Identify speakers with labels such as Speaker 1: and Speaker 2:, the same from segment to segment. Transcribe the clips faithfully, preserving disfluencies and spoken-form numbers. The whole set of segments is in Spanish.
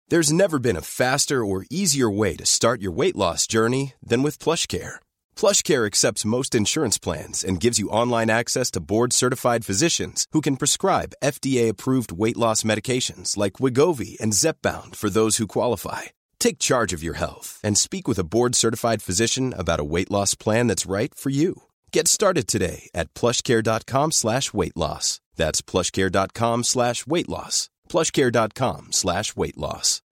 Speaker 1: There's never been a faster or easier way to start your weight loss journey than with PlushCare. PlushCare accepts most insurance plans and gives you online access to board-certified physicians who can prescribe F D A-approved weight loss medications like Wegovy and Zepbound for those who qualify. Take charge of your health and speak with a board-certified physician about a weight loss plan that's right for you. Get started today at plushcare.com slash weight loss. That's plushcare.com slash weight loss. plushcare.com slash weight loss.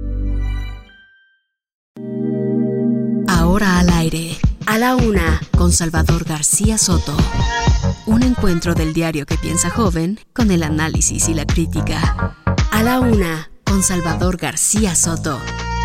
Speaker 2: Ahora al aire, a la una, con Salvador García Soto. Un encuentro del diario que piensa joven con el análisis y la crítica. A la una, con Salvador García Soto.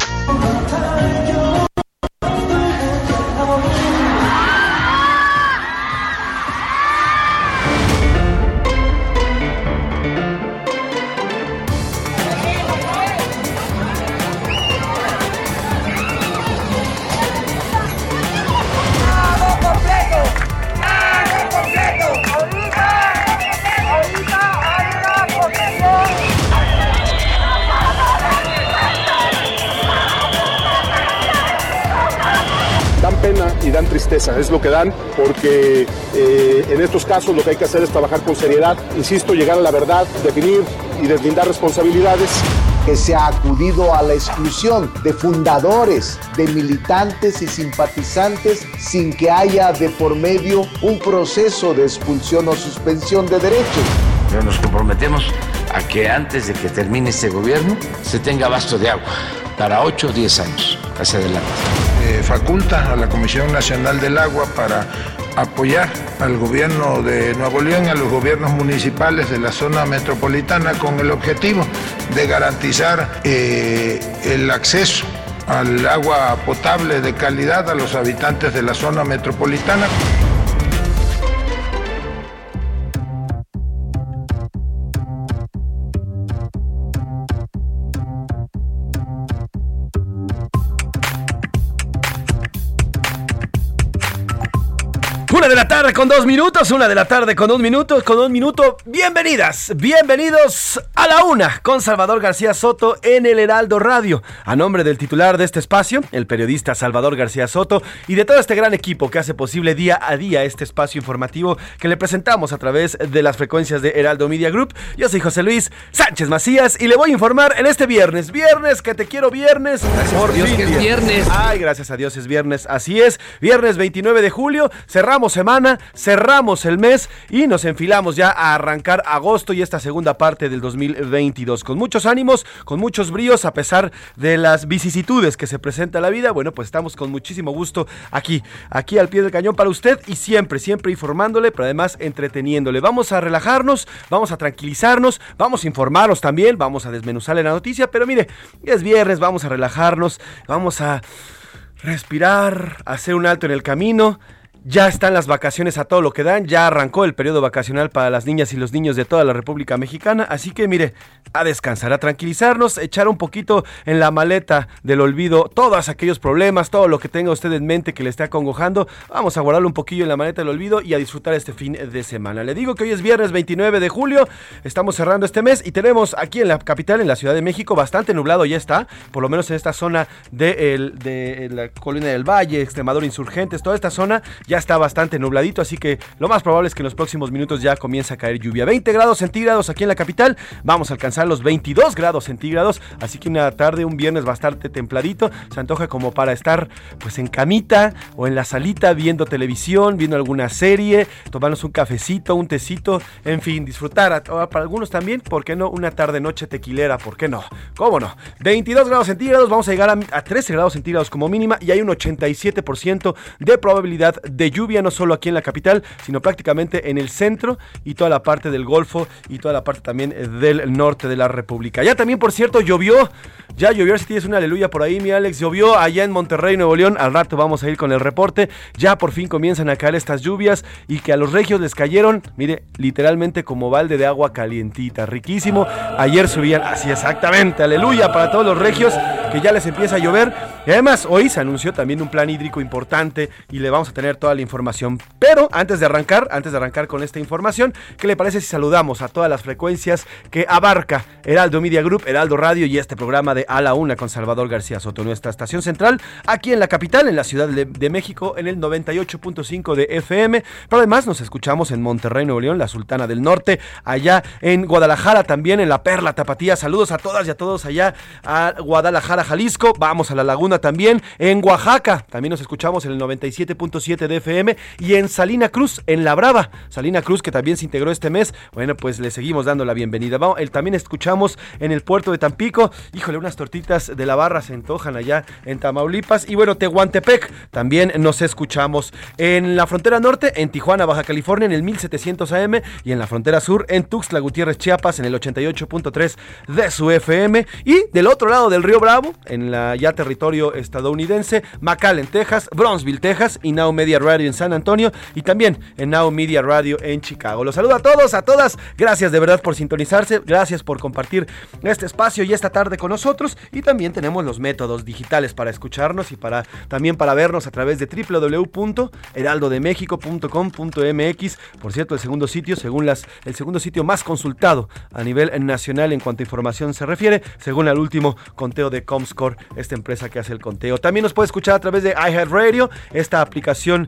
Speaker 3: Pena y dan tristeza, es lo que dan, porque eh, en estos casos lo que hay que hacer es trabajar con seriedad, insisto, llegar a la verdad, definir y deslindar responsabilidades.
Speaker 4: Que se ha acudido a la exclusión de fundadores, de militantes y simpatizantes sin que haya de por medio un proceso de expulsión o suspensión de derechos.
Speaker 5: Pero nos comprometemos a que antes de que termine este gobierno se tenga abasto de agua para ocho o diez años hacia adelante.
Speaker 6: Eh, faculta a la Comisión Nacional del Agua para apoyar al gobierno de Nuevo León y a los gobiernos municipales de la zona metropolitana con el objetivo de garantizar eh, el acceso al agua potable de calidad a los habitantes de la zona metropolitana.
Speaker 7: Una de la tarde con dos minutos, una de la tarde con un minuto, con un minuto. Bienvenidas, bienvenidos a la una con Salvador García Soto en el Heraldo Radio. A nombre del titular de este espacio, el periodista Salvador García Soto, y de todo este gran equipo que hace posible día a día este espacio informativo que le presentamos a través de las frecuencias de Heraldo Media Group. Yo soy José Luis Sánchez Macías y le voy a informar en este viernes. Viernes, que te quiero viernes.
Speaker 8: Gracias a Dios que es viernes.
Speaker 7: Ay, gracias a Dios es viernes. Así es, viernes veintinueve de julio. Cerramos semana, cerramos el mes y nos enfilamos ya a arrancar agosto y esta segunda parte del dos mil veintidós con muchos ánimos, con muchos bríos, a pesar de las vicisitudes que se presenta la vida. Bueno, pues estamos con muchísimo gusto aquí, aquí al pie del cañón para usted y siempre, siempre informándole, pero además entreteniéndole. Vamos a relajarnos, vamos a tranquilizarnos, vamos a informarnos también, vamos a desmenuzarle la noticia, pero mire, es viernes, vamos a relajarnos, vamos a respirar, hacer un alto en el camino. Ya están las vacaciones a todo lo que dan, ya arrancó el periodo vacacional para las niñas y los niños de toda la República Mexicana, así que mire, a descansar, a tranquilizarnos, echar un poquito en la maleta del olvido todos aquellos problemas, todo lo que tenga usted en mente que le esté acongojando, vamos a guardarlo un poquillo en la maleta del olvido y a disfrutar este fin de semana. Le digo que hoy es viernes veintinueve de julio, estamos cerrando este mes y tenemos aquí en la capital, en la Ciudad de México, bastante nublado ya está, por lo menos en esta zona de, el, de la Colina del Valle, Extremadura, Insurgentes, toda esta zona ya está bastante nubladito, así que lo más probable es que en los próximos minutos ya comience a caer lluvia. veinte grados centígrados aquí en la capital, vamos a alcanzar los veintidós grados centígrados, así que una tarde, un viernes bastante templadito, se antoja como para estar pues en camita o en la salita viendo televisión, viendo alguna serie, tomarnos un cafecito, un tecito, en fin, disfrutar, para algunos también, ¿por qué no? Una tarde noche tequilera, ¿por qué no? ¿Cómo no? veintidós grados centígrados, vamos a llegar a, a trece grados centígrados como mínima y hay un ochenta y siete por ciento de probabilidad de lluvia, no solo aquí en la capital, sino prácticamente en el centro y toda la parte del Golfo y toda la parte también del norte de la República. Ya también, por cierto, llovió, ya llovió, si tienes una aleluya por ahí, mi Alex, llovió allá en Monterrey, Nuevo León, al rato vamos a ir con el reporte, ya por fin comienzan a caer estas lluvias y que a los regios les cayeron, mire, literalmente como balde de agua calientita, riquísimo, ayer subían, así exactamente, aleluya para todos los regios, que ya les empieza a llover. Y además, hoy se anunció también un plan hídrico importante y le vamos a tener toda la información. Pero antes de arrancar, antes de arrancar con esta información, ¿qué le parece si saludamos a todas las frecuencias que abarca Heraldo Media Group, Heraldo Radio y este programa de A la Una con Salvador García Soto, nuestra estación central aquí en la capital, en la Ciudad de, de México, en el noventa y ocho punto cinco de F M, pero además nos escuchamos en Monterrey, Nuevo León, la Sultana del Norte, allá en Guadalajara también, en la Perla Tapatía. Saludos a todas y a todos allá a Guadalajara, Jalisco. Vamos a La Laguna también, en Oaxaca también nos escuchamos en el noventa y siete punto siete de F M y en Salina Cruz, en La Brava, Salina Cruz, que también se integró este mes. Bueno, pues le seguimos dando la bienvenida. Vamos, el, también escuchamos en el puerto de Tampico. Híjole, unas tortitas de la barra se antojan allá en Tamaulipas. Y bueno, Tehuantepec también nos escuchamos. En la frontera norte, en Tijuana, Baja California, en el mil setecientos A M. Y en la frontera sur, en Tuxtla Gutiérrez, Chiapas, en el ochenta y ocho punto tres de su F M. Y del otro lado del Río Bravo, en la ya territorio estadounidense, McAllen, Texas, Bronzeville, Texas, y Now Media Radio en San Antonio, y también en Now Media Radio en Chicago. Los saludo a todos, a todas. Gracias de verdad por sintonizarse. Gracias por compartir este espacio y esta tarde con nosotros. Y también tenemos los métodos digitales para escucharnos y para también para vernos a través de doble u doble u doble u punto heraldo de méxico punto com punto m x. Por cierto, el segundo sitio, según las, el segundo sitio más consultado a nivel nacional en cuanto a información se refiere, según el último conteo de Comscore, esta empresa que hace el conteo. También nos puede escuchar a través de iHeartRadio, esta aplicación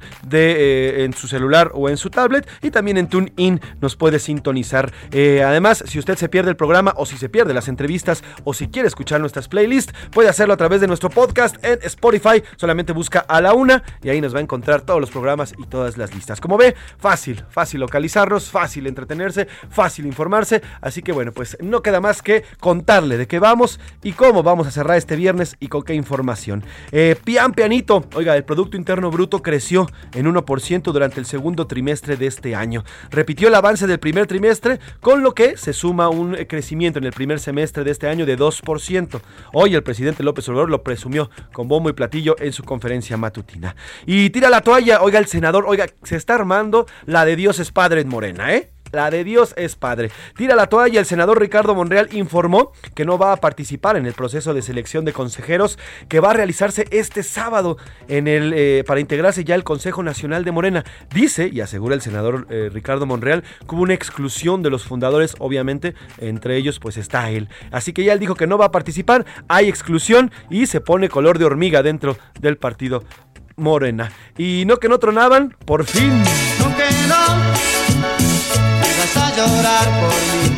Speaker 7: de eh, en su celular o en su tablet, y también en TuneIn nos puede sintonizar. Eh, además, si usted se pierde el programa o si se pierde las entrevistas o si quiere escuchar nuestras playlists, puede hacerlo a través de nuestro podcast en Spotify. Solamente busca A la Una y ahí nos va a encontrar todos los programas y todas las listas. Como ve, fácil, fácil localizarnos, fácil entretenerse, fácil informarse. Así que bueno, pues no queda más que contarle de qué vamos y cómo vamos a cerrar este viernes y con qué información. Eh, pian pianito, oiga, el Producto Interno Bruto creció en uno por ciento durante el segundo trimestre de este año. Repitió el avance del primer trimestre, con lo que se suma un crecimiento en el primer semestre de este año de dos por ciento. Hoy el presidente López Obrador lo presumió con bombo y platillo en su conferencia matutina. Y tira la toalla, oiga, el senador, oiga, se está armando la de Dios es padre en Morena, ¿eh? La de Dios es padre. Tira la toalla. El senador Ricardo Monreal informó que no va a participar en el proceso de selección de consejeros que va a realizarse este sábado en el eh, para integrarse ya al Consejo Nacional de Morena. Dice y asegura el senador eh, Ricardo Monreal que hubo una exclusión de los fundadores, obviamente, entre ellos pues está él. Así que ya él dijo que no va a participar, hay exclusión y se pone color de hormiga dentro del partido Morena. Y no que no tronaban, por fin.
Speaker 8: No que no. A llorar por mí.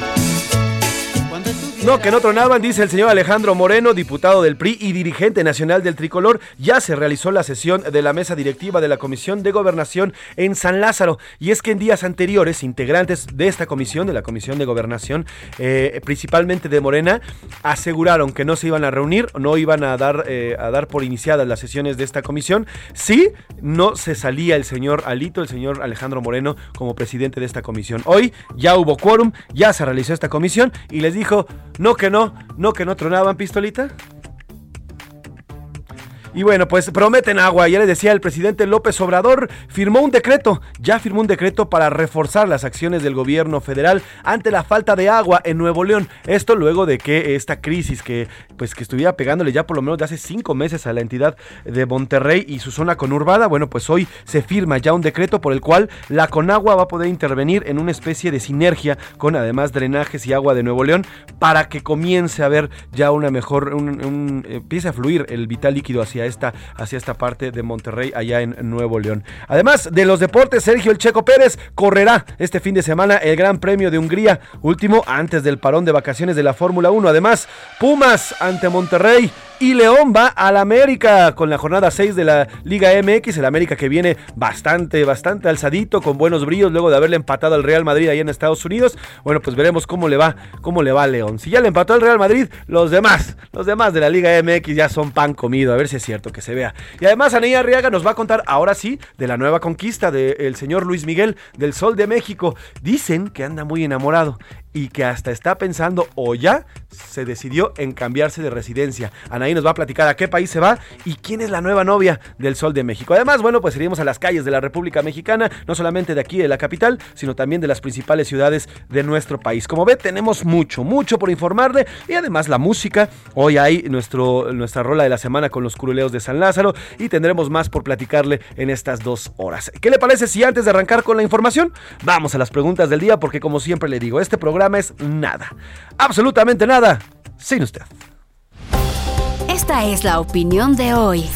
Speaker 7: No, que no tronaban, dice el señor Alejandro Moreno, diputado del P R I y dirigente nacional del Tricolor. Ya se realizó la sesión de la mesa directiva de la Comisión de Gobernación en San Lázaro. Y es que en días anteriores, integrantes de esta comisión, de la Comisión de Gobernación, eh, principalmente de Morena, aseguraron que no se iban a reunir, no iban a dar, eh, a dar por iniciadas las sesiones de esta comisión. Sí, no se salía el señor Alito, el señor Alejandro Moreno, como presidente de esta comisión. Hoy ya hubo quórum, ya se realizó esta comisión y les dijo... No que no, no que no tronaban, pistolita. Y bueno, pues prometen agua. Ya le decía, el presidente López Obrador firmó un decreto, ya firmó un decreto para reforzar las acciones del gobierno federal ante la falta de agua en Nuevo León. Esto luego de que esta crisis que pues que estuviera pegándole ya por lo menos de hace cinco meses a la entidad de Monterrey y su zona conurbada. Bueno, pues hoy se firma ya un decreto por el cual la Conagua va a poder intervenir en una especie de sinergia con además drenajes y agua de Nuevo León para que comience a haber ya una mejor, un, un, empiece a fluir el vital líquido hacia Esta, hacia esta parte de Monterrey, allá en Nuevo León. Además de los deportes, Sergio El Checo Pérez correrá este fin de semana el Gran Premio de Hungría, último antes del parón de vacaciones de la Fórmula uno. Además, Pumas ante Monterrey y León va al América con la jornada seis de la Liga M X, el América que viene bastante, bastante alzadito, con buenos brillos luego de haberle empatado al Real Madrid ahí en Estados Unidos. Bueno, pues veremos cómo le va, cómo le va a León. Si ya le empató al Real Madrid, los demás, los demás de la Liga M X ya son pan comido, a ver si es cierto que se vea. Y además Anaí Arriaga nos va a contar ahora sí de la nueva conquista del señor Luis Miguel del Sol de México. Dicen que anda muy enamorado. y que hasta está pensando o ya se decidió en cambiarse de residencia. Anaí nos va a platicar a qué país se va y quién es la nueva novia del Sol de México. Además, bueno, pues iremos a las calles de la República Mexicana, no solamente de aquí de la capital, sino también de las principales ciudades de nuestro país. Como ve, tenemos mucho, mucho por informarle y además la música. Hoy hay nuestro, nuestra rola de la semana con los curuleos de San Lázaro y tendremos más por platicarle en estas dos horas. ¿Qué le parece si antes de arrancar con la información, vamos a las preguntas del día? Porque como siempre le digo, este programa es nada, absolutamente nada, sin usted.
Speaker 2: Esta es la opinión de hoy.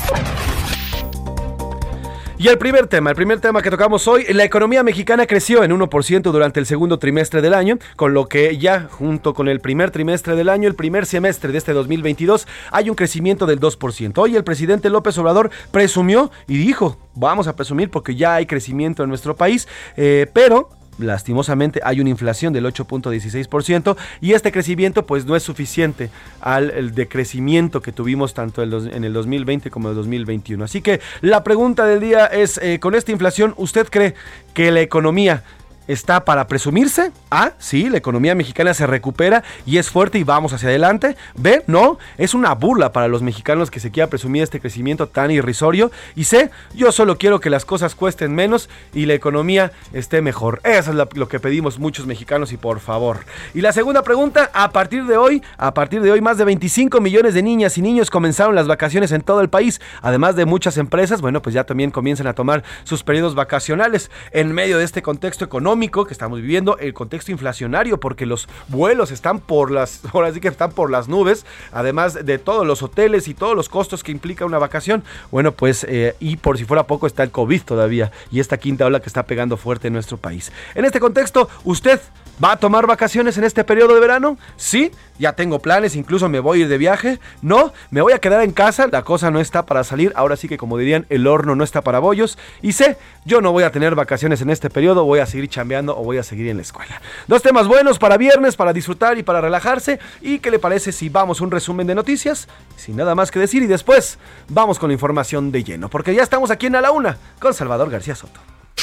Speaker 7: Y el primer tema, el primer tema que tocamos hoy, la economía mexicana creció en uno por ciento durante el segundo trimestre del año, con lo que ya junto con el primer trimestre del año, el primer semestre de este dos mil veintidós, hay un crecimiento del dos por ciento. Hoy el presidente López Obrador presumió y dijo, vamos a presumir porque ya hay crecimiento en nuestro país, eh, pero lastimosamente hay una inflación del ocho punto dieciséis por ciento y este crecimiento pues no es suficiente al el decrecimiento que tuvimos tanto en el dos mil veinte como en el dos mil veintiuno. Así que la pregunta del día es, eh, con esta inflación, ¿usted cree que la economía está para presumirse? A, sí, la economía mexicana se recupera y es fuerte y vamos hacia adelante. B, no, es una burla para los mexicanos que se quiera presumir este crecimiento tan irrisorio. Y C, yo solo quiero que las cosas cuesten menos y la economía esté mejor. Eso es la, lo que pedimos muchos mexicanos y por favor. Y la segunda pregunta, a partir de hoy, a partir de hoy más de veinticinco millones de niñas y niños comenzaron las vacaciones en todo el país. Además de muchas empresas, bueno, pues ya también comienzan a tomar sus periodos vacacionales en medio de este contexto económico que estamos viviendo, el contexto inflacionario, porque los vuelos están por las, ahora sí que están por las nubes, además de todos los hoteles y todos los costos que implica una vacación. Bueno, pues, eh, y por si fuera poco está el COVID todavía, y esta quinta ola que está pegando fuerte en nuestro país. En este contexto, ¿usted va a tomar vacaciones en este periodo de verano? Sí, ya tengo planes, incluso me voy a ir de viaje. No, me voy a quedar en casa, la cosa no está para salir, ahora sí que como dirían, el horno no está para bollos. Y sé, yo no voy a tener vacaciones en este periodo, voy a seguir chambeando o voy a seguir en la escuela. Dos temas buenos para viernes, para disfrutar y para relajarse. ¿Y qué le parece si vamos a un resumen de noticias? Sin nada más que decir y después vamos con la información de lleno, porque ya estamos aquí en A la Una con Salvador García Soto.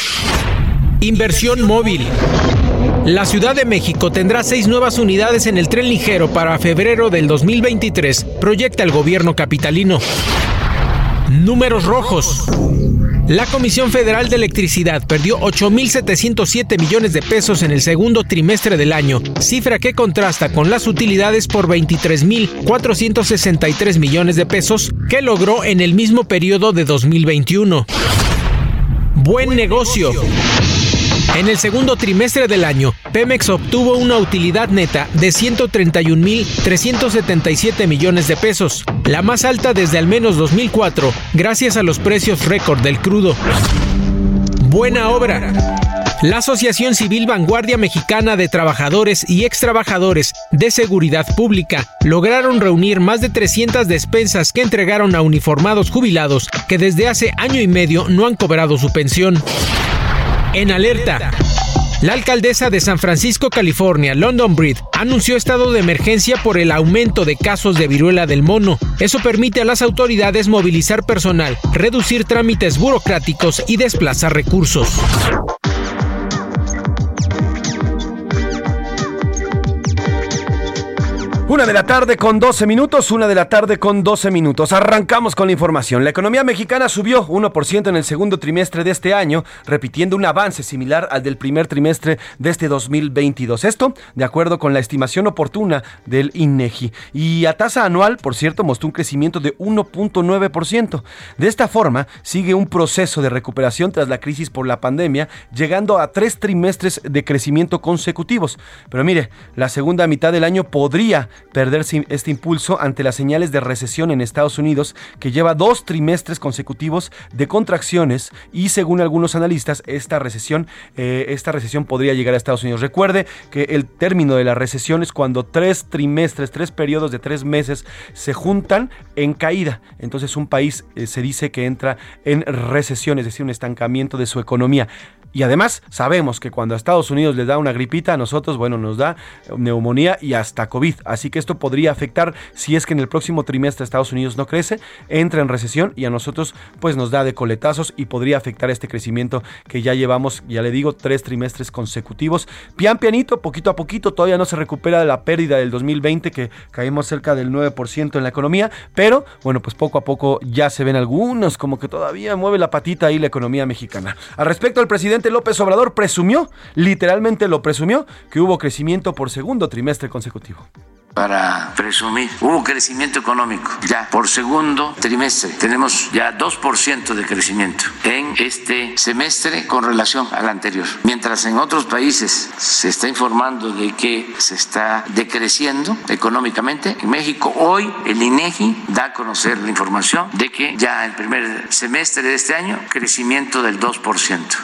Speaker 9: Inversión móvil. La Ciudad de México tendrá seis nuevas unidades en el tren ligero para febrero del dos mil veintitrés, proyecta el gobierno capitalino. Números rojos. La Comisión Federal de Electricidad perdió ocho mil setecientos siete millones de pesos en el segundo trimestre del año, cifra que contrasta con las utilidades por veintitrés mil cuatrocientos sesenta y tres millones de pesos que logró en el mismo periodo de dos mil veintiuno. Buen negocio. En el segundo trimestre del año, Pemex obtuvo una utilidad neta de ciento treinta y un mil trescientos setenta y siete millones de pesos, la más alta desde al menos dos mil cuatro, gracias a los precios récord del crudo. Buena obra. La Asociación Civil Vanguardia Mexicana de Trabajadores y Extrabajadores de Seguridad Pública lograron reunir más de trescientas despensas que entregaron a uniformados jubilados que desde hace año y medio no han cobrado su pensión. En alerta. La alcaldesa de San Francisco, California, London Breed, anunció estado de emergencia por el aumento de casos de viruela del mono. Eso permite a las autoridades movilizar personal, reducir trámites burocráticos y desplazar recursos.
Speaker 7: Una de la tarde con doce minutos, una de la tarde con doce minutos. Arrancamos con la información. La economía mexicana subió uno por ciento en el segundo trimestre de este año, repitiendo un avance similar al del primer trimestre de este dos mil veintidós. Esto, de acuerdo con la estimación oportuna del INEGI. Y a tasa anual, por cierto, mostró un crecimiento de uno punto nueve por ciento. De esta forma, sigue un proceso de recuperación tras la crisis por la pandemia, llegando a tres trimestres de crecimiento consecutivos. Pero mire, la segunda mitad del año podría perderse este impulso ante las señales de recesión en Estados Unidos, que lleva dos trimestres consecutivos de contracciones y según algunos analistas esta recesión eh, esta recesión podría llegar a Estados Unidos. Recuerde que el término de la recesión es cuando tres trimestres, tres periodos de tres meses se juntan en caída. Entonces un país eh, se dice que entra en recesión, es decir, un estancamiento de su economía. Y además sabemos que cuando a Estados Unidos les da una gripita, a nosotros, bueno, nos da neumonía y hasta COVID. Así así que esto podría afectar si es que en el próximo trimestre Estados Unidos no crece, entra en recesión y a nosotros pues nos da de coletazos y podría afectar este crecimiento que ya llevamos, ya le digo, tres trimestres consecutivos. Pian pianito, poquito a poquito, todavía no se recupera de la pérdida del dos mil veinte que caímos cerca del nueve por ciento en la economía, pero bueno, pues poco a poco ya se ven algunos como que todavía mueve la patita ahí la economía mexicana. Al respecto, el presidente López Obrador presumió, literalmente lo presumió, que hubo crecimiento por segundo trimestre consecutivo.
Speaker 5: Para presumir, hubo crecimiento económico ya por segundo trimestre. Tenemos ya dos por ciento de crecimiento en este semestre con relación al anterior. Mientras en otros países se está informando de que se está decreciendo económicamente, en México hoy el INEGI da a conocer la información de que ya el primer semestre de este año, crecimiento del dos por ciento.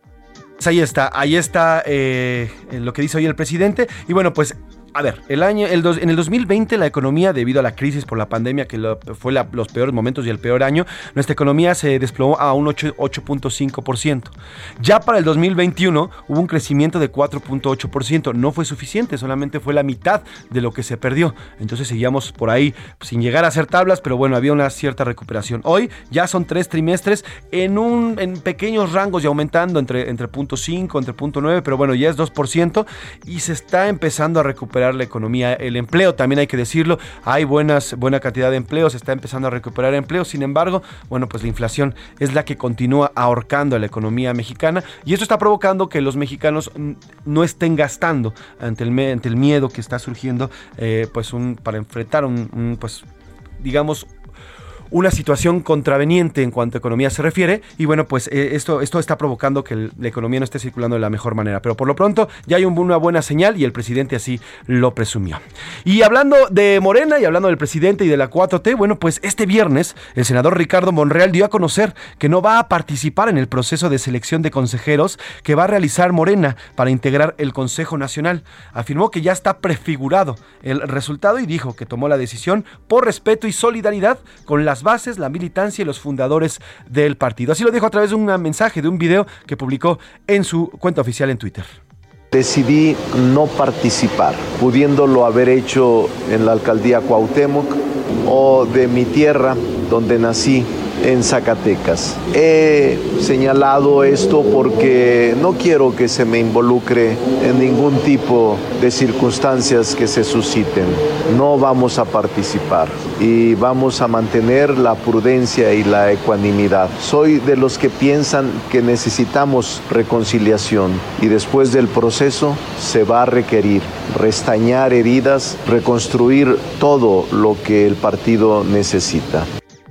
Speaker 7: Ahí está, ahí está eh, lo que dice hoy el presidente. Y bueno, pues a ver, el año, el dos, en el dos mil veinte la economía, debido a la crisis por la pandemia, que lo, fue la, los peores momentos y el peor año, nuestra economía se desplomó a un ocho punto cinco por ciento. Ya para el dos mil veintiuno hubo un crecimiento de cuatro punto ocho por ciento. No fue suficiente, solamente fue la mitad de lo que se perdió. Entonces seguíamos por ahí sin llegar a hacer tablas, pero bueno, había una cierta recuperación. Hoy ya son tres trimestres en, un, en pequeños rangos y aumentando entre, entre punto cinco, entre punto nueve, pero bueno, ya es dos por ciento y se está empezando a recuperar la economía, el empleo, también hay que decirlo, hay buenas, buena cantidad de empleos, se está empezando a recuperar empleos, sin embargo, bueno, pues la inflación es la que continúa ahorcando a la economía mexicana y esto está provocando que los mexicanos no estén gastando ante el, ante el miedo que está surgiendo, eh, pues un, para enfrentar un, un pues digamos, una situación contraveniente en cuanto a economía se refiere y bueno, pues eh, esto, esto está provocando que el, la economía no esté circulando de la mejor manera, pero por lo pronto ya hay un, una buena señal y el presidente así lo presumió. Y hablando de Morena y hablando del presidente y de la cuatro T, bueno, pues este viernes el senador Ricardo Monreal dio a conocer que no va a participar en el proceso de selección de consejeros que va a realizar Morena para integrar el Consejo Nacional. Afirmó que ya está prefigurado el resultado y dijo que tomó la decisión por respeto y solidaridad con las bases, la militancia y los fundadores del partido. Así lo dijo a través de un mensaje, de un video que publicó en su cuenta oficial en Twitter.
Speaker 4: Decidí no participar, pudiéndolo haber hecho en la alcaldía Cuauhtémoc o de mi tierra, donde nací, en Zacatecas. He señalado esto porque no quiero que se me involucre en ningún tipo de circunstancias que se susciten. No vamos a participar y vamos a mantener la prudencia y la ecuanimidad. Soy de los que piensan que necesitamos reconciliación y después del proceso se va a requerir restañar heridas, reconstruir todo lo que el partido necesita.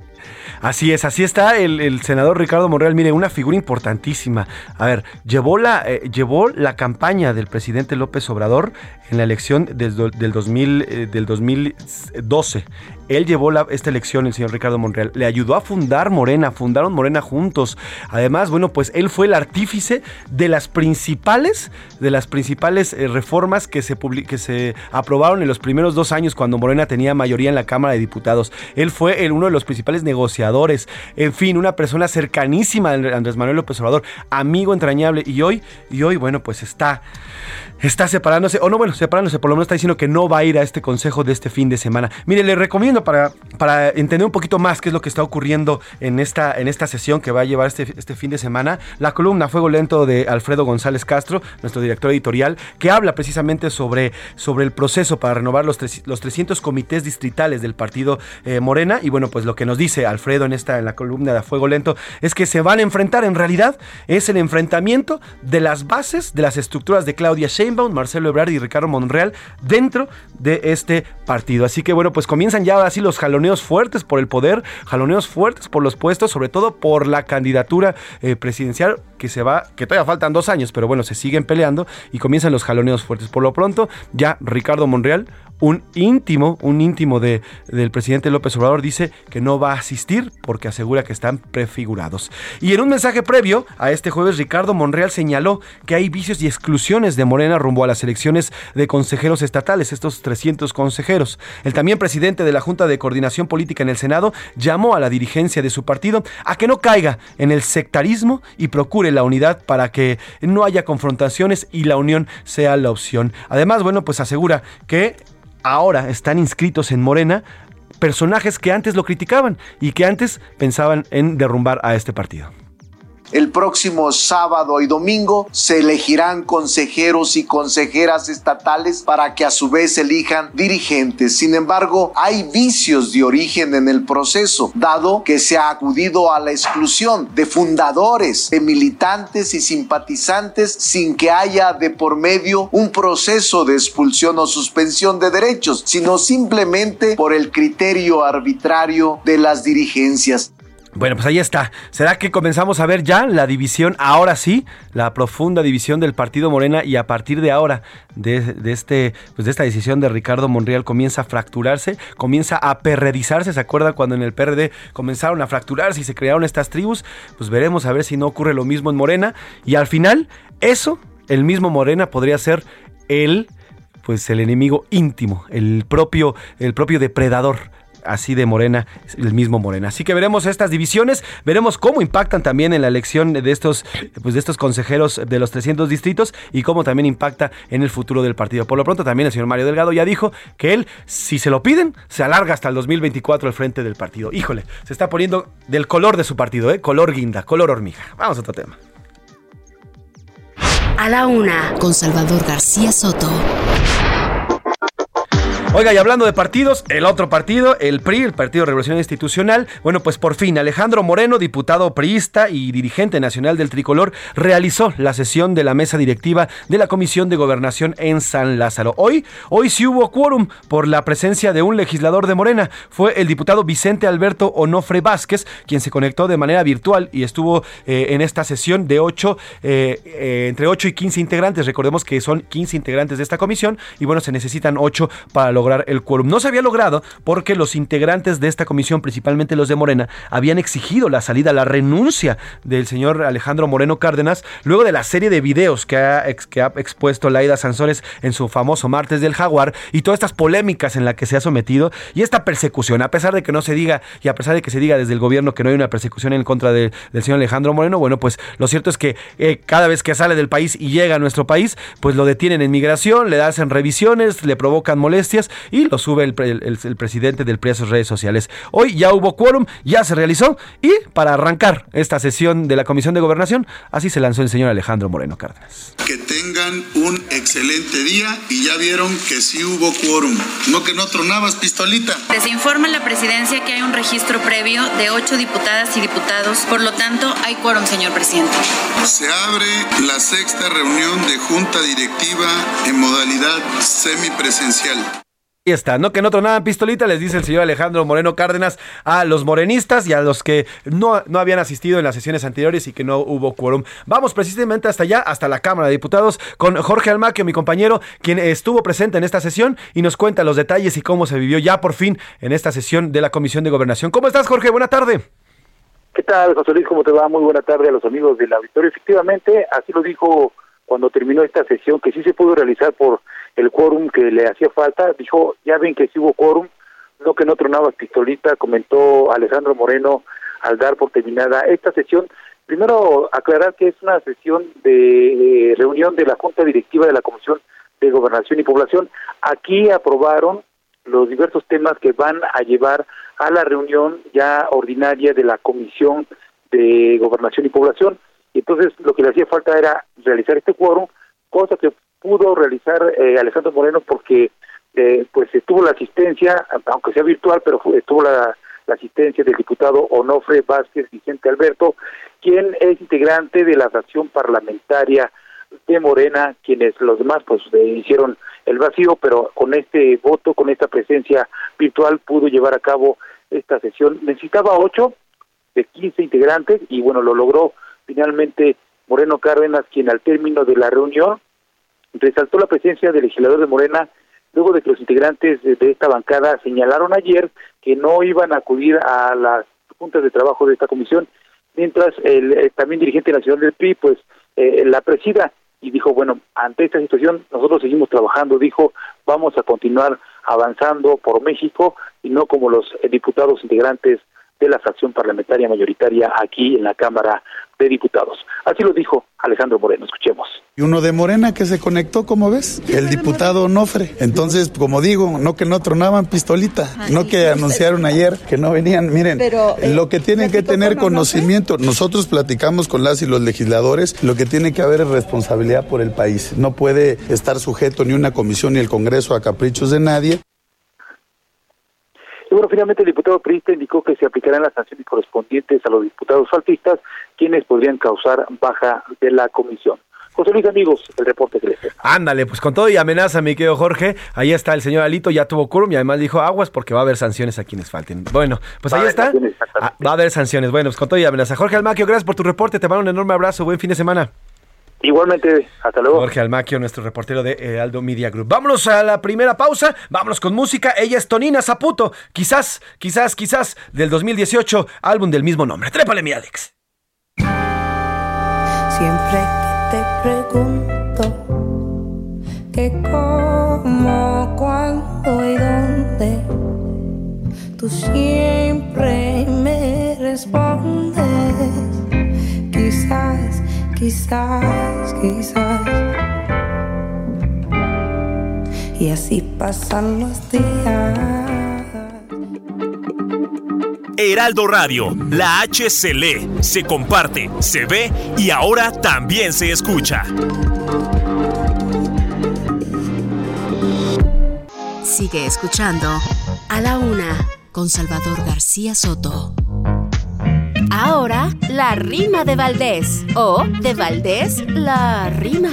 Speaker 7: Así es, así está el, el senador Ricardo Monreal, mire, una figura importantísima. A ver, llevó la, eh, llevó la campaña del presidente López Obrador en la elección del, del, dos mil, eh, del dos mil doce. Él llevó la, esta elección, el señor Ricardo Monreal, le ayudó a fundar Morena, fundaron Morena juntos. Además, bueno, pues él fue el artífice de las principales, de las principales eh, reformas que se, public- que se aprobaron en los primeros dos años cuando Morena tenía mayoría en la Cámara de Diputados. Él fue el, uno de los principales negociadores, en fin, una persona cercanísima de Andrés Manuel López Obrador, amigo entrañable, y hoy, y hoy, bueno, pues está... Está separándose, o no, bueno, separándose, por lo menos está diciendo que no va a ir a este consejo de este fin de semana. Mire, le recomiendo para, para entender un poquito más qué es lo que está ocurriendo en esta, en esta sesión que va a llevar este, este fin de semana, la columna Fuego Lento de Alfredo González Castro, nuestro director editorial, que habla precisamente sobre, sobre el proceso para renovar los, tres, los trescientos comités distritales del partido eh, Morena. Y bueno, pues lo que nos dice Alfredo en, esta, en la columna de Fuego Lento es que se van a enfrentar, en realidad, es el enfrentamiento de las bases, de las estructuras de Claudia Sheinbaum, Marcelo Ebrard y Ricardo Monreal dentro de este partido. Así que bueno, pues comienzan ya así los jaloneos fuertes por el poder, jaloneos fuertes por los puestos, sobre todo por la candidatura eh, presidencial que se va, que todavía faltan dos años, pero bueno, se siguen peleando y comienzan los jaloneos fuertes. Por lo pronto, ya Ricardo Monreal, un íntimo, un íntimo de, del presidente López Obrador, dice que no va a asistir porque asegura que están prefigurados. Y en un mensaje previo a este jueves, Ricardo Monreal señaló que hay vicios y exclusiones de Morena rumbo a las elecciones de consejeros estatales, estos trescientos consejeros. El también presidente de la Junta de Coordinación Política en el Senado llamó a la dirigencia de su partido a que no caiga en el sectarismo y procure la unidad para que no haya confrontaciones y la unión sea la opción. Además, bueno, pues asegura que ahora están inscritos en Morena personajes que antes lo criticaban y que antes pensaban en derrumbar a este partido.
Speaker 4: El próximo sábado y domingo se elegirán consejeros y consejeras estatales para que a su vez elijan dirigentes. Sin embargo, hay vicios de origen en el proceso, dado que se ha acudido a la exclusión de fundadores, de militantes y simpatizantes sin que haya de por medio un proceso de expulsión o suspensión de derechos, sino simplemente por el criterio arbitrario de las dirigencias.
Speaker 7: Bueno, pues ahí está. ¿Será que comenzamos a ver ya la división, ahora sí, la profunda división del partido Morena, y a partir de ahora, de, de, este, pues de esta decisión de Ricardo Monreal, comienza a fracturarse, comienza a perredizarse? ¿Se acuerdan cuando en el P R D comenzaron a fracturarse y se crearon estas tribus? Pues veremos a ver si no ocurre lo mismo en Morena, y al final, eso, el mismo Morena podría ser el, pues el enemigo íntimo, el propio, el propio depredador, así de Morena, el mismo Morena. Así que veremos estas divisiones, veremos cómo impactan también en la elección de estos, pues de estos consejeros de los trescientos distritos, y cómo también impacta en el futuro del partido. Por lo pronto también el señor Mario Delgado ya dijo que él, si se lo piden, se alarga hasta el dos mil veinticuatro al frente del partido. Híjole, se está poniendo del color de su partido, ¿eh? Color guinda, color hormiga. Vamos a otro tema.
Speaker 2: A la una, con Salvador García Soto.
Speaker 7: Oiga, y hablando de partidos, el otro partido, el P R I, el Partido Revolución Institucional, bueno, pues por fin Alejandro Moreno, diputado priista y dirigente nacional del Tricolor, realizó la sesión de la mesa directiva de la Comisión de Gobernación en San Lázaro. Hoy, hoy sí hubo quórum por la presencia de un legislador de Morena. Fue el diputado Vicente Alberto Onofre Vázquez, quien se conectó de manera virtual y estuvo eh, en esta sesión de ocho, eh, eh, entre ocho y quince integrantes. Recordemos que son quince integrantes de esta comisión y bueno, se necesitan ocho para lograr el quórum. No se había logrado porque los integrantes de esta comisión, principalmente los de Morena, habían exigido la salida, la renuncia del señor Alejandro Moreno Cárdenas, luego de la serie de videos que ha, ex, que ha expuesto Laida Sansores en su famoso Martes del Jaguar, y todas estas polémicas en las que se ha sometido, y esta persecución, a pesar de que no se diga, y a pesar de que se diga desde el gobierno que no hay una persecución en contra de, del señor Alejandro Moreno, bueno, pues lo cierto es que eh, cada vez que sale del país y llega a nuestro país, pues lo detienen en migración, le hacen revisiones, le provocan molestias, y lo sube el, el, el presidente del P R I a sus redes sociales. Hoy ya hubo quórum, ya se realizó, y para arrancar esta sesión de la Comisión de Gobernación, así se lanzó el señor Alejandro Moreno Cárdenas.
Speaker 10: Que tengan un excelente día, y ya vieron que sí hubo quórum, no que no tronabas pistolita.
Speaker 11: Les informa la presidencia que hay un registro previo de ocho diputadas y diputados, por lo tanto hay quórum, señor presidente.
Speaker 10: Se abre la sexta reunión de junta directiva en modalidad semipresencial.
Speaker 7: Ahí está, no que no tronaban pistolita, les dice el señor Alejandro Moreno Cárdenas a los morenistas y a los que no, no habían asistido en las sesiones anteriores y que no hubo quórum. Vamos precisamente hasta allá, hasta la Cámara de Diputados, con Jorge Almaquio, mi compañero, quien estuvo presente en esta sesión y nos cuenta los detalles y cómo se vivió ya por fin en esta sesión de la Comisión de Gobernación. ¿Cómo estás, Jorge? Buena tarde.
Speaker 12: ¿Qué tal, José Luis? ¿Cómo te va? Muy buena tarde a los amigos del auditorio. Efectivamente, así lo dijo cuando terminó esta sesión, que sí se pudo realizar por el quórum que le hacía falta. Dijo, ya ven que sí hubo quórum, no que no tronaba pistolita, comentó Alejandro Moreno al dar por terminada esta sesión. Primero, aclarar que es una sesión de eh, reunión de la Junta Directiva de la Comisión de Gobernación y Población. Aquí aprobaron los diversos temas que van a llevar a la reunión ya ordinaria de la Comisión de Gobernación y Población. Y entonces lo que le hacía falta era realizar este quórum, cosa que pudo realizar eh, Alejandro Moreno porque eh, pues estuvo la asistencia, aunque sea virtual, pero fue, estuvo la, la asistencia del diputado Onofre Vázquez Vicente Alberto, quien es integrante de la fracción parlamentaria de Morena, quienes los demás pues eh, hicieron el vacío, pero con este voto, con esta presencia virtual pudo llevar a cabo esta sesión. Necesitaba ocho de quince integrantes y bueno, lo logró finalmente Moreno Cárdenas, quien al término de la reunión resaltó la presencia del legislador de Morena, luego de que los integrantes de, de esta bancada señalaron ayer que no iban a acudir a las juntas de trabajo de esta comisión, mientras el, el también dirigente nacional del P R I pues eh, la presida, y dijo, bueno, ante esta situación nosotros seguimos trabajando, dijo, vamos a continuar avanzando por México y no como los eh, diputados integrantes de la fracción parlamentaria mayoritaria aquí en la Cámara de Diputados. Así lo dijo Alejandro Moreno. Escuchemos.
Speaker 13: Y uno de Morena que se conectó, como ves, el diputado Onofre. Entonces, como digo, no que no tronaban pistolita, no que anunciaron ayer que no venían. Miren, Pero, eh, lo que tienen que tener conocimiento, nosotros platicamos con las y los legisladores, lo que tiene que haber es responsabilidad por el país. No puede estar sujeto ni una comisión ni el Congreso a caprichos de nadie.
Speaker 12: Y bueno, finalmente el diputado priista indicó que se aplicarán las sanciones correspondientes a los diputados faltistas, quienes podrían causar baja de la comisión. José Luis, amigos, el reporte que les tengo.
Speaker 7: Ándale, pues con todo y amenaza, mi querido Jorge, ahí está el señor Alito, ya tuvo quórum y además dijo aguas porque va a haber sanciones a quienes falten. Bueno, pues ahí está, ah, va a haber sanciones. Bueno, pues con todo y amenaza. Jorge Almaquio, gracias por tu reporte, te mando un enorme abrazo, buen fin de semana.
Speaker 12: Igualmente, hasta luego.
Speaker 7: Jorge Almaquio, nuestro reportero de Heraldo Media Group. Vámonos a la primera pausa, vámonos con música. Ella es Tonina Saputo, quizás, quizás, quizás, del dos mil dieciocho, álbum del mismo nombre. Trépale, mi Alex.
Speaker 14: Siempre que te pregunto que cómo, cuándo y dónde, tú siempre me respondes. Quizás, quizás, quizás. Y así pasan los días.
Speaker 15: Heraldo Radio, la H se lee, se comparte, se ve y ahora también se escucha.
Speaker 2: Sigue escuchando A la Una con Salvador García Soto. Ahora, la rima de Valdés o de Valdés la rima.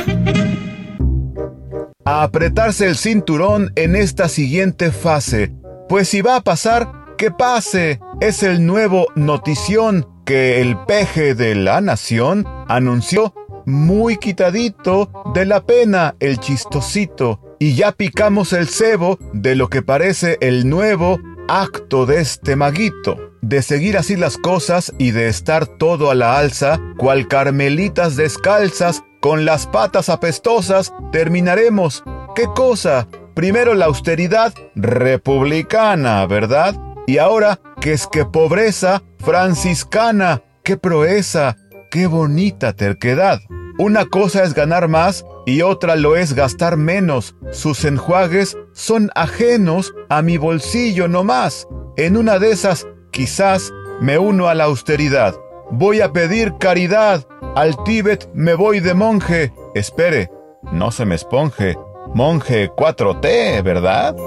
Speaker 16: A apretarse el cinturón en esta siguiente fase, pues si va a pasar, que pase. Es el nuevo notición que el peje de La Nación anunció muy quitadito de la pena el chistosito. Y ya picamos el cebo de lo que parece el nuevo acto de este maguito. De seguir así las cosas y de estar todo a la alza, cual carmelitas descalzas, con las patas apestosas, terminaremos. ¿Qué cosa? Primero la austeridad republicana, ¿verdad? Y ahora, que es que pobreza franciscana. ¡Qué proeza! ¡Qué bonita terquedad! Una cosa es ganar más y otra lo es gastar menos. Sus enjuagues son ajenos a mi bolsillo nomás. En una de esas, quizás, me uno a la austeridad. Voy a pedir caridad. Al Tíbet me voy de monje. Espere, no se me esponje. Monje cuatro T, ¿verdad?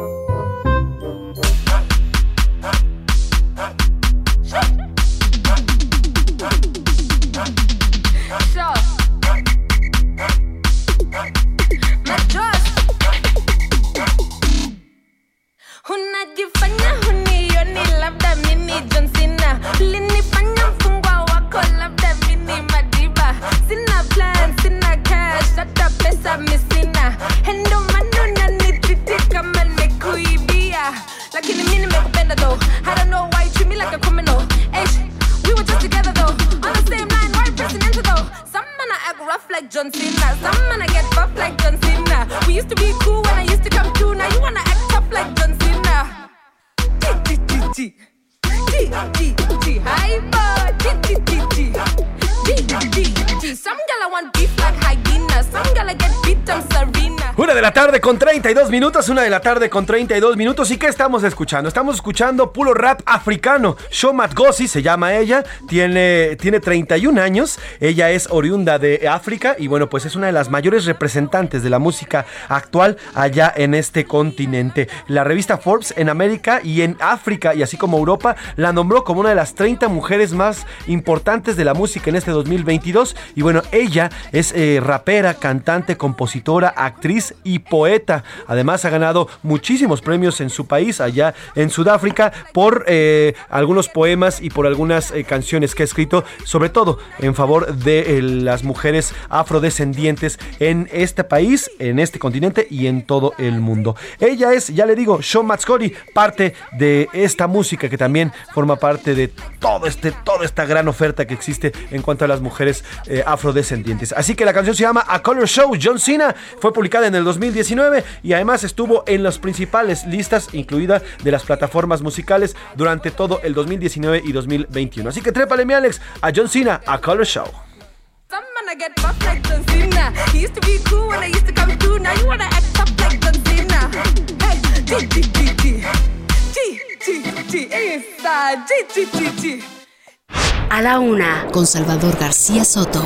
Speaker 14: Unajifanya hunioni, labda mimi John Cena. Ulinifanya mfungwa wako, labda mimi Madiba. Sina plan, sina cash, hata pesa misina. Endo manu nanititi kama nimekuibia. Lakini mimi nimekupenda though. I don't know why you treat me like a criminal. Eish, we were just together though. On the same line, why you pressing into though? Some man I act rough like John Cena. Some man I get buff like John Cena. We used to be cool when I used to come through. Now you wanna act tough like John Cena. G, G, G, G, G, G, hyper, G, G, G, G, G, G, G. Some gala want beef like hyena. Some gala get beat, I'm Serena.
Speaker 7: Una de la tarde con treinta y dos minutos, una de la tarde con treinta y dos minutos. ¿Y qué estamos escuchando? Estamos escuchando puro rap africano. Shomat Gossi se llama ella, tiene, tiene treinta y un años, ella es oriunda de África y bueno, pues es una de las mayores representantes de la música actual allá en este continente. La revista Forbes en América y en África y así como Europa la nombró como una de las treinta mujeres más importantes de la música en este dos mil veintidós y bueno, ella es eh, rapera, cantante, compositora, actriz y poeta. Además ha ganado muchísimos premios en su país, allá en Sudáfrica, por eh, algunos poemas y por algunas eh, canciones que ha escrito, sobre todo en favor de eh, las mujeres afrodescendientes en este país, en este continente y en todo el mundo. Ella es, ya le digo, Shomat Gossi, parte de esta música que también forma parte de todo este, toda esta gran oferta que existe en cuanto a las mujeres eh, afrodescendientes. Así que la canción se llama A Color Show. John Cena fue publicada en el dos mil diecinueve y además estuvo en las principales listas, incluida de las plataformas musicales, durante todo el dos mil diecinueve y dos mil veintiuno. Así que trépale, mi Alex, a John Cena, a Color Show.
Speaker 14: Some man I get buff like John Cena. He used to be cool when I used to come through. Now you wanna act tough like John Cena. Hey, G G G G G G G esa G G G G.
Speaker 2: A la una, con Salvador García Soto.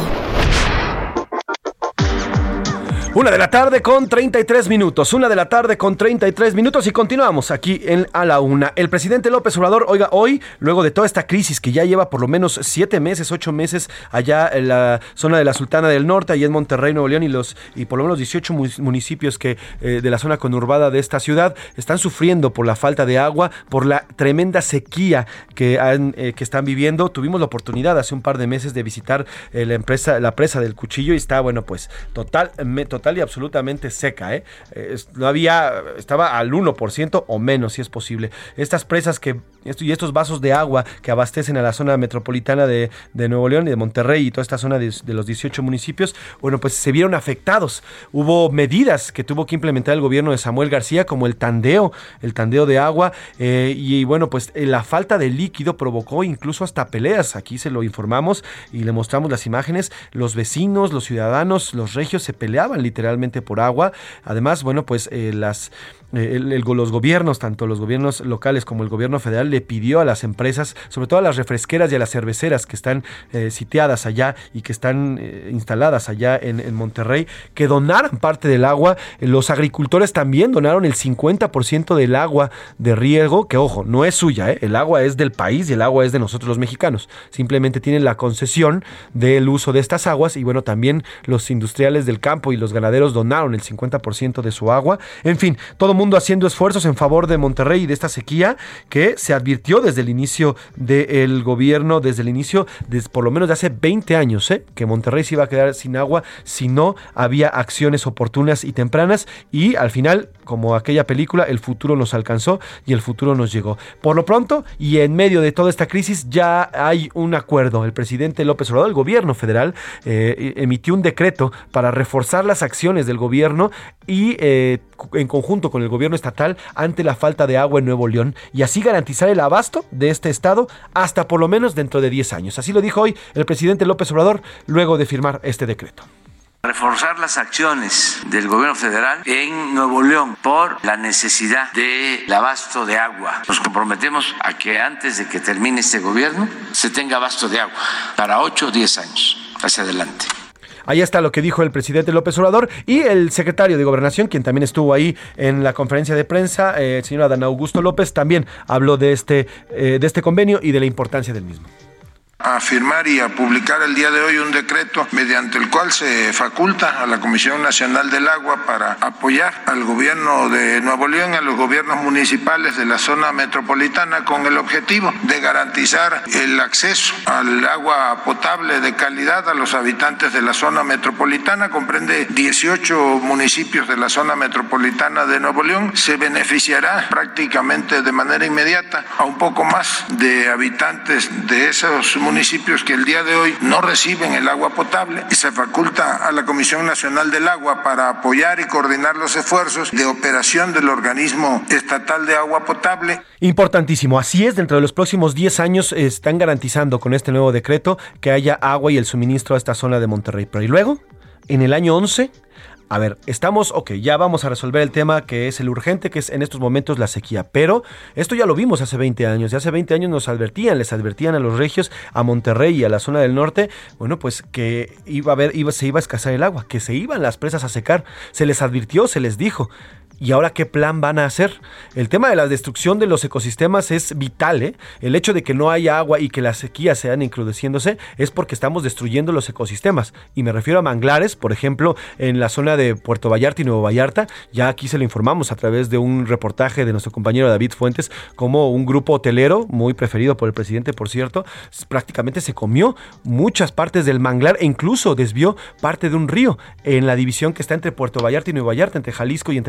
Speaker 7: Una de la tarde con treinta y tres minutos. Una de la tarde con treinta y tres minutos y continuamos aquí en A la Una. El presidente López Obrador, oiga, hoy, luego de toda esta crisis que ya lleva por lo menos siete meses, ocho meses allá en la zona de la Sultana del Norte, allá en Monterrey, Nuevo León, y los y por lo menos dieciocho municipios que eh, de la zona conurbada de esta ciudad están sufriendo por la falta de agua, por la tremenda sequía que, han, eh, que están viviendo. Tuvimos la oportunidad hace un par de meses de visitar eh, la empresa, la presa del Cuchillo, y está, bueno, pues total, me, total y absolutamente seca, ¿eh? Eh, no había, estaba al uno por ciento o menos, si es posible. Estas presas que, esto, y estos vasos de agua que abastecen a la zona metropolitana de, de Nuevo León y de Monterrey y toda esta zona de, de los dieciocho municipios, bueno, pues se vieron afectados. Hubo medidas que tuvo que implementar el gobierno de Samuel García, como el tandeo, el tandeo de agua, eh, y bueno, pues eh, la falta de líquido provocó incluso hasta peleas. Aquí se lo informamos y le mostramos las imágenes. Los vecinos, los ciudadanos, los regios se peleaban literalmente por agua. Además, bueno, pues eh, las eh, el, el, los gobiernos, tanto los gobiernos locales como el gobierno federal, le pidió a las empresas, sobre todo a las refresqueras y a las cerveceras que están eh, sitiadas allá y que están eh, instaladas allá en, en Monterrey, que donaran parte del agua. Los agricultores también donaron el cincuenta por ciento del agua de riego, que ojo, no es suya, ¿eh? El agua es del país y el agua es de nosotros los mexicanos. Simplemente tienen la concesión del uso de estas aguas, y bueno, también los industriales del campo y los ganaderos donaron el cincuenta por ciento de su agua. En fin, todo el mundo haciendo esfuerzos en favor de Monterrey y de esta sequía que se advirtió desde el inicio del gobierno, desde el inicio, desde por lo menos de hace veinte años, ¿eh? Que Monterrey se iba a quedar sin agua si no había acciones oportunas y tempranas, y al final, como aquella película, el futuro nos alcanzó y el futuro nos llegó. Por lo pronto, y en medio de toda esta crisis, ya hay un acuerdo. El presidente López Obrador, el gobierno federal, eh, emitió un decreto para reforzar las acciones del gobierno y eh, en conjunto con el gobierno estatal ante la falta de agua en Nuevo León, y así garantizar el abasto de este estado hasta por lo menos dentro de diez años. Así lo dijo hoy el presidente López Obrador luego de firmar este decreto.
Speaker 5: Reforzar las acciones del gobierno federal en Nuevo León por la necesidad del abasto de agua. Nos comprometemos a que antes de que termine este gobierno se tenga abasto de agua para ocho o diez años hacia adelante.
Speaker 7: Ahí está lo que dijo el presidente López Obrador, y el secretario de Gobernación, quien también estuvo ahí en la conferencia de prensa, eh, el señor Adán Augusto López, también habló de este, eh, de este convenio y de la importancia del mismo.
Speaker 6: A firmar y a publicar el día de hoy un decreto mediante el cual se faculta a la Comisión Nacional del Agua para apoyar al gobierno de Nuevo León y a los gobiernos municipales de la zona metropolitana con el objetivo de garantizar el acceso al agua potable de calidad a los habitantes de la zona metropolitana. Comprende dieciocho municipios de la zona metropolitana de Nuevo León. Se beneficiará prácticamente de manera inmediata a un poco más de habitantes de esos municipios municipios que el día de hoy no reciben el agua potable, y se faculta a la Comisión Nacional del Agua para apoyar y coordinar los esfuerzos de operación del organismo estatal de agua potable.
Speaker 7: Importantísimo, así es, dentro de los próximos diez años están garantizando con este nuevo decreto que haya agua y el suministro a esta zona de Monterrey. Pero y luego, en el año once... A ver, estamos, ok, ya vamos a resolver el tema que es el urgente, que es en estos momentos la sequía, pero esto ya lo vimos hace veinte años, y hace veinte años nos advertían, les advertían a los regios, a Monterrey y a la zona del norte, bueno, pues que iba a haber, iba, se iba a escasear el agua, que se iban las presas a secar, se les advirtió, se les dijo. ¿Y ahora qué plan van a hacer? El tema de la destrucción de los ecosistemas es vital, ¿eh? El hecho de que no haya agua y que las sequías se van encrudeciéndose es porque estamos destruyendo los ecosistemas. Y me refiero a manglares, por ejemplo, en la zona de Puerto Vallarta y Nuevo Vallarta. Ya aquí se lo informamos a través de un reportaje de nuestro compañero David Fuentes, como un grupo hotelero, muy preferido por el presidente, por cierto, prácticamente se comió muchas partes del manglar e incluso desvió parte de un río en la división que está entre Puerto Vallarta y Nuevo Vallarta, entre Jalisco y entre Nayarit.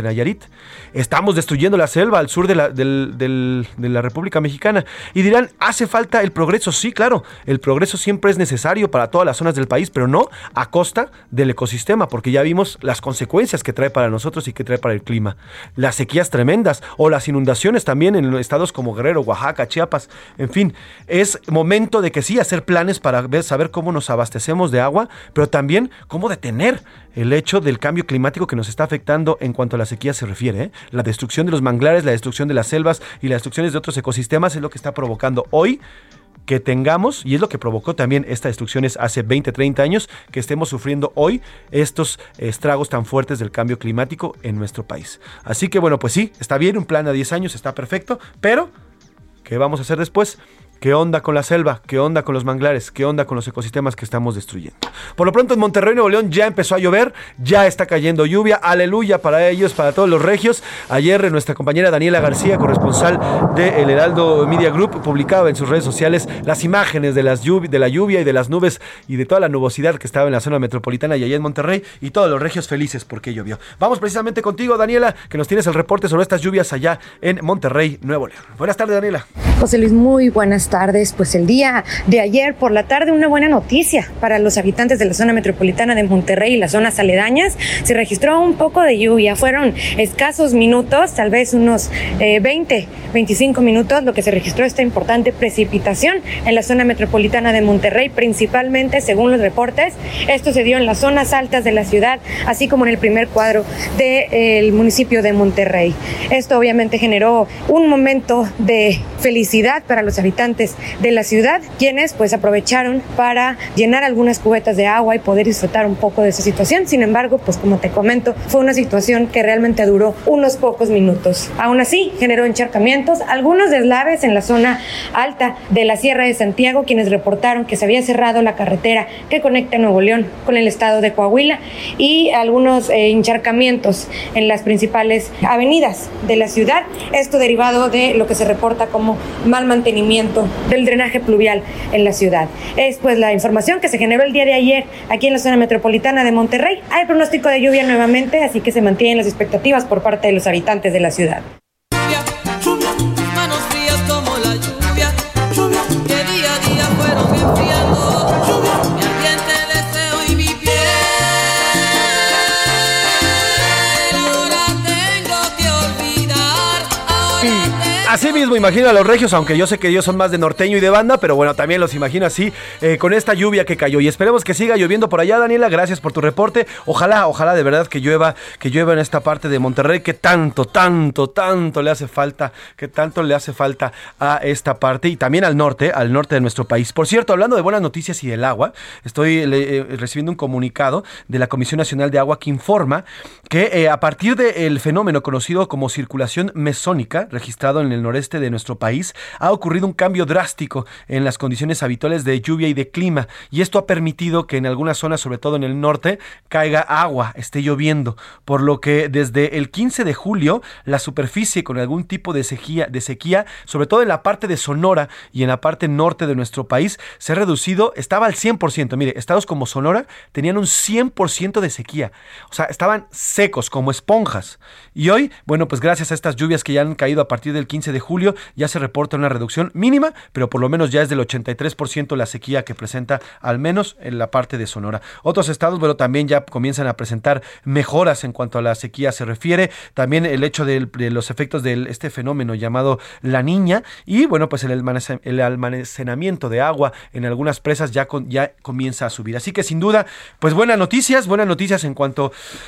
Speaker 7: Estamos destruyendo la selva al sur de la, del, del, de la República Mexicana. Y dirán, ¿hace falta el progreso? Sí, claro, el progreso siempre es necesario para todas las zonas del país, pero no a costa del ecosistema, porque ya vimos las consecuencias que trae para nosotros y que trae para el clima. Las sequías tremendas o las inundaciones también en estados como Guerrero, Oaxaca, Chiapas, en fin, es momento de que sí, hacer planes para ver, saber cómo nos abastecemos de agua, pero también cómo detener el hecho del cambio climático que nos está afectando en cuanto a la sequía se refiere, ¿eh? La destrucción de los manglares, la destrucción de las selvas y las destrucciones de otros ecosistemas es lo que está provocando hoy que tengamos, y es lo que provocó también estas destrucciones hace veinte, treinta años, que estemos sufriendo hoy estos estragos tan fuertes del cambio climático en nuestro país. Así que bueno, pues sí, está bien, un plan a diez años, está perfecto, pero ¿qué vamos a hacer después? ¿Qué onda con la selva? ¿Qué onda con los manglares? ¿Qué onda con los ecosistemas que estamos destruyendo? Por lo pronto en Monterrey, Nuevo León, ya empezó a llover, ya está cayendo lluvia, aleluya para ellos, para todos los regios. Ayer nuestra compañera Daniela García, corresponsal de El Heraldo Media Group, publicaba en sus redes sociales las imágenes de, las lluvi- de la lluvia y de las nubes y de toda la nubosidad que estaba en la zona metropolitana y allá en Monterrey, y todos los regios felices porque llovió. Vamos precisamente contigo, Daniela, que nos tienes el reporte sobre estas lluvias allá en Monterrey, Nuevo León. Buenas tardes, Daniela.
Speaker 17: José Luis, muy buenas tardes. Pues el día de ayer por la tarde, una buena noticia para los habitantes de la zona metropolitana de Monterrey y las zonas aledañas. Se registró un poco de lluvia, fueron escasos minutos, tal vez unos eh, veinte, veinticinco minutos, lo que se registró esta importante precipitación en la zona metropolitana de Monterrey, principalmente según los reportes. Esto se dio en las zonas altas de la ciudad, así como en el primer cuadro del municipio de Monterrey. Esto obviamente generó un momento de felicidad para los habitantes de la ciudad, quienes pues aprovecharon para llenar algunas cubetas de agua y poder disfrutar un poco de esa situación. Sin embargo, pues como te comento, fue una situación que realmente duró unos pocos minutos. Aún así, generó encharcamientos, algunos deslaves en la zona alta de la Sierra de Santiago, quienes reportaron que se había cerrado la carretera que conecta Nuevo León con el estado de Coahuila, y algunos eh, encharcamientos en las principales avenidas de la ciudad. Esto derivado de lo que se reporta como mal mantenimiento del drenaje pluvial en la ciudad. Es pues la información que se generó el día de ayer aquí en la zona metropolitana de Monterrey. Hay pronóstico de lluvia nuevamente, así que se mantienen las expectativas por parte de los habitantes de la ciudad.
Speaker 8: Lluvia, tus manos frías como la lluvia, lluvia, que día a día fueron enfriando, lluvia, mi ardiente deseo y mi piel. Ahora tengo que olvidar, ahora tengo...
Speaker 7: Así mismo imagino a los regios, aunque yo sé que ellos son más de norteño y de banda, pero bueno, también los imagino así, eh, con esta lluvia que cayó, y esperemos que siga lloviendo por allá. Daniela, gracias por tu reporte. Ojalá, ojalá de verdad que llueva, que llueva en esta parte de Monterrey, que tanto, tanto, tanto le hace falta, que tanto le hace falta a esta parte, y también al norte, al norte de nuestro país. Por cierto, hablando de buenas noticias y del agua, estoy eh, recibiendo un comunicado de la Comisión Nacional de Agua que informa que eh, a partir del fenómeno conocido como circulación mesónica, registrado en el noreste de nuestro país, ha ocurrido un cambio drástico en las condiciones habituales de lluvia y de clima, y esto ha permitido que en algunas zonas, sobre todo en el norte, caiga agua, esté lloviendo, por lo que desde el quince de julio la superficie con algún tipo de sequía, de sequía, sobre todo en la parte de Sonora y en la parte norte de nuestro país, se ha reducido, estaba al cien por ciento. Mire, estados como Sonora tenían un cien por ciento de sequía, o sea, estaban secos como esponjas, y hoy, bueno, pues gracias a estas lluvias que ya han caído a partir del quince de julio, ya se reporta una reducción mínima, pero por lo menos ya es del ochenta y tres por ciento la sequía que presenta, al menos en la parte de Sonora. Otros estados, bueno, también ya comienzan a presentar mejoras en cuanto a la sequía se refiere, también el hecho de, de los efectos de este fenómeno llamado La Niña, y bueno, pues el, almacen, el almacenamiento de agua en algunas presas ya, con, ya comienza a subir. Así que sin duda, pues buenas noticias, buenas noticias en cuanto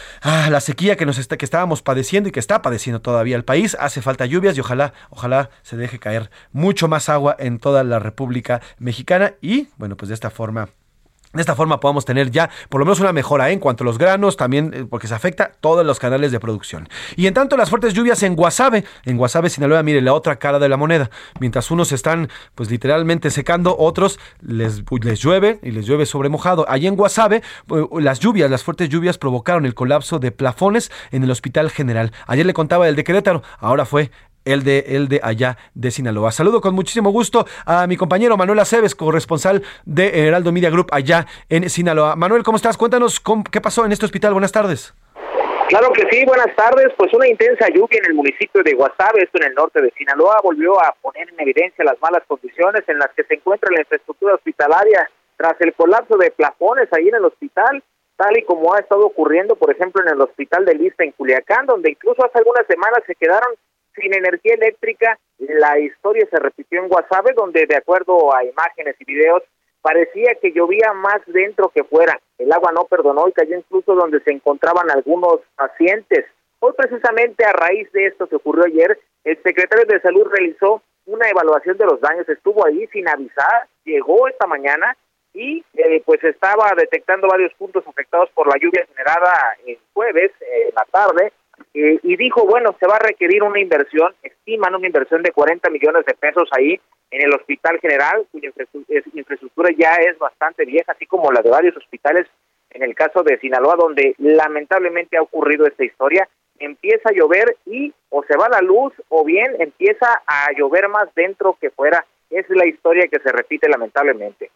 Speaker 7: a la sequía que nos está, que estábamos padeciendo y que está padeciendo todavía el país. Hace falta lluvias y ojalá, ojalá se deje caer mucho más agua en toda la República Mexicana, y bueno, pues de esta forma De esta forma podamos tener ya por lo menos una mejora, ¿eh? En cuanto a los granos, también eh, porque se afecta todos los canales de producción. Y en tanto las fuertes lluvias en Guasave, en Guasave, Sinaloa, mire, la otra cara de la moneda. Mientras unos están pues literalmente secando, otros les, les llueve y les llueve sobre mojado. Allí en Guasave, pues, las lluvias, las fuertes lluvias provocaron el colapso de plafones en el Hospital General. Ayer le contaba el de Querétaro, ahora fue el de, el de allá de Sinaloa. Saludo con muchísimo gusto a mi compañero Manuel Aceves, corresponsal de Heraldo Media Group allá en Sinaloa. Manuel, ¿cómo estás? Cuéntanos cómo, qué pasó en este hospital. Buenas tardes.
Speaker 18: Claro que sí, buenas tardes. Pues una intensa lluvia en el municipio de Guasave, esto en el norte de Sinaloa, volvió a poner en evidencia las malas condiciones en las que se encuentra la infraestructura hospitalaria tras el colapso de plafones ahí en el hospital, tal y como ha estado ocurriendo, por ejemplo, en el hospital de Lista en Culiacán, donde incluso hace algunas semanas se quedaron sin energía eléctrica. La historia se repitió en Guasave, donde de acuerdo a imágenes y videos, parecía que llovía más dentro que fuera. El agua no perdonó y cayó incluso donde se encontraban algunos pacientes. Hoy, precisamente a raíz de esto que ocurrió ayer, el secretario de Salud realizó una evaluación de los daños. Estuvo ahí sin avisar, llegó esta mañana y eh, pues estaba detectando varios puntos afectados por la lluvia generada el jueves, eh, en la tarde, eh, y dijo, bueno, se va a requerir una inversión, estiman una inversión de cuarenta millones de pesos ahí en el Hospital General, cuya infraestructura ya es bastante vieja, así como la de varios hospitales en el caso de Sinaloa, donde lamentablemente ha ocurrido esta historia. Empieza a llover y o se va la luz o bien empieza a llover más dentro que fuera. Esa es la historia que se repite lamentablemente.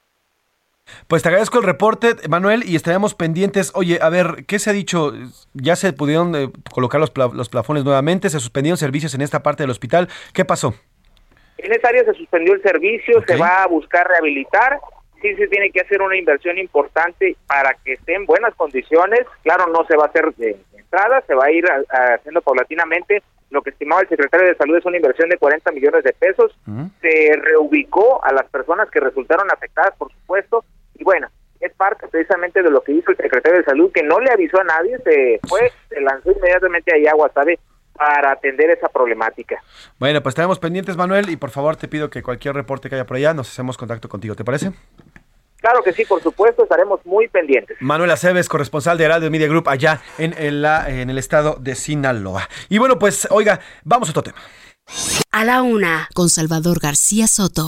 Speaker 7: Pues te agradezco el reporte, Manuel, y estaríamos pendientes. Oye, a ver, ¿qué se ha dicho? ¿Ya se pudieron eh, colocar los, pla- los plafones nuevamente? ¿Se suspendieron servicios en esta parte del hospital? ¿Qué pasó?
Speaker 18: En esta área se suspendió el servicio, okay. Se va a buscar rehabilitar. Sí se tiene que hacer una inversión importante para que esté en buenas condiciones. Claro, no se va a hacer de entrada, se va a ir a, a haciendo paulatinamente. Lo que estimaba el secretario de Salud es una inversión de cuarenta millones de pesos. Uh-huh. Se reubicó a las personas que resultaron afectadas, por supuesto. Y bueno, es parte precisamente de lo que hizo el secretario de Salud, que no le avisó a nadie, se fue, se lanzó inmediatamente allá a Guasave para atender esa problemática.
Speaker 7: Bueno, pues estaremos pendientes, Manuel, y por favor te pido que cualquier reporte que haya por allá nos hacemos contacto contigo, ¿te parece?
Speaker 18: Claro que sí, por supuesto, estaremos muy pendientes.
Speaker 7: Manuel Aceves, corresponsal de Heraldo Media Group allá en el, en el estado de Sinaloa. Y bueno, pues, oiga, vamos a otro tema.
Speaker 2: A la una, con Salvador García Soto.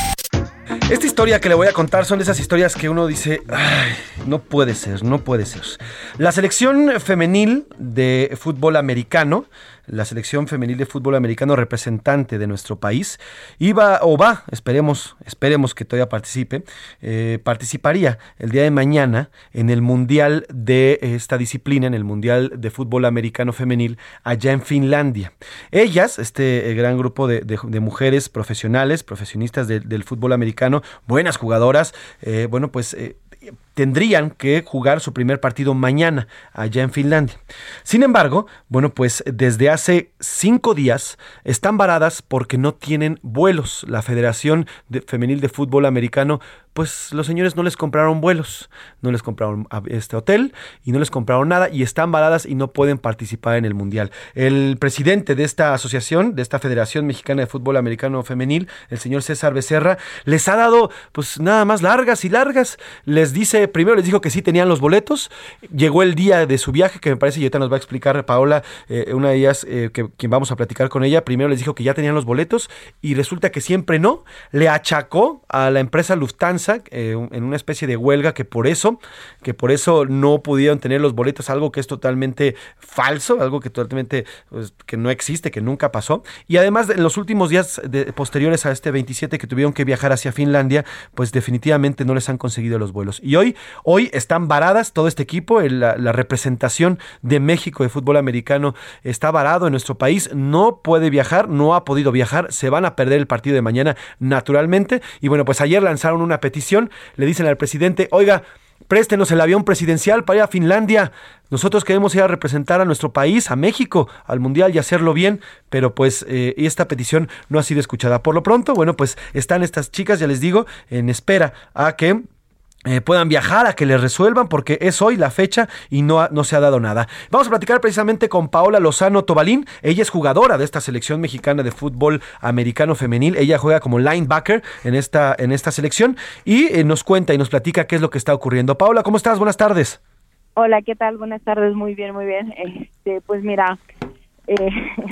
Speaker 7: Esta historia que le voy a contar son de esas historias que uno dice, ay, no puede ser, no puede ser. La selección femenil de fútbol americano, la selección femenil de fútbol americano representante de nuestro país, iba o va, esperemos, esperemos que todavía participe, eh, participaría el día de mañana en el Mundial de esta disciplina, en el Mundial de Fútbol Americano Femenil, allá en Finlandia. Ellas, este eh, gran grupo de, de, de mujeres profesionales, profesionistas de, del fútbol americano, buenas jugadoras, eh, bueno, pues eh, tendrían que jugar su primer partido mañana allá en Finlandia. Sin embargo, bueno, pues desde hace cinco días están varadas porque no tienen vuelos. La Federación de, Femenil de Fútbol Americano, pues los señores no les compraron vuelos, no les compraron este hotel y no les compraron nada y están varadas y no pueden participar en el Mundial. El presidente de esta asociación, de esta Federación Mexicana de Fútbol Americano Femenil, el señor César Becerra, les ha dado pues nada más largas y largas. Les dice, primero les dijo que sí tenían los boletos, llegó el día de su viaje, que me parece, y ahorita nos va a explicar Paola, eh, una de ellas, eh, que quien vamos a platicar con ella, primero les dijo que ya tenían los boletos y resulta que siempre no, le achacó a la empresa Lufthansa eh, en una especie de huelga que por eso, que por eso no pudieron tener los boletos, algo que es totalmente falso, algo que totalmente pues, que no existe, que nunca pasó, y además en los últimos días de, posteriores a este veintisiete que tuvieron que viajar hacia Finlandia, pues definitivamente no les han conseguido los vuelos, y hoy, hoy están varadas todo este equipo, el, la, la representación de México de fútbol americano está varado en nuestro país, no puede viajar, no ha podido viajar, se van a perder el partido de mañana naturalmente, y bueno, pues ayer lanzaron una petición, le dicen al presidente, oiga, préstenos el avión presidencial para ir a Finlandia, nosotros queremos ir a representar a nuestro país, a México, al Mundial y hacerlo bien, pero pues eh, esta petición no ha sido escuchada. Por lo pronto, bueno, pues están estas chicas, ya les digo, en espera a que Eh, puedan viajar, a que les resuelvan, porque es hoy la fecha y no, ha, no se ha dado nada. Vamos a platicar precisamente con Paola Lozano Tobalín. Ella es jugadora de esta selección mexicana de fútbol americano femenil. Ella juega como linebacker en esta, en esta selección y eh, nos cuenta y nos platica qué es lo que está ocurriendo. Paola, ¿cómo estás? Buenas tardes.
Speaker 19: Hola, ¿qué tal? Buenas tardes, muy bien, muy bien. Este, pues mira, eh,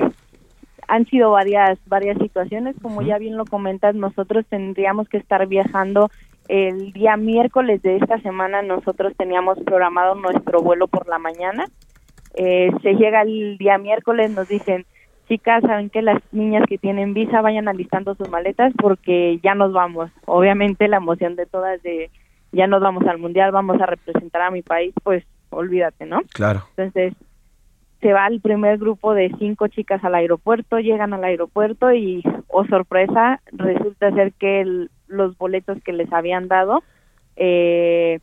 Speaker 19: han sido varias, varias situaciones, como ya bien lo comentas, nosotros tendríamos que estar viajando el día miércoles de esta semana. Nosotros teníamos programado nuestro vuelo por la mañana, eh, se llega el día miércoles, nos dicen, chicas, saben que las niñas que tienen visa vayan alistando sus maletas porque ya nos vamos. Obviamente la emoción de todas de ya nos vamos al Mundial, vamos a representar a mi país, pues olvídate, ¿no?
Speaker 7: Claro.
Speaker 19: Entonces, se va el primer grupo de cinco chicas al aeropuerto, llegan al aeropuerto y, oh sorpresa, resulta ser que el, los boletos que les habían dado, eh,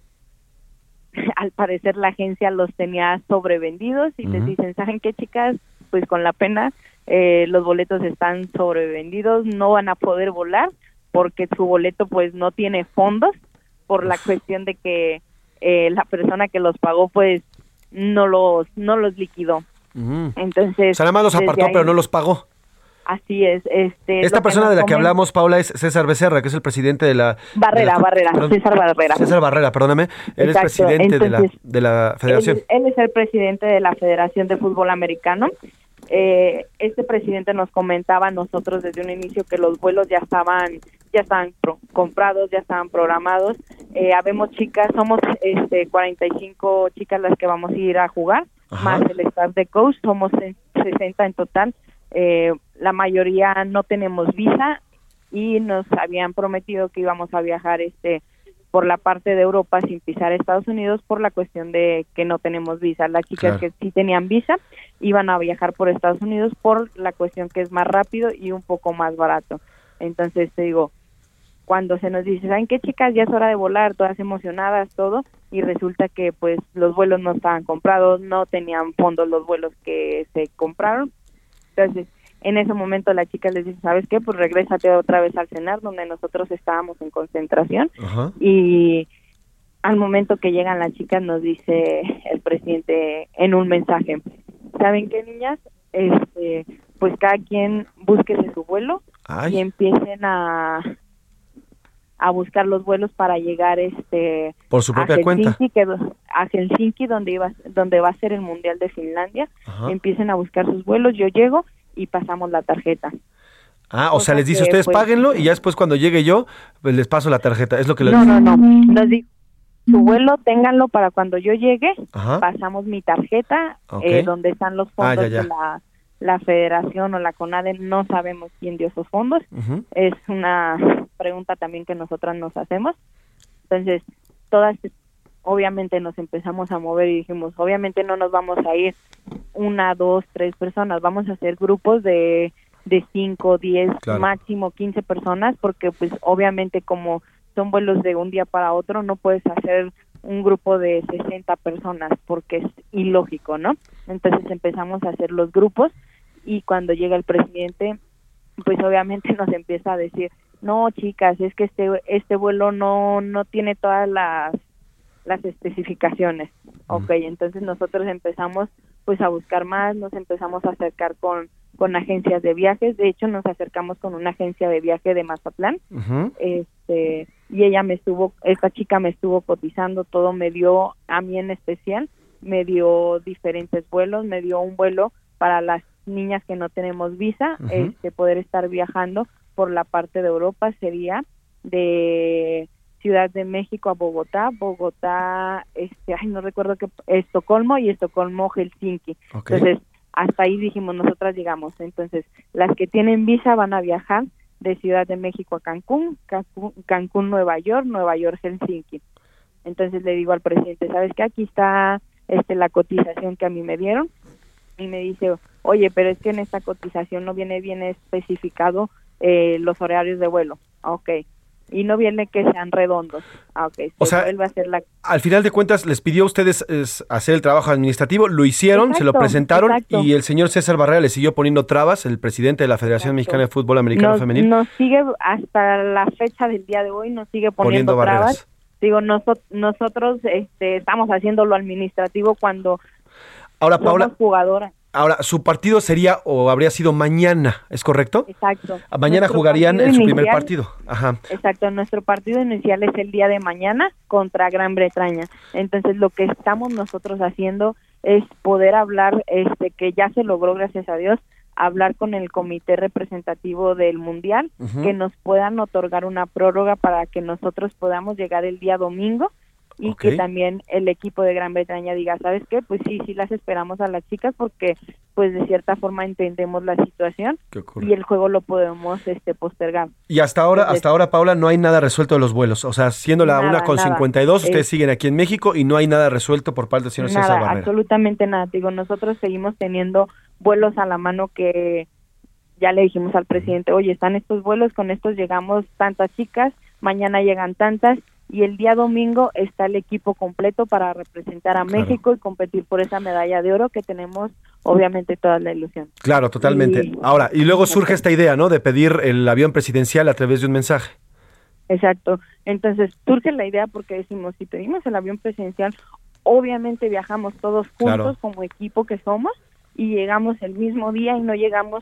Speaker 19: al parecer la agencia los tenía sobrevendidos y uh-huh. les dicen, ¿saben qué, chicas? Pues con la pena, eh, los boletos están sobrevendidos, no van a poder volar porque su boleto pues no tiene fondos por la cuestión de que eh, la persona que los pagó pues no los no los liquidó. Uh-huh. Entonces,
Speaker 7: o sea, nada más los apartó, ahí, pero no los pagó.
Speaker 19: Así es. Este,
Speaker 7: Esta persona de la que hablamos, Paula, es César Becerra, que es el presidente de la...
Speaker 19: Barrera,
Speaker 7: de la,
Speaker 19: Barrera,
Speaker 7: perdón,
Speaker 19: César Barrera.
Speaker 7: César Barrera, perdóname. Él Exacto. es presidente Entonces, de, la, de la federación.
Speaker 19: Él, él es el presidente de la Federación de Fútbol Americano. Eh, este presidente nos comentaba a nosotros desde un inicio que los vuelos ya estaban ya estaban pro- comprados, ya estaban programados. Eh, habemos chicas, somos este cuarenta y cinco chicas las que vamos a ir a jugar, Ajá. más el staff de coach, somos sesenta en total. Eh, la mayoría no tenemos visa y nos habían prometido que íbamos a viajar este por la parte de Europa sin pisar Estados Unidos por la cuestión de que no tenemos visa. Las chicas claro. que sí tenían visa iban a viajar por Estados Unidos por la cuestión que es más rápido y un poco más barato. Entonces te digo, cuando se nos dice, ¿saben qué, chicas? Ya es hora de volar, todas emocionadas, todo, y resulta que pues los vuelos no estaban comprados, no tenían fondos los vuelos que se compraron. Entonces, en ese momento la chica les dice, ¿sabes qué? Pues regrésate otra vez al cenar donde nosotros estábamos en concentración. Ajá. Y al momento que llegan las chicas nos dice el presidente en un mensaje, ¿saben qué, niñas? Este, pues cada quien búsquese su vuelo Ay. y empiecen a a buscar los vuelos para llegar este
Speaker 7: por su propia
Speaker 19: a
Speaker 7: cuenta
Speaker 19: que, a Helsinki donde iba donde va a ser el Mundial de Finlandia. Ajá. Empiecen a buscar sus vuelos, yo llego y pasamos la tarjeta.
Speaker 7: Ah, o, o sea, les dice, ustedes pues, páguenlo y ya después cuando llegue yo, pues les paso la tarjeta, es lo que les
Speaker 19: No,
Speaker 7: dice.
Speaker 19: no, no, nos dijo, su vuelo ténganlo para cuando yo llegue, Ajá. pasamos mi tarjeta, okay. eh, donde están los fondos ah, ya, ya. de la, la federación o la CONADE, no sabemos quién dio esos fondos, uh-huh. es una pregunta también que nosotras nos hacemos. Entonces, todas obviamente nos empezamos a mover y dijimos, obviamente no nos vamos a ir una, dos, tres personas, vamos a hacer grupos de de cinco, diez, claro. máximo quince personas, porque pues obviamente como son vuelos de un día para otro, no puedes hacer un grupo de sesenta personas, porque es ilógico, ¿no? Entonces empezamos a hacer los grupos, y cuando llega el presidente, pues obviamente nos empieza a decir, no, chicas, es que este este vuelo no no tiene todas las las especificaciones. Ok, entonces nosotros empezamos pues a buscar más, nos empezamos a acercar con con agencias de viajes, de hecho nos acercamos con una agencia de viaje de Mazatlán, uh-huh. este y ella me estuvo, esta chica me estuvo cotizando todo, me dio, a mí en especial, me dio diferentes vuelos, me dio un vuelo para las niñas que no tenemos visa, uh-huh. este poder estar viajando por la parte de Europa, sería de Ciudad de México a Bogotá, Bogotá, este, ay, no recuerdo qué, Estocolmo y Estocolmo, Helsinki. Okay. Entonces, hasta ahí dijimos, nosotras llegamos. Entonces, las que tienen visa van a viajar de Ciudad de México a Cancún, Cancún, Cancún Nueva York, Nueva York, Helsinki. Entonces le digo al presidente, ¿sabes qué? Aquí está este la cotización que a mí me dieron. Y me dice, oye, pero es que en esta cotización no viene bien especificado eh, los horarios de vuelo. Ok. Y no viene que sean redondos. Ah, ok.
Speaker 7: O sea,
Speaker 19: vuelve a hacer la...
Speaker 7: al final de cuentas les pidió a ustedes es, hacer el trabajo administrativo, lo hicieron, exacto, se lo presentaron, exacto. y el señor César Barrera le siguió poniendo trabas, el presidente de la Federación exacto. Mexicana de Fútbol Americano
Speaker 19: nos,
Speaker 7: Femenil.
Speaker 19: Nos sigue, hasta la fecha del día de hoy, nos sigue poniendo, poniendo trabas. Barreras. Digo, nosotros, nosotros este, estamos haciendo lo administrativo cuando
Speaker 7: Ahora, Paula,
Speaker 19: somos jugadoras.
Speaker 7: Ahora, su partido sería o habría sido mañana, ¿es correcto?
Speaker 19: Exacto.
Speaker 7: Mañana nuestro jugarían en su inicial, primer partido. Ajá.
Speaker 19: Exacto, nuestro partido inicial es el día de mañana contra Gran Bretaña. Entonces, lo que estamos nosotros haciendo es poder hablar, este, que ya se logró, gracias a Dios, hablar con el comité representativo del Mundial, uh-huh. que nos puedan otorgar una prórroga para que nosotros podamos llegar el día domingo y
Speaker 7: Okay.
Speaker 19: que también el equipo de Gran Bretaña diga, ¿sabes qué? Pues sí, sí las esperamos a las chicas porque pues de cierta forma entendemos la situación y el juego lo podemos este postergar.
Speaker 7: Y hasta ahora,
Speaker 19: Entonces,
Speaker 7: hasta ahora, Paula, no hay nada resuelto de los vuelos. O sea, siendo la
Speaker 19: Nada,
Speaker 7: una con
Speaker 19: nada.
Speaker 7: cincuenta y dos, ustedes
Speaker 19: Es-
Speaker 7: siguen aquí en México y no hay nada resuelto por parte del señor César
Speaker 19: Nada,
Speaker 7: Barrera.
Speaker 19: absolutamente nada. Digo, nosotros seguimos teniendo vuelos a la mano que ya le dijimos al presidente, oye, están estos vuelos, con estos llegamos tantas chicas, mañana llegan tantas, y el día domingo está el equipo completo para representar a
Speaker 7: Claro.
Speaker 19: México y competir por esa medalla de oro que tenemos, obviamente, toda la ilusión.
Speaker 7: Claro, totalmente.
Speaker 19: Y-
Speaker 7: Ahora, y luego surge esta idea, ¿no? De pedir el avión presidencial a través de un mensaje.
Speaker 19: Exacto. Entonces surge la idea porque decimos, si pedimos el avión presidencial, obviamente viajamos todos juntos
Speaker 7: Claro.
Speaker 19: como equipo que somos y llegamos el mismo día y no llegamos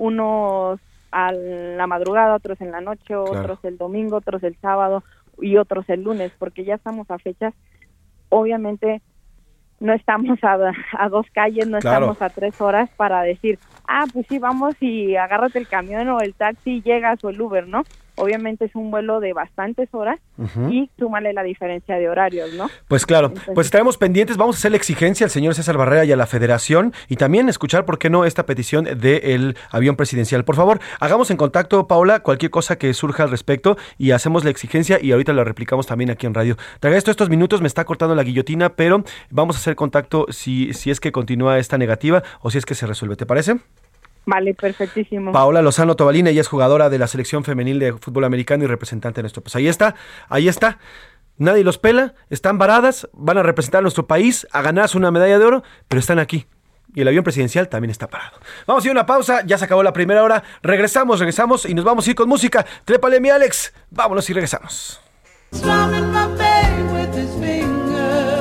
Speaker 19: unos a la madrugada, otros en la noche, otros el domingo, otros el sábado y otros el lunes, porque ya estamos a fechas, obviamente no estamos a, a dos calles, no
Speaker 7: Claro.
Speaker 19: estamos a tres horas para decir, ah, pues sí, vamos y agárrate el camión o el taxi y llegas o el Uber, ¿no? Obviamente es un vuelo de bastantes horas
Speaker 7: Ujú.
Speaker 19: y súmale la diferencia de horarios, ¿no?
Speaker 7: Pues claro,
Speaker 19: Entonces-
Speaker 7: pues estaremos pendientes, vamos a hacer la exigencia al señor César Barrera y a la Federación y también escuchar, ¿por qué no?, esta petición del avión presidencial. Por favor, hagamos en contacto, Paula, cualquier cosa que surja al respecto y hacemos la exigencia y ahorita la replicamos también aquí en radio. Te agradezco estos minutos, me está cortando la guillotina, pero vamos a hacer contacto si, si es que continúa esta negativa o si es que se resuelve, ¿te parece?
Speaker 19: Vale, perfectísimo.
Speaker 7: Paola Lozano Tobalina, ella es jugadora de la selección femenil de fútbol americano y representante de nuestro país. Ahí está, ahí está. Nadie los pela, están varadas, van a representar a nuestro país, a ganarse una medalla de oro, pero están aquí. Y el avión presidencial también está parado. Vamos a ir a una pausa, ya se acabó la primera hora. Regresamos, regresamos y nos vamos a ir con música. Trépale, mi Alex. Vámonos y regresamos.
Speaker 8: Strumming my pain with his fingers,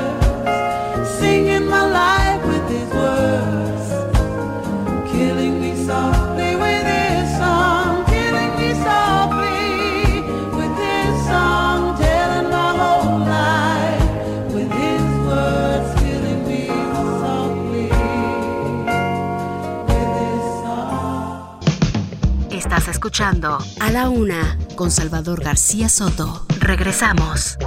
Speaker 8: singing my life with his words, killing me softly with his song, killing me softly with his song, telling my whole life with his words, killing me softly with his song.
Speaker 2: Estás escuchando A la Una con Salvador García Soto. Regresamos.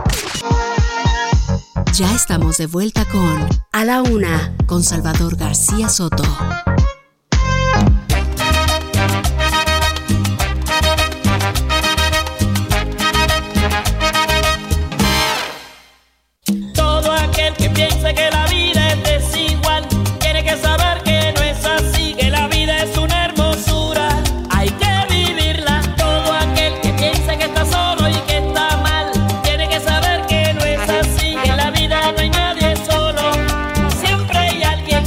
Speaker 2: Ya estamos de vuelta con A la Una con Salvador García Soto.
Speaker 20: Todo aquel que piense que la vida es desigual tiene que saber que no es así, que la vida es una hermosura, hay que vivirla. Todo aquel que piense que está solo y que está mal tiene que saber que no es así, que en la vida no hay nadie solo, siempre hay alguien.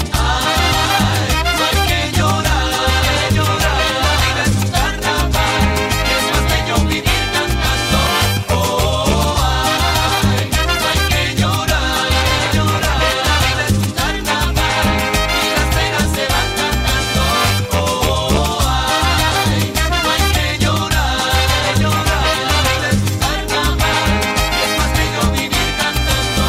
Speaker 20: Ay, no hay que llorar, llorar, la vida es un carnaval, es más bello vivir cantando. Oh, ay, no hay que llorar, llorar, la vida es un carnaval y las penas se van cantando. Oh, ay, no hay que llorar, llorar, la vida es un carnaval, es más bello vivir cantando.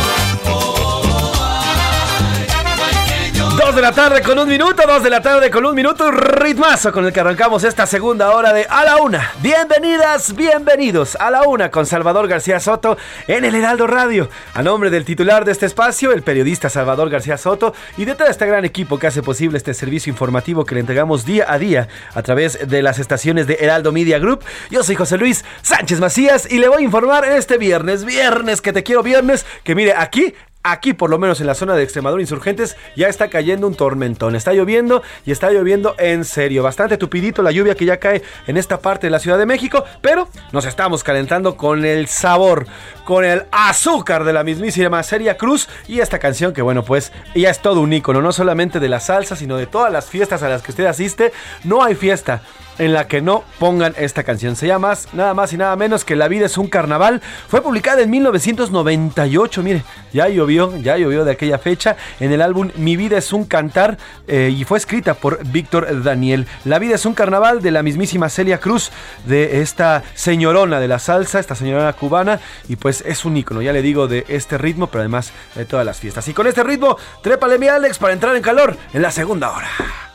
Speaker 20: Oh, ay, no hay que llorar.
Speaker 7: Dos de la tarde con un minuto, dos de la tarde con un minuto, ritmazo con el que arrancamos esta segunda hora de A la Una. Bienvenidas, bienvenidos a La Una con Salvador García Soto en el Heraldo Radio. A nombre del titular de este espacio, el periodista Salvador García Soto, y de todo este gran equipo que hace posible este servicio informativo que le entregamos día a día a través de las estaciones de Heraldo Media Group. Yo soy José Luis Sánchez Macías y le voy a informar en este viernes, viernes que te quiero viernes, que mire, aquí... Aquí, por lo menos en la zona de Extremadura Insurgentes, ya está cayendo un tormentón. Está lloviendo y está lloviendo en serio. Bastante tupidito la lluvia que ya cae en esta parte de la Ciudad de México, pero nos estamos calentando con el sabor, con el azúcar de la mismísima Celia Cruz y esta canción que, bueno, pues ya es todo un ícono, no solamente de la salsa, sino de todas las fiestas a las que usted asiste. No hay fiesta en la que no pongan esta canción. Se llama nada más y nada menos que La vida es un carnaval. Fue publicada en mil novecientos noventa y ocho, mire, ya llovió, ya llovió de aquella fecha, en el álbum Mi vida es un cantar, eh, y fue escrita por Víctor Daniel. La vida es un carnaval, de la mismísima Celia Cruz, de esta señorona de la salsa, esta señorona cubana, y pues es un ícono, ya le digo, de este ritmo, pero además de todas las fiestas. Y con este ritmo, trépale mi Alex para entrar en calor en la segunda hora.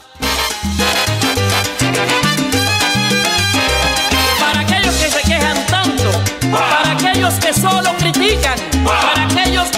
Speaker 20: Para aquellos que se quejan tanto, para aquellos que solo critican, para aquellos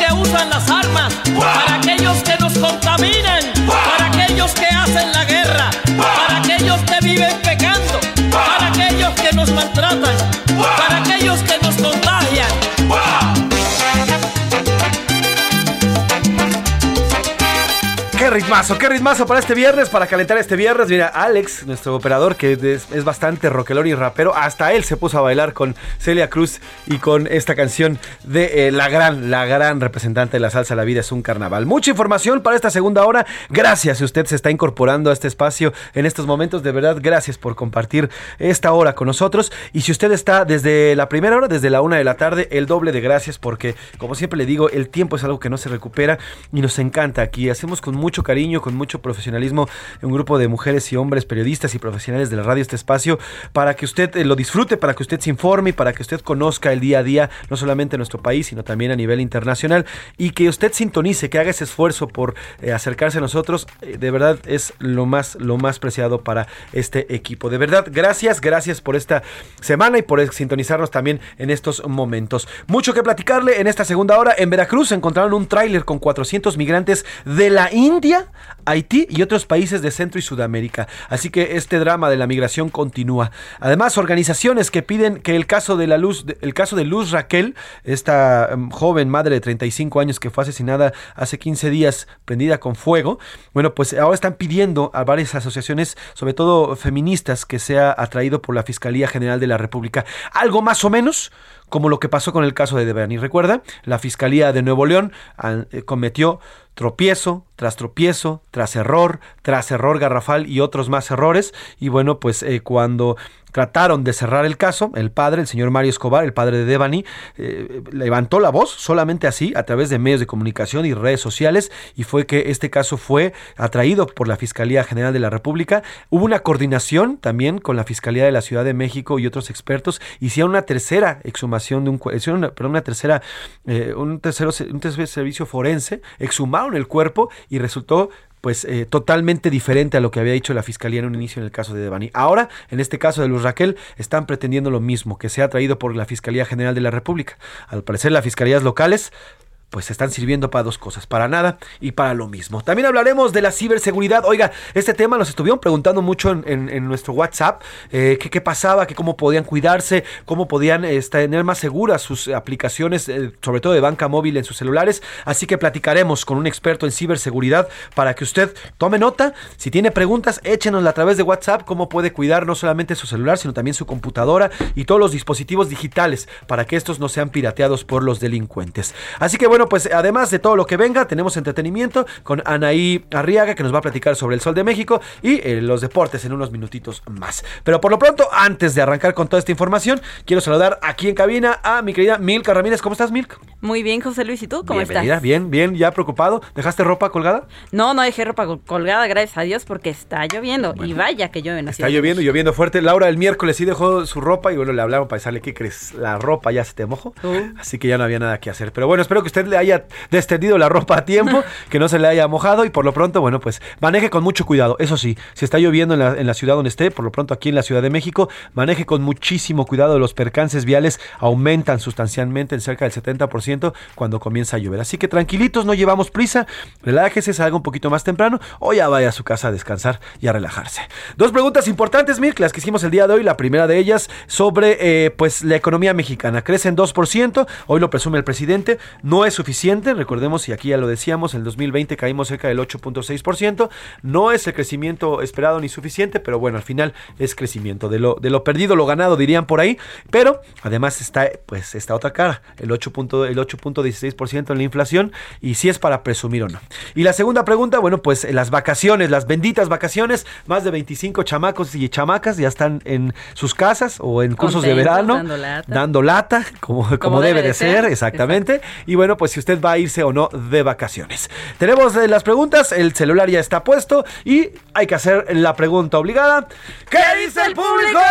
Speaker 7: Qué ritmazo, qué ritmazo para este viernes, para calentar este viernes. Mira, Alex, nuestro operador, que es, es bastante rockelón y rapero, hasta él se puso a bailar con Celia Cruz y con esta canción de eh, la gran, la gran representante de la salsa La Vida es un Carnaval. Mucha información para esta segunda hora. Gracias si usted se está incorporando a este espacio en estos momentos. De verdad, gracias por compartir esta hora con nosotros. Y si usted está desde la primera hora, desde la una de la tarde, el doble de gracias, porque como siempre le digo, el tiempo es algo que no se recupera y nos encanta aquí. Hacemos con mucho cariño, con mucho profesionalismo, un grupo de mujeres y hombres, periodistas y profesionales de la radio, este espacio, para que usted eh, lo disfrute, para que usted se informe y para que usted conozca el día a día, no solamente en nuestro país, sino también a nivel internacional, y que usted sintonice, que haga ese esfuerzo por eh, acercarse a nosotros. Eh, de verdad es lo más, lo más preciado para este equipo. De verdad, gracias, gracias por esta semana y por sintonizarnos también en estos momentos. Mucho que platicarle en esta segunda hora. En Veracruz encontraron un tráiler con cuatrocientos migrantes de la India, Haití y otros países de Centro y Sudamérica. Así que este drama de la migración continúa. Además, organizaciones que piden que el caso de la Luz, el caso de Luz Raquel, esta um, joven madre de treinta y cinco años que fue asesinada hace quince días, prendida con fuego, bueno, pues ahora están pidiendo a varias asociaciones, sobre todo feministas, que sea atraído por la Fiscalía General de la República. Algo más o menos como lo que pasó con el caso de Devani. Recuerda, la Fiscalía de Nuevo León eh, cometió tropiezo tras tropiezo, tras error, tras error garrafal y otros más errores. Y bueno, pues eh, cuando trataron de cerrar el caso, el padre, el señor Mario Escobar, el padre de Devani, eh, levantó la voz solamente así, a través de medios de comunicación y redes sociales, y fue que este caso fue atraído por la Fiscalía General de la República. Hubo una coordinación también con la Fiscalía de la Ciudad de México y otros expertos. Hicieron una tercera exhumación de un hicieron una, perdón, una tercera eh, un tercero un tercer servicio forense, exhumaron el cuerpo y resultó pues eh, totalmente diferente a lo que había dicho la Fiscalía en un inicio en el caso de Devani. Ahora, en este caso de Luz Raquel, están pretendiendo lo mismo, que sea traído por la Fiscalía General de la República. Al parecer, las fiscalías locales pues están sirviendo para dos cosas, para nada y para lo mismo. También hablaremos de la ciberseguridad. Oiga, este tema nos estuvieron preguntando mucho en, en, en nuestro WhatsApp, eh, que qué pasaba, que cómo podían cuidarse, cómo podían eh, tener más seguras sus aplicaciones, eh, sobre todo de banca móvil en sus celulares. Así que platicaremos con un experto en ciberseguridad para que usted tome nota. Si tiene preguntas, échenosla a través de WhatsApp, cómo puede cuidar no solamente su celular, sino también su computadora y todos los dispositivos digitales para que estos no sean pirateados por los delincuentes. Así que bueno, Bueno, pues además de todo lo que venga, tenemos entretenimiento con Anaí Arriaga, que nos va a platicar sobre el Sol de México y eh, los deportes en unos minutitos más. Pero por lo pronto, antes de arrancar con toda esta información, quiero saludar aquí en cabina a mi querida Milka Ramírez. ¿Cómo estás, Milka?
Speaker 21: Muy bien, José Luis, ¿y tú? ¿Cómo
Speaker 7: Bienvenida,
Speaker 21: estás?
Speaker 7: Bien, bien, ya preocupado. ¿Dejaste ropa colgada?
Speaker 21: No, no dejé ropa colgada, gracias a Dios, porque está lloviendo. Bueno, y vaya que llueve en la
Speaker 7: Está lloviendo, lloviendo fuerte. Laura el miércoles sí dejó su ropa y bueno, le hablamos para decirle, ¿qué crees? La ropa ya se te mojó. Uh. Así que ya no había nada que hacer. Pero bueno, espero que usted le haya destendido la ropa a tiempo, que no se le haya mojado y por lo pronto, bueno, pues maneje con mucho cuidado. Eso sí, si está lloviendo en la, en la ciudad donde esté, por lo pronto aquí en la Ciudad de México, maneje con muchísimo cuidado. Los percances viales aumentan sustancialmente en cerca del setenta por ciento cuando comienza a llover. Así que tranquilitos, no llevamos prisa, relájese, salga un poquito más temprano o ya vaya a su casa a descansar y a relajarse. Dos preguntas importantes, Mirk, las que hicimos el día de hoy. La primera de ellas sobre eh, pues la economía mexicana. Crece en dos por ciento, hoy lo presume el presidente, no es suficiente. Recordemos, y aquí ya lo decíamos, en el dos mil veinte caímos cerca del ocho punto seis por ciento. No es el crecimiento esperado ni suficiente, pero bueno, al final es crecimiento. De lo, de lo perdido, lo ganado, dirían por ahí. Pero además está pues esta otra cara, el ocho punto dieciséis por ciento en la inflación, y si es para presumir o no. Y la segunda pregunta, bueno, pues las vacaciones, las benditas vacaciones. Más de veinticinco chamacos y chamacas ya están en sus casas o en cursos Contentos, de verano. Dando lata. Dando lata, como, como, como debe, debe de ser, ser exactamente. Exacto. Y bueno, pues si usted va a irse o no de vacaciones. Tenemos eh, las preguntas, el celular ya está puesto y hay que hacer la pregunta obligada. ¿Qué dice el público?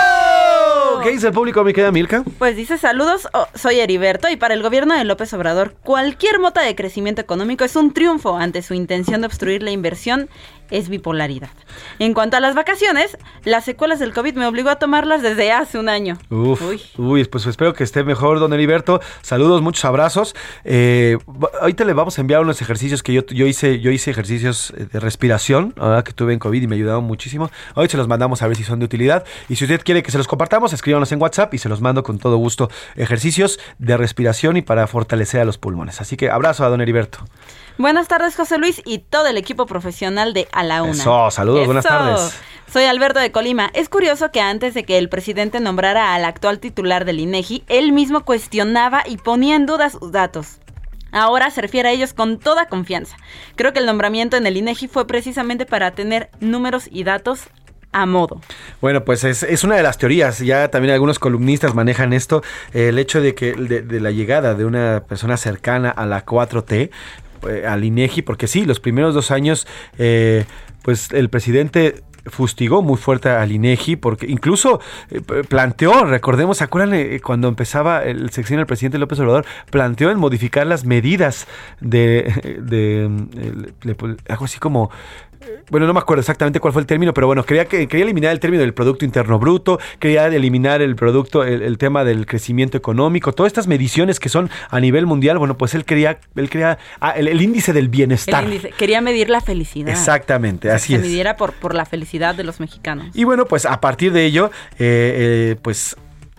Speaker 7: ¿Qué dice el público, mi querida Milka?
Speaker 21: Pues dice, saludos, oh, soy Heriberto y para el gobierno de López Obrador, cualquier mota de crecimiento económico es un triunfo ante su intención de obstruir la inversión. Es bipolaridad. En cuanto a las vacaciones, las secuelas del COVID me obligó a tomarlas desde hace un año.
Speaker 7: Uf, uy. uy, pues espero que esté mejor, don Heriberto. Saludos, muchos abrazos. Eh, ahorita le vamos a enviar unos ejercicios que yo, yo hice, yo hice ejercicios de respiración, ¿verdad? Que tuve en COVID y me ayudaron muchísimo. Hoy se los mandamos a ver si son de utilidad. Y si usted quiere que se los compartamos, escríbanos en WhatsApp y se los mando con todo gusto. Ejercicios de respiración y para fortalecer a los pulmones. Así que abrazo a don Heriberto.
Speaker 21: Buenas tardes, José Luis y todo el equipo profesional de A la Una.
Speaker 7: Eso, saludos,
Speaker 21: Eso.
Speaker 7: buenas tardes.
Speaker 21: Soy Alberto de Colima. Es curioso que antes de que el presidente nombrara al actual titular del INEGI, él mismo cuestionaba y ponía en duda sus datos. Ahora se refiere a ellos con toda confianza. Creo que el nombramiento en el INEGI fue precisamente para tener números y datos a modo.
Speaker 7: Bueno, pues es, es una de las teorías, ya también algunos columnistas manejan esto, eh, el hecho de que de, de la llegada de una persona cercana a la cuatro T, eh, al INEGI, porque sí, los primeros dos años, eh, pues el presidente fustigó muy fuerte al INEGI, porque incluso eh, planteó, recordemos, ¿se acuerdan eh, cuando empezaba el sexenio del presidente López Obrador? Planteó en modificar las medidas de, de, de, de, de algo así como... Bueno, no me acuerdo exactamente cuál fue el término, pero bueno, quería, que, quería eliminar el término del Producto Interno Bruto, quería eliminar el producto, el, el tema del crecimiento económico, todas estas mediciones que son a nivel mundial. Bueno, pues él quería, él quería ah, el, el índice del bienestar.
Speaker 21: El índice, quería medir la felicidad.
Speaker 7: Exactamente,
Speaker 21: o sea,
Speaker 7: así
Speaker 21: que
Speaker 7: es.
Speaker 21: Se midiera por, por la felicidad de los mexicanos.
Speaker 7: Y bueno, pues a partir de ello, eh, eh, pues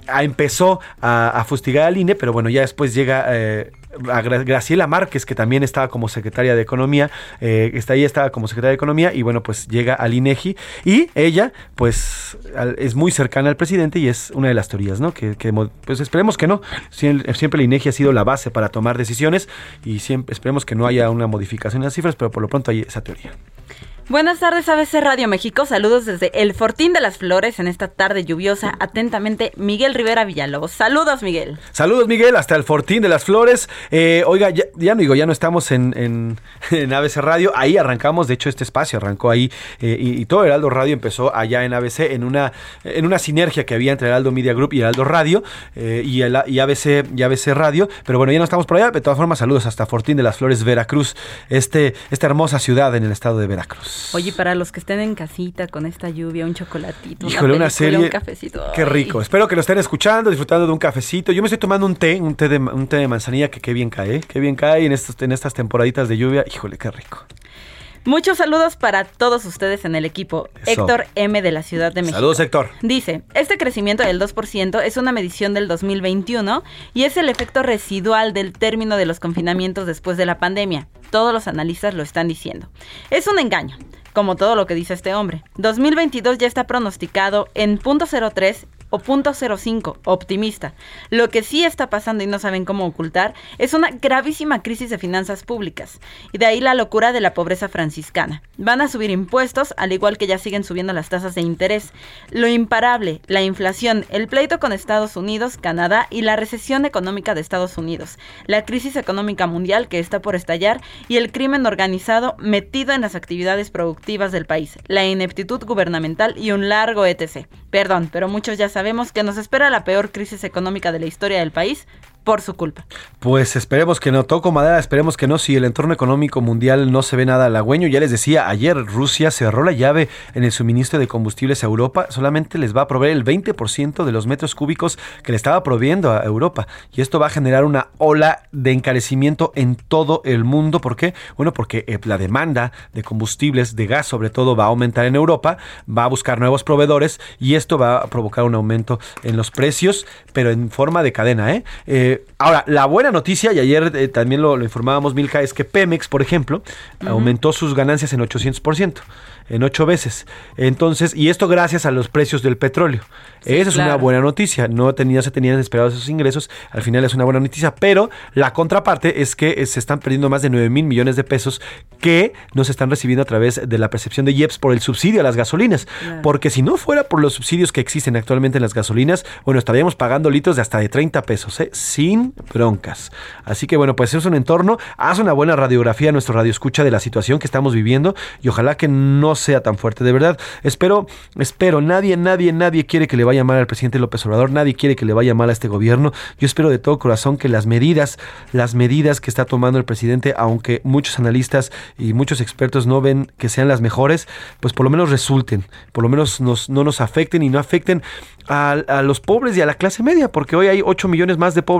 Speaker 7: empezó a, a fustigar al I N E, pero bueno, ya después llega... Eh, a Graciela Márquez, que también estaba como secretaria de Economía, eh, está ahí, estaba como secretaria de Economía, y bueno, pues llega al INEGI, y ella, pues, al, es muy cercana al presidente, y es una de las teorías, ¿no? Que, que pues esperemos que no, siempre, siempre el INEGI ha sido la base para tomar decisiones, y siempre esperemos que no haya una modificación en las cifras, pero por lo pronto hay esa teoría.
Speaker 21: Buenas tardes, A B C Radio México. Saludos desde el Fortín de las Flores en esta tarde lluviosa. Atentamente, Miguel Rivera Villalobos. Saludos, Miguel.
Speaker 7: Saludos, Miguel, hasta el Fortín de las Flores. Eh, oiga, ya, ya no digo, ya no estamos en, en, en A B C Radio. Ahí arrancamos, de hecho, este espacio arrancó ahí eh, y, y todo Heraldo Radio empezó allá en A B C en una, en una sinergia que había entre Heraldo Media Group y Heraldo Radio eh, y, el, y, A B C, y A B C Radio. Pero bueno, ya no estamos por allá. De todas formas, saludos hasta Fortín de las Flores, Veracruz, este, esta hermosa ciudad en el estado de Veracruz.
Speaker 21: Oye, para los que estén en casita con esta lluvia, un chocolatito,
Speaker 7: híjole,
Speaker 21: una,
Speaker 7: una serie,
Speaker 21: un cafecito.
Speaker 7: Qué rico. Espero que lo estén escuchando, disfrutando de un cafecito. Yo me estoy tomando un té, un té de, un té de manzanilla que qué bien cae, ¿eh? Qué bien cae en, estos, en estas temporaditas de lluvia. Híjole, qué rico.
Speaker 21: Muchos saludos para todos ustedes en el equipo. Eso. Héctor M. de la Ciudad de México.
Speaker 7: Saludos, Héctor.
Speaker 21: Dice, este crecimiento del dos por ciento es una medición del dos mil veintiuno y es el efecto residual del término de los confinamientos después de la pandemia. Todos los analistas lo están diciendo. Es un engaño, como todo lo que dice este hombre. dos mil veintidós ya está pronosticado en punto cero tres o punto cero cinco, optimista. Lo que sí está pasando y no saben cómo ocultar es una gravísima crisis de finanzas públicas. Y de ahí la locura de la pobreza franciscana. Van a subir impuestos, al igual que ya siguen subiendo las tasas de interés. Lo imparable, la inflación, el pleito con Estados Unidos, Canadá y la recesión económica de Estados Unidos. La crisis económica mundial que está por estallar y el crimen organizado metido en las actividades productivas del país. La ineptitud gubernamental y un largo etcétera. Perdón, pero muchos ya saben Sabemos que nos espera la peor crisis económica de la historia del país por su culpa.
Speaker 7: Pues esperemos que no, toco madera, esperemos que no, si el entorno económico mundial no se ve nada halagüeño. Ya les decía, ayer Rusia cerró la llave en el suministro de combustibles a Europa, solamente les va a proveer el veinte por ciento de los metros cúbicos que le estaba proveyendo a Europa, y esto va a generar una ola de encarecimiento en todo el mundo. ¿Por qué? Bueno, porque eh, la demanda de combustibles, de gas sobre todo, va a aumentar en Europa, va a buscar nuevos proveedores y esto va a provocar un aumento en los precios, pero en forma de cadena, ¿eh? eh Ahora, la buena noticia, y ayer eh, también lo, lo informábamos, Milka, es que Pemex, por ejemplo, uh-huh. aumentó sus ganancias en ochocientos por ciento, en ocho veces. Entonces, y esto gracias a los precios del petróleo. Sí, Esa es claro. una buena noticia. No, tenía, se tenían esperados esos ingresos. Al final es una buena noticia, pero la contraparte es que se están perdiendo más de nueve mil millones de pesos que no se están recibiendo a través de la percepción de I E P S por el subsidio a las gasolinas. Claro. Porque si no fuera por los subsidios que existen actualmente en las gasolinas, bueno, estaríamos pagando litros de hasta de treinta pesos, ¿eh? Sin broncas. Así que bueno, pues es un entorno, haz una buena radiografía a nuestro radio escucha de la situación que estamos viviendo y ojalá que no sea tan fuerte, de verdad. Espero, espero, nadie, nadie, nadie quiere que le vaya mal al presidente López Obrador, nadie quiere que le vaya mal a este gobierno. Yo espero de todo corazón que las medidas, las medidas que está tomando el presidente, aunque muchos analistas y muchos expertos no ven que sean las mejores, pues por lo menos resulten, por lo menos nos, no nos afecten y no afecten a, a los pobres y a la clase media, porque hoy hay ocho millones más de pobres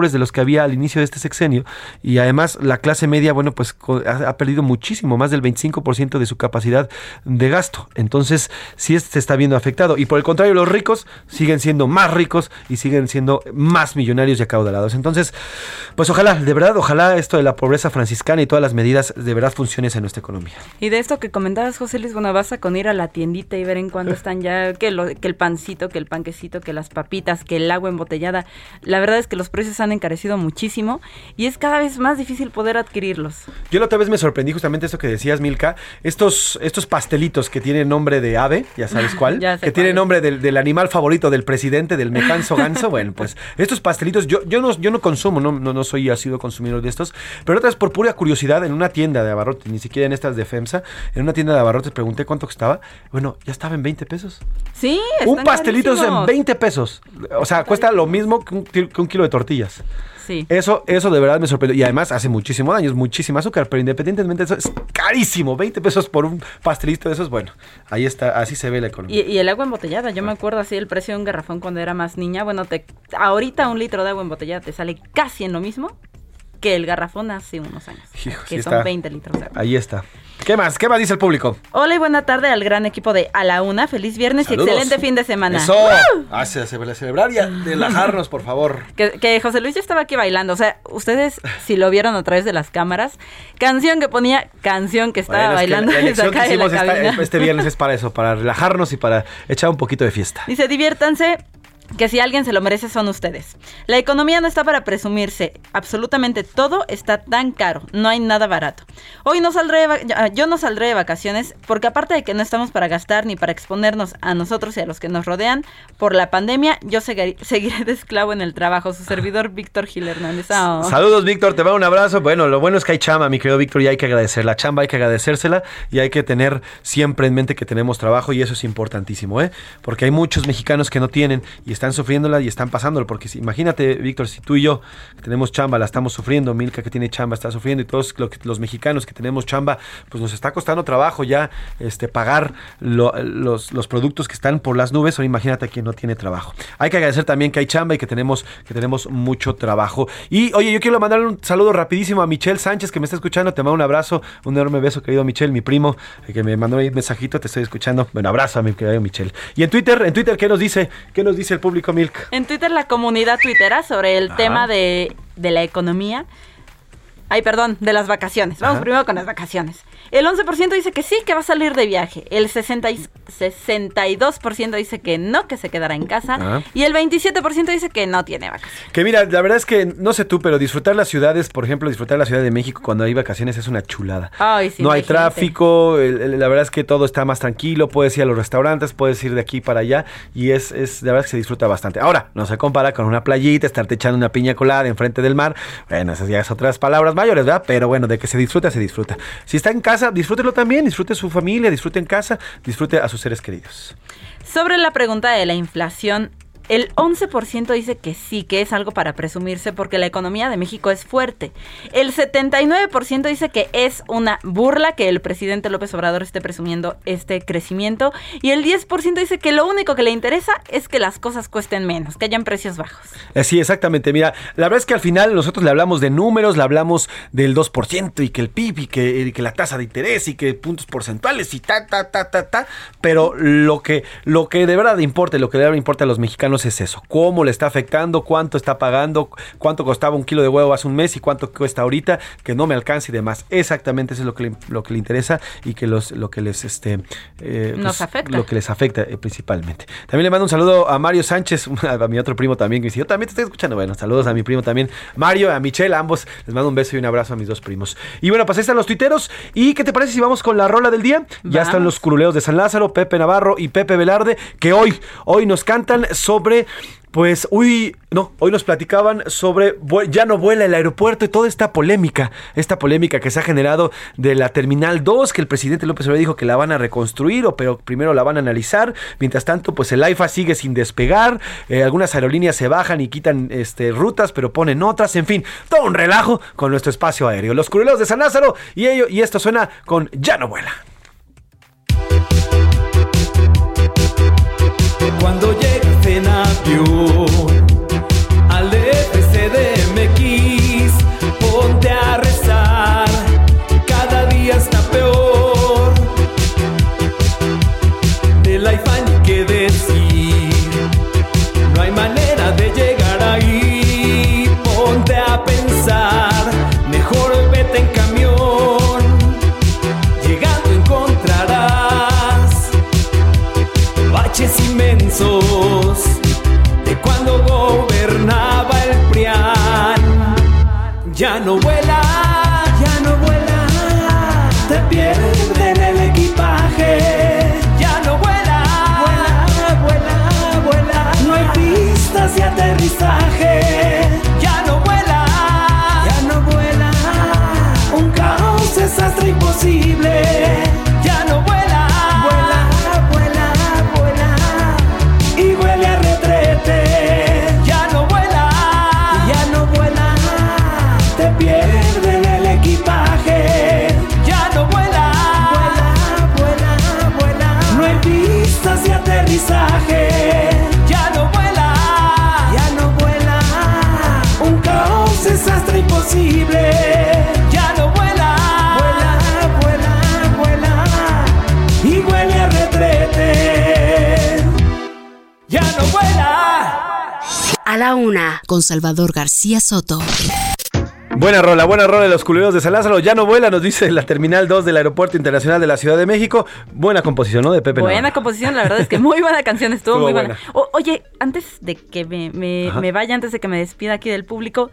Speaker 7: mayores de los que había al inicio de este sexenio, y además la clase media, bueno, pues ha, ha perdido muchísimo, más del veinticinco por ciento de su capacidad de gasto. Entonces, sí se está viendo afectado. Y por el contrario, los ricos siguen siendo más ricos y siguen siendo más millonarios y acaudalados. Entonces, pues ojalá, de verdad, ojalá esto de la pobreza franciscana y todas las medidas de verdad funcionen en nuestra economía.
Speaker 21: Y de esto que comentabas, José Luis, bueno, basta con ir a la tiendita y ver en cuánto están ya, que, lo, que el pancito, que el panquecito, que las papitas, que el agua embotellada. La verdad es que los precios han encarecido muchísimo y es cada vez más difícil poder adquirirlos.
Speaker 7: Yo la otra vez me sorprendí justamente esto que decías, Milka, estos, estos pastelitos que tienen nombre de ave, ya sabes cuál,
Speaker 21: Ya sé
Speaker 7: que
Speaker 21: cuál
Speaker 7: tienen
Speaker 21: es.
Speaker 7: nombre del, del animal favorito del presidente, del mecanso ganso. Bueno, pues estos pastelitos, yo, yo, no, yo no consumo, no, no, no soy asiduo consumidor de estos, pero otra vez por pura curiosidad, en una tienda de abarrotes, ni siquiera en estas de FEMSA, en una tienda de abarrotes pregunté cuánto costaba. Bueno, ya estaba en veinte pesos.
Speaker 21: Sí,
Speaker 7: Un pastelito
Speaker 21: carísimos.
Speaker 7: en veinte pesos. O sea, cuesta lo mismo que un, que un kilo de tortillas.
Speaker 21: Sí.
Speaker 7: Eso, eso de verdad me sorprendió. Y además hace muchísimos años, muchísima azúcar, pero independientemente de eso, es carísimo. veinte pesos por un pastelito de esos. Bueno, ahí está, así se ve la economía.
Speaker 21: Y, y el agua embotellada, yo me acuerdo así el precio de un garrafón cuando era más niña. Bueno, te, ahorita un litro de agua embotellada te sale casi en lo mismo que el garrafón hace unos años.
Speaker 7: Hijo,
Speaker 21: que
Speaker 7: sí
Speaker 21: son
Speaker 7: está.
Speaker 21: veinte litros de agua.
Speaker 7: Ahí está. ¿Qué más? ¿Qué más dice el público?
Speaker 21: Hola y buena tarde al gran equipo de A la Una. Feliz viernes
Speaker 7: Saludos.
Speaker 21: y excelente fin de semana.
Speaker 7: ¡Eso!
Speaker 21: ¡Woo!
Speaker 7: Hace celebrar y a relajarnos, por favor.
Speaker 21: Que, que José Luis ya estaba aquí bailando. O sea, ustedes, si lo vieron a través de las cámaras, canción que ponía, canción que estaba
Speaker 7: Bueno, es que
Speaker 21: bailando
Speaker 7: la
Speaker 21: desde
Speaker 7: elección que
Speaker 21: acá de la
Speaker 7: hicimos esta-
Speaker 21: cabina.
Speaker 7: este viernes es para eso, para relajarnos y para echar un poquito de fiesta.
Speaker 21: Dice, diviértanse, que si alguien se lo merece son ustedes. La economía no está para presumirse. Absolutamente todo está tan caro. No hay nada barato. Hoy no saldré de va- yo no saldré de vacaciones porque aparte de que no estamos para gastar ni para exponernos a nosotros y a los que nos rodean por la pandemia, yo segui- seguiré de esclavo en el trabajo. Su servidor Víctor Gil Hernández. Oh.
Speaker 7: Saludos, Víctor, te mando un abrazo. Bueno, lo bueno es que hay chamba, mi querido Víctor, y hay que agradecer. La chamba hay que agradecérsela y hay que tener siempre en mente que tenemos trabajo y eso es importantísimo, ¿eh? Porque hay muchos mexicanos que no tienen y están sufriéndola y están pasándolo. Porque si, imagínate, Víctor, si tú y yo que tenemos chamba, la estamos sufriendo, Milka que tiene chamba está sufriendo y todos lo que, los mexicanos que tenemos chamba, pues nos está costando trabajo ya este, pagar lo, los, los productos que están por las nubes. O imagínate a quien no tiene trabajo. Hay que agradecer también que hay chamba y que tenemos, que tenemos mucho trabajo. Y oye, yo quiero mandar un saludo rapidísimo a Michelle Sánchez que me está escuchando. Te mando un abrazo, un enorme beso, querido Michelle, mi primo, eh, que me mandó ahí un mensajito, te estoy escuchando. Bueno, abrazo a mi querido Michelle. Y en Twitter, en Twitter, ¿qué nos dice? ¿Qué nos dice el público, Milk?
Speaker 21: En Twitter la comunidad tuitera sobre el
Speaker 7: Ajá.
Speaker 21: tema de, de la economía. Ay, perdón, de las vacaciones. Vamos
Speaker 7: Ajá.
Speaker 21: primero con las vacaciones. El once por ciento dice que sí, que va a salir de viaje. El sesenta y, sesenta y dos por ciento dice que no, que se quedará en casa.
Speaker 7: Ajá.
Speaker 21: Y el veintisiete por ciento dice que no tiene vacaciones.
Speaker 7: Que mira, la verdad es que, no sé tú, pero disfrutar las ciudades, por ejemplo, disfrutar la Ciudad de México cuando hay vacaciones es una chulada.
Speaker 21: Ay, sí,
Speaker 7: no hay
Speaker 21: gente.
Speaker 7: tráfico, el- el- la verdad es que todo está más tranquilo, puedes ir a los restaurantes, puedes ir de aquí para allá y es, es la verdad es que se disfruta bastante. Ahora, no se compara con una playita, estarte echando una piña colada enfrente del mar, bueno, esas ya son otras palabras mayores, ¿verdad? Pero bueno, de que se disfruta, se disfruta. Si está en casa, disfrútelo también, disfrute su familia, disfrute en casa, disfrute a sus seres queridos.
Speaker 21: Sobre la pregunta de la inflación, el once por ciento dice que sí, que es algo para presumirse porque la economía de México es fuerte. El setenta y nueve por ciento dice que es una burla que el presidente López Obrador esté presumiendo este crecimiento. Y el diez por ciento dice que lo único que le interesa es que las cosas cuesten menos, que hayan precios bajos.
Speaker 7: Eh, Sí, exactamente. Mira, la verdad es que al final nosotros le hablamos de números, le hablamos del dos por ciento y que el P I B y que, y que la tasa de interés y que puntos porcentuales y ta, ta, ta, ta, ta. Pero lo que, lo que de verdad importa, lo que de verdad importa a los mexicanos es eso. Cómo le está afectando, cuánto está pagando, cuánto costaba un kilo de huevo hace un mes y cuánto cuesta ahorita, que no me alcance y demás. Exactamente eso es lo que le, lo que le interesa y que los, lo que les este eh,
Speaker 21: Nos afecta.
Speaker 7: Lo que les afecta eh, principalmente. También le mando un saludo a Mario Sánchez, a mi otro primo también, que dice, yo también te estoy escuchando. Bueno, saludos a mi primo también, Mario, a Michelle, a ambos les mando un beso y un abrazo a mis dos primos. Y bueno, pues ahí están los tuiteros. ¿Y qué te parece si vamos con la rola del día?
Speaker 21: Vamos.
Speaker 7: Ya están los curuleos de San Lázaro, Pepe Navarro y Pepe Velarde, que hoy, hoy nos cantan sobre... Pues, uy, no, hoy nos platicaban sobre vu- ya no vuela el aeropuerto y toda esta polémica, esta polémica que se ha generado de la Terminal dos, que el presidente López Obrador dijo que la van a reconstruir, o pero primero la van a analizar. Mientras tanto, pues el AIFA sigue sin despegar, eh, algunas aerolíneas se bajan y quitan este, rutas, pero ponen otras, en fin, todo un relajo con nuestro espacio aéreo. Los curuleos de San Lázaro y ello, y esto suena con Ya no vuela.
Speaker 8: Cuando llegas en avión al D F C de no vuela, ya no vuela, te pierden el equipaje. Ya no vuela, vuela, vuela, vuela, no hay pistas de aterrizaje. Ya no vuela, ya no vuela, un caos, desastre imposible. Ya no vuela, vuela, vuela, vuela, y huele a retrete. Ya no vuela, ya no vuela, te pierden el equipaje. Ya no vuela, vuela, vuela, vuela, no hay pistas de aterrizaje. Ya no vuela, ya no vuela, un caos, desastre imposible. Ya no vuela, vuela, vuela, vuela, y huele a retrete. Ya no vuela.
Speaker 2: A la una, con Salvador García Soto.
Speaker 7: Buena rola, buena rola de los culeros de San Lázaro. Ya no vuela, nos dice la Terminal dos del Aeropuerto Internacional de la Ciudad de México. Buena composición, ¿no? De Pepe
Speaker 21: Buena
Speaker 7: Navarro.
Speaker 21: composición, la verdad es que muy buena canción, estuvo,
Speaker 7: Estuvo
Speaker 21: muy buena.
Speaker 7: buena.
Speaker 21: O- oye, antes de que me, me,
Speaker 7: Ajá.
Speaker 21: me vaya, antes de que me despida aquí del público,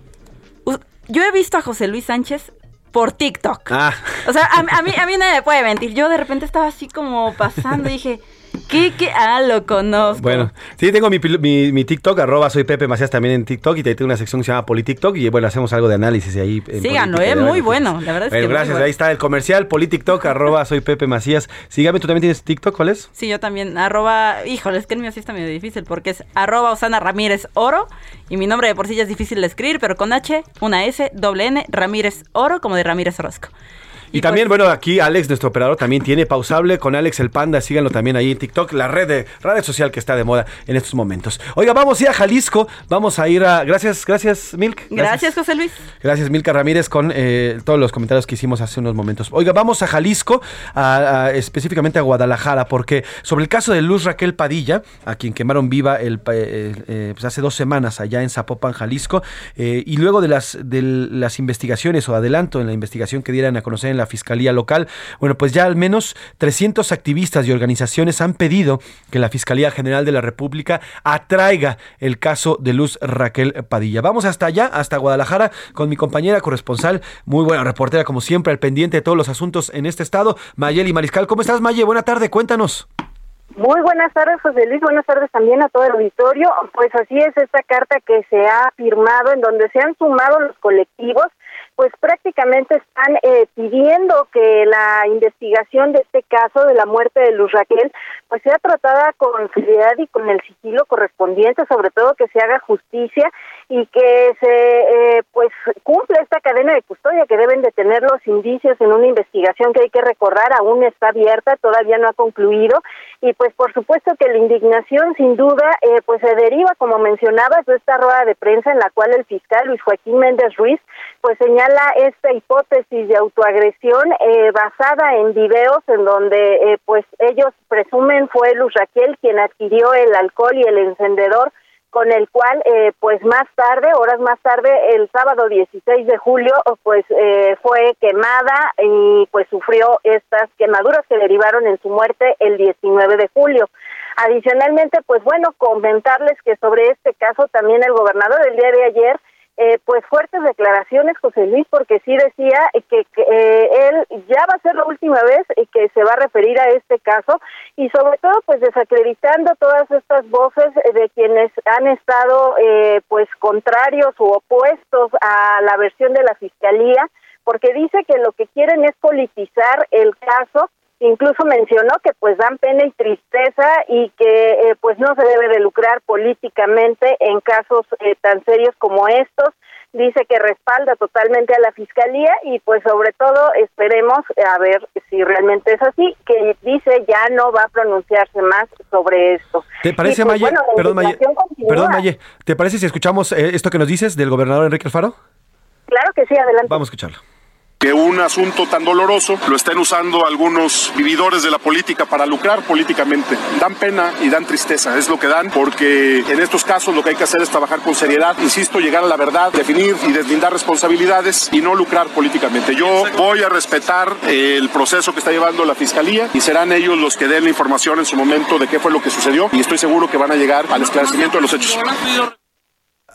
Speaker 21: u- yo he visto a José Luis Sánchez por TikTok.
Speaker 7: Ah,
Speaker 21: O sea, a, a mí, a mí nadie me puede mentir. Yo de repente estaba así como pasando y dije, ¿qué, qué? Ah, lo conozco.
Speaker 7: bueno. Sí, tengo mi, pil- mi, mi TikTok, arroba soy Pepe Macías también en TikTok. Y tengo una sección que se llama PoliTikTok. Y bueno, hacemos algo de análisis ahí. en
Speaker 21: Síganlo,
Speaker 7: política,
Speaker 21: ¿eh?
Speaker 7: de
Speaker 21: Muy
Speaker 7: varias
Speaker 21: bueno.
Speaker 7: cosas.
Speaker 21: La verdad es
Speaker 7: Bueno,
Speaker 21: que muy
Speaker 7: gracias.
Speaker 21: bueno.
Speaker 7: Ahí está el comercial, PoliTikTok, arroba soy Pepe Macías. Sígame, ¿tú también tienes TikTok? ¿Cuál es?
Speaker 21: Sí, yo también, arroba, híjole, es que el mío sí está medio difícil porque es arroba Osana Ramírez Oro y mi nombre de por sí ya es difícil de escribir, pero con H, una S, doble N, Ramírez Oro, como de Ramírez Orozco.
Speaker 7: Y, también, bueno, aquí Alex, nuestro operador, también tiene Pausable con Alex el Panda. Síganlo también ahí en TikTok, la red de red social que está de moda en estos momentos. Oiga, vamos a ir a Jalisco. Vamos a ir a... Gracias, gracias, Milk.
Speaker 21: Gracias, José Luis.
Speaker 7: Gracias, Milka Ramírez, con eh, todos los comentarios que hicimos hace unos momentos. Oiga, vamos a Jalisco, a, a, específicamente a Guadalajara, porque sobre el caso de Luz Raquel Padilla, a quien quemaron viva el, pa- eh, eh, pues hace dos semanas allá en Zapopan, Jalisco, eh, y luego de las, de las investigaciones o adelanto en la investigación que dieran a conocer en la Fiscalía Local, bueno, pues ya al menos trescientos activistas y organizaciones han pedido que la Fiscalía General de la República atraiga el caso de Luz Raquel Padilla. Vamos hasta allá, hasta Guadalajara, con mi compañera corresponsal, muy buena reportera como siempre, al pendiente de todos los asuntos en este estado, Mayeli Mariscal. ¿Cómo estás, Maye? Buena tarde, cuéntanos.
Speaker 1: Muy buenas tardes, José Luis. Buenas tardes también a todo el auditorio. Pues así es, esta carta que se ha firmado en donde se han sumado los colectivos, pues prácticamente están eh, pidiendo que la investigación de este caso de la muerte de Luz Raquel pues sea tratada con seriedad y con el sigilo correspondiente, sobre todo que se haga justicia y que se eh, pues cumpla esta cadena de custodia que deben de tener los indicios en una investigación que hay que recordar aún está abierta, todavía no ha concluido, y pues por supuesto que la indignación sin duda eh, pues se deriva, como mencionabas, de esta rueda de prensa en la cual el fiscal Luis Joaquín Méndez Ruiz pues señala esta hipótesis de autoagresión eh, basada en videos en donde eh, pues ellos presumen fue Luz Raquel quien adquirió el alcohol y el encendedor con el cual, eh, pues más tarde, horas más tarde, el sábado dieciséis de julio, pues eh, fue quemada y pues sufrió estas quemaduras que derivaron en su muerte el diecinueve de julio. Adicionalmente, pues bueno, comentarles que sobre este caso también el gobernador el día de ayer, eh, pues fuertes declaraciones, José Luis, porque sí decía que, que eh, él ya va a ser la última vez que se va a referir a este caso y sobre todo pues desacreditando todas estas voces de quienes han estado eh, pues contrarios u opuestos a la versión de la Fiscalía, porque dice que lo que quieren es politizar el caso. Incluso mencionó que pues dan pena y tristeza y que eh, pues no se debe de lucrar políticamente en casos eh, tan serios como estos. Dice que respalda totalmente a la Fiscalía y pues sobre todo esperemos a ver si realmente es así, que dice ya no va a pronunciarse más sobre esto.
Speaker 7: ¿Te parece,
Speaker 1: y, pues,
Speaker 7: Maye?
Speaker 1: bueno, la
Speaker 7: Perdón, Maye.
Speaker 1: investigación continúa.
Speaker 7: Perdón, Maye. ¿Te parece si escuchamos eh, esto que nos dices del gobernador Enrique Alfaro?
Speaker 1: Claro que sí, adelante.
Speaker 7: Vamos a escucharlo.
Speaker 3: Que un asunto tan doloroso lo estén usando algunos vividores de la política para lucrar políticamente. Dan pena y dan tristeza, es lo que dan, porque en estos casos lo que hay que hacer es trabajar con seriedad, insisto, llegar a la verdad, definir y deslindar responsabilidades y no lucrar políticamente. Yo voy a respetar el proceso que está llevando la Fiscalía y serán ellos los que den la información en su momento de qué fue lo que sucedió y estoy seguro que van a llegar al esclarecimiento de los hechos.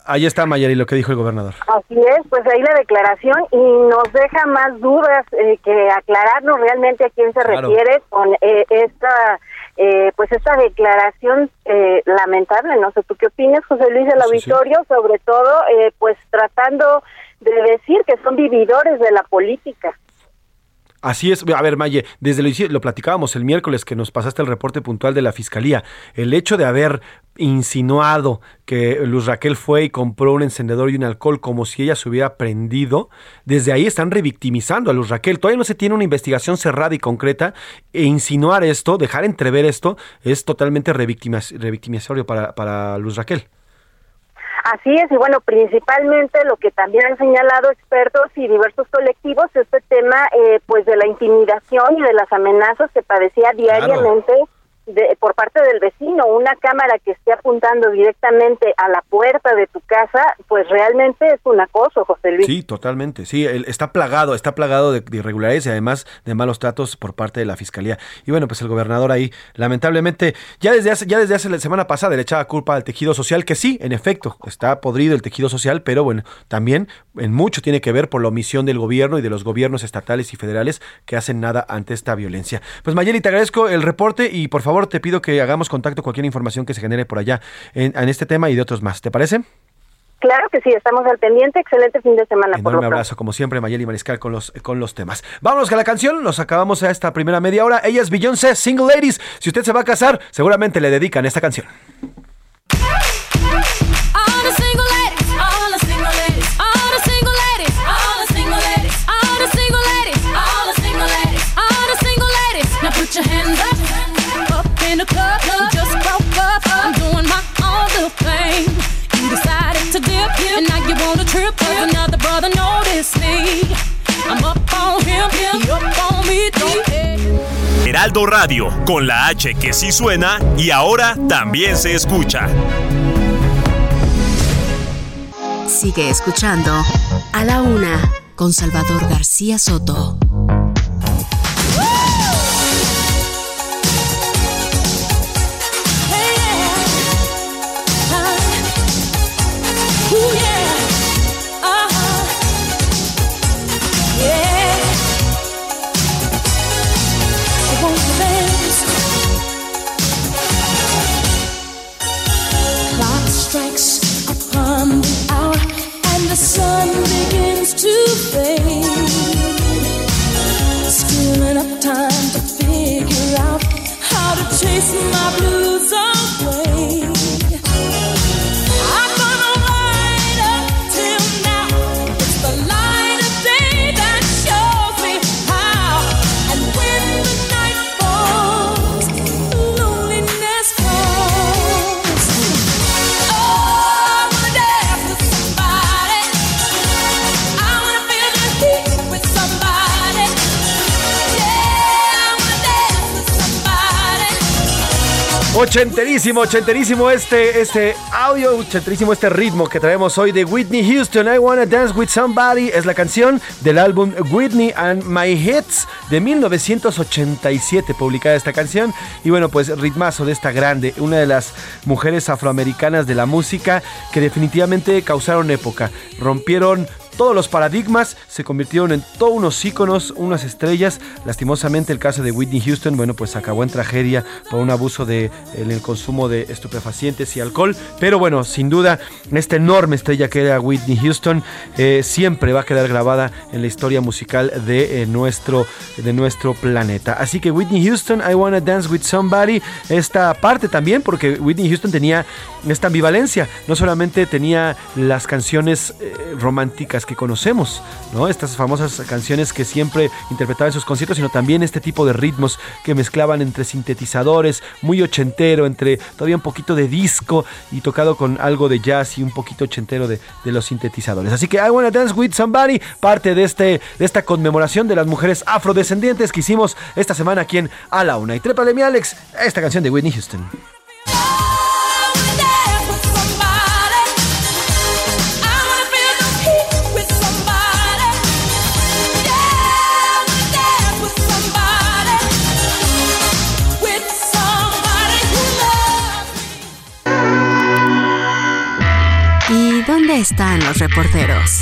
Speaker 7: Ahí está, Mayeli, lo que dijo el gobernador.
Speaker 1: Así es, pues ahí la declaración y nos deja más dudas eh, que aclararnos realmente a quién se
Speaker 7: Claro.
Speaker 1: refiere con eh, esta eh, pues esta declaración eh, lamentable. No sé, ¿tú qué opinas, José Luis, del
Speaker 7: Sí, sí.
Speaker 1: auditorio? Sobre todo, eh, pues tratando de decir que son vividores de la política.
Speaker 7: Así es. A ver, Maye, desde lo, hici- lo platicábamos el miércoles que nos pasaste el reporte puntual de la Fiscalía. El hecho de haber insinuado que Luz Raquel fue y compró un encendedor y un alcohol como si ella se hubiera prendido, desde ahí están revictimizando a Luz Raquel. Todavía no se tiene una investigación cerrada y concreta, e insinuar esto, dejar entrever esto, es totalmente revictima- revictimizatorio para, para Luz Raquel.
Speaker 1: Así es, y bueno, principalmente lo que también han señalado expertos y diversos colectivos, este tema eh, pues de la intimidación y de las amenazas que padecía diariamente de, por parte del vecino. Una cámara que esté apuntando directamente a la puerta de tu casa, pues realmente es un acoso, José Luis.
Speaker 7: Sí, totalmente. Sí, él está plagado, está plagado de, de irregularidades y además de malos tratos por parte de la Fiscalía. Y bueno, pues el gobernador ahí, lamentablemente, ya desde hace, ya desde hace la semana pasada le echaba culpa al tejido social, que sí, en efecto, está podrido el tejido social, pero bueno, también en mucho tiene que ver por la omisión del gobierno y de los gobiernos estatales y federales que hacen nada ante esta violencia. Pues Mayeli, te agradezco el reporte y por favor te pido que hagamos contacto con cualquier información que se genere por allá en, en este tema y de otros más. ¿Te parece?
Speaker 1: Claro que sí, estamos al pendiente. Excelente fin de semana. Por
Speaker 7: Enorme
Speaker 1: lo pronto.
Speaker 7: abrazo, como siempre, Mayeli Mariscal con los, con los temas. Vámonos a la canción, nos acabamos a esta primera media hora. Ella es Beyoncé, Single Ladies. Si usted se va a casar, seguramente le dedican esta canción.
Speaker 14: All the single ladies, all the single ladies, all the single ladies, all the single ladies, all the single ladies, all the single ladies, all the single ladies. Now put your hands up, up in the club. You just broke up. I'm doing my own little thing. You decided to dip, and now you want a trip. Cause another brother noticed me. I'm up on him, he up on me, don't care.
Speaker 15: Heraldo Radio, con la H que sí suena y ahora también se escucha.
Speaker 2: Sigue escuchando A la Una con Salvador García Soto.
Speaker 14: Ooh, yeah. Uh-huh. Yeah. I want to dance. Clock strikes upon the hour and the sun begins to fade. Still enough time to figure out how to chase my blues away.
Speaker 7: Ochenterísimo, ochenterísimo este, este audio, ochenterísimo este ritmo que traemos hoy de Whitney Houston. I Wanna Dance With Somebody es la canción del álbum Whitney and My Hits de mil novecientos ochenta y siete, publicada esta canción. Y bueno, pues ritmazo de esta grande, una de las mujeres afroamericanas de la música que definitivamente causaron época, rompieron todos los paradigmas, se convirtieron en todos unos íconos, unas estrellas. Lastimosamente el caso de Whitney Houston, bueno, pues acabó en tragedia por un abuso de, en el consumo de estupefacientes y alcohol. Pero bueno, sin duda, esta enorme estrella que era Whitney Houston eh, siempre va a quedar grabada en la historia musical de, eh, nuestro, de nuestro planeta. Así que Whitney Houston, I Wanna Dance With Somebody, esta parte también, porque Whitney Houston tenía esta ambivalencia. No solamente tenía las canciones eh, románticas que conocemos, ¿no? Estas famosas canciones que siempre interpretaba en sus conciertos, sino también este tipo de ritmos que mezclaban entre sintetizadores, muy ochentero, entre todavía un poquito de disco y tocado con algo de jazz y un poquito ochentero de, de los sintetizadores. Así que I Wanna Dance With Somebody, parte de, este, de esta conmemoración de las mujeres afrodescendientes que hicimos esta semana aquí en A la Una. Y trépale, mi Alex, esta canción de Whitney Houston.
Speaker 2: ¿dónde están los reporteros?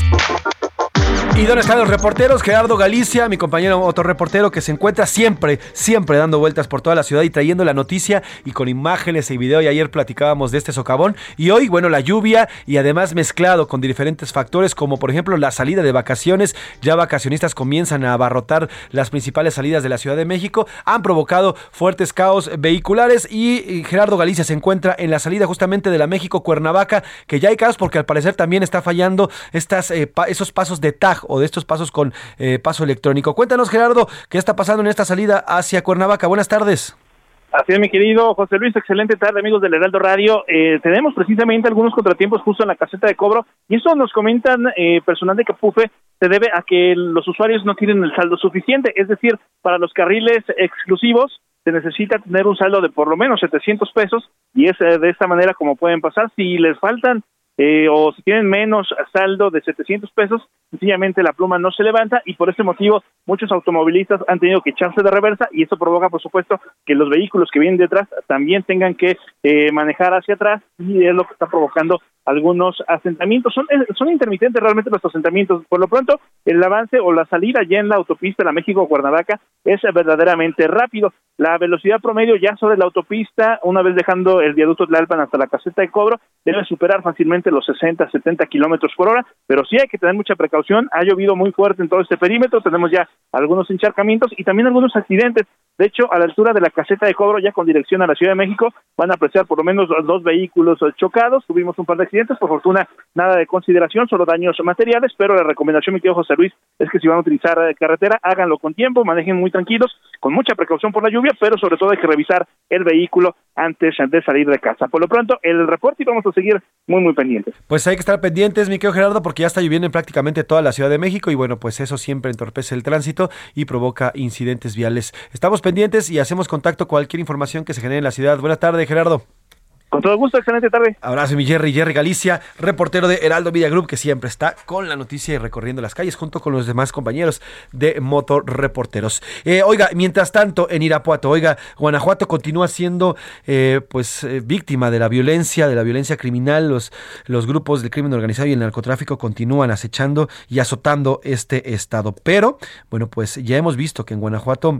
Speaker 7: ¿Y dónde están los reporteros? Gerardo Galicia, mi compañero otro reportero que se encuentra siempre, siempre dando vueltas por toda la ciudad y trayendo la noticia y con imágenes y video. Y ayer platicábamos de este socavón. Y hoy, bueno, la lluvia y además mezclado con diferentes factores como por ejemplo la salida de vacaciones. Ya vacacionistas comienzan a abarrotar las principales salidas de la Ciudad de México. Han provocado fuertes caos vehiculares y Gerardo Galicia se encuentra en la salida justamente de la México-Cuernavaca, que ya hay caos porque al parecer también está fallando estas, eh, pa- esos pasos de T A G o de estos pasos con eh, paso electrónico. Cuéntanos, Gerardo, ¿qué está pasando en esta salida hacia Cuernavaca? Buenas tardes.
Speaker 9: Así es, mi querido José Luis, excelente tarde, amigos del Heraldo Radio. Eh, tenemos precisamente algunos contratiempos justo en la caseta de cobro, y eso nos comentan eh, personal de Capufe, se debe a que los usuarios no tienen el saldo suficiente, es decir, para los carriles exclusivos se necesita tener un saldo de por lo menos setecientos pesos, y es eh, de esta manera como pueden pasar. Si les faltan Eh, o si tienen menos saldo de setecientos pesos, sencillamente la pluma no se levanta, y por ese motivo muchos automovilistas han tenido que echarse de reversa, y eso provoca, por supuesto, que los vehículos que vienen detrás también tengan que eh, manejar hacia atrás, y es lo que está provocando algunos asentamientos. Son, son intermitentes realmente los asentamientos. Por lo pronto, el avance o la salida ya en la autopista La México-Cuernavaca es verdaderamente rápido. La velocidad promedio ya sobre la autopista, una vez dejando el viaducto Tlalpan hasta la caseta de cobro, debe superar fácilmente los sesenta, setenta kilómetros por hora, pero sí hay que tener mucha precaución. Ha llovido muy fuerte en todo este perímetro, tenemos ya algunos encharcamientos y también algunos accidentes. De hecho, a la altura de la caseta de cobro, ya con dirección a la Ciudad de México, van a apreciar por lo menos dos vehículos chocados. Tuvimos un par de accidentes, por fortuna nada de consideración, solo daños materiales, pero la recomendación, mi querido José Luis, es que si van a utilizar carretera, háganlo con tiempo, manejen muy tranquilos, con mucha precaución por la lluvia, pero sobre todo hay que revisar el vehículo antes de salir de casa. Por lo pronto, el reporte, y vamos a seguir muy, muy pendientes.
Speaker 7: Pues hay que estar pendientes, mi querido Gerardo, porque ya está lloviendo en prácticamente toda la Ciudad de México y bueno, pues eso siempre entorpece el tránsito y provoca incidentes viales. Estamos pendientes y hacemos contacto con cualquier información que se genere en la ciudad. Buenas tardes, Gerardo.
Speaker 9: Con todo gusto, excelente tarde.
Speaker 7: Abrazo, mi Jerry, Jerry Galicia, reportero de Heraldo Media Group, que siempre está con la noticia y recorriendo las calles junto con los demás compañeros de Motor Reporteros. Eh, oiga, mientras tanto, en Irapuato, oiga, Guanajuato continúa siendo eh, pues eh, víctima de la violencia, de la violencia criminal. Los, los grupos del crimen organizado y el narcotráfico continúan acechando y azotando este estado. Pero, bueno, pues ya hemos visto que en Guanajuato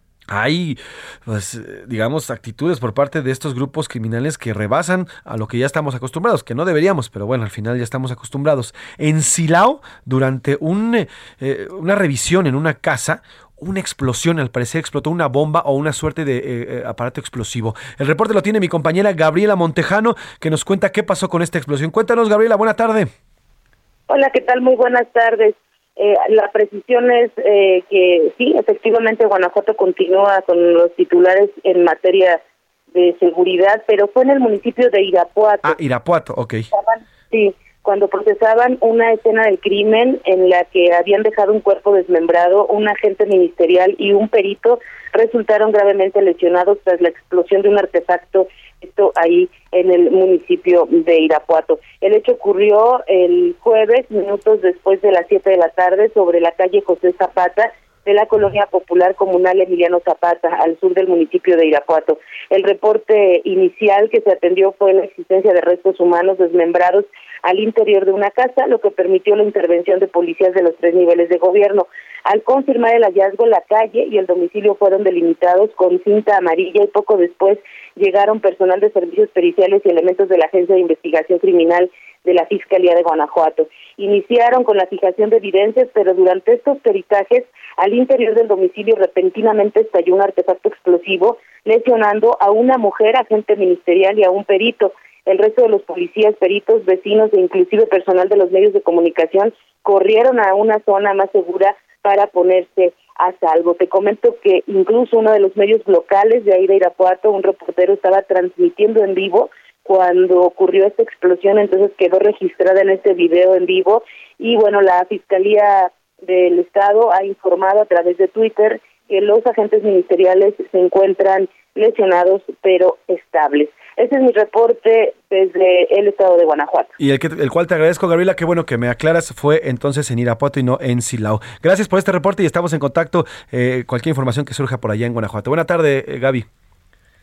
Speaker 7: hay, pues, digamos, actitudes por parte de estos grupos criminales que rebasan a lo que ya estamos acostumbrados, que no deberíamos, pero bueno, al final ya estamos acostumbrados. En Silao, durante un, eh, una revisión en una casa, una explosión, al parecer explotó una bomba o una suerte de eh, aparato explosivo. El reporte lo tiene mi compañera Gabriela Montejano, que nos cuenta qué pasó con esta explosión. Cuéntanos, Gabriela, buena tarde.
Speaker 1: Hola, ¿qué tal? Muy buenas tardes. Eh, la precisión es eh, que sí, efectivamente Guanajuato continúa con los titulares en materia de seguridad, pero fue en el municipio de Irapuato.
Speaker 7: Ah, Irapuato, ok.
Speaker 1: Sí, cuando procesaban una escena del crimen en la que habían dejado un cuerpo desmembrado, un agente ministerial y un perito resultaron gravemente lesionados tras la explosión de un artefacto, esto ahí en el municipio de Irapuato. El hecho ocurrió el jueves, minutos después de las siete de la tarde, sobre la calle José Zapata, de la Colonia Popular Comunal Emiliano Zapata, al sur del municipio de Irapuato. El reporte inicial que se atendió fue la existencia de restos humanos desmembrados al interior de una casa, lo que permitió la intervención de policías de los tres niveles de gobierno. Al confirmar el hallazgo, la calle y el domicilio fueron delimitados con cinta amarilla y poco después llegaron personal de servicios periciales y elementos de la Agencia de Investigación Criminal de la Fiscalía de Guanajuato. Iniciaron con la fijación de evidencias, pero durante estos peritajes, al interior del domicilio repentinamente estalló un artefacto explosivo, lesionando a una mujer, agente ministerial y a un perito. El resto de los policías, peritos, vecinos e inclusive personal de los medios de comunicación corrieron a una zona más segura para ponerse a salvo. Te comento que incluso uno de los medios locales de ahí de Irapuato, un reportero, estaba transmitiendo en vivo cuando ocurrió esta explosión, entonces quedó registrada en este video en vivo y bueno, la Fiscalía del Estado ha informado a través de Twitter que los agentes ministeriales se encuentran lesionados pero estables. Ese es mi reporte desde el estado de Guanajuato.
Speaker 7: Y el, que, el cual te agradezco, Gabriela, qué bueno que me aclaras, fue entonces en Irapuato y no en Silao. Gracias por este reporte y estamos en contacto, eh, cualquier información que surja por allá en Guanajuato. Buena tarde, eh, Gaby.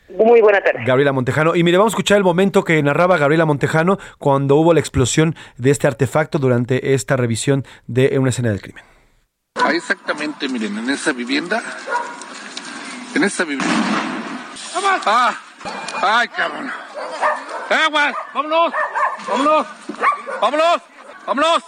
Speaker 1: Muy buena tarde.
Speaker 7: Gabriela Montejano. Y mire, vamos a escuchar el momento que narraba Gabriela Montejano cuando hubo la explosión de este artefacto durante esta revisión de una escena del crimen.
Speaker 4: Ahí exactamente, miren, en esa vivienda, en esa vivienda. ¡Ah! ¡Ay, cabrón! ¡Aguas! ¡Vámonos! ¡Vámonos! ¡Vámonos! ¡Vámonos!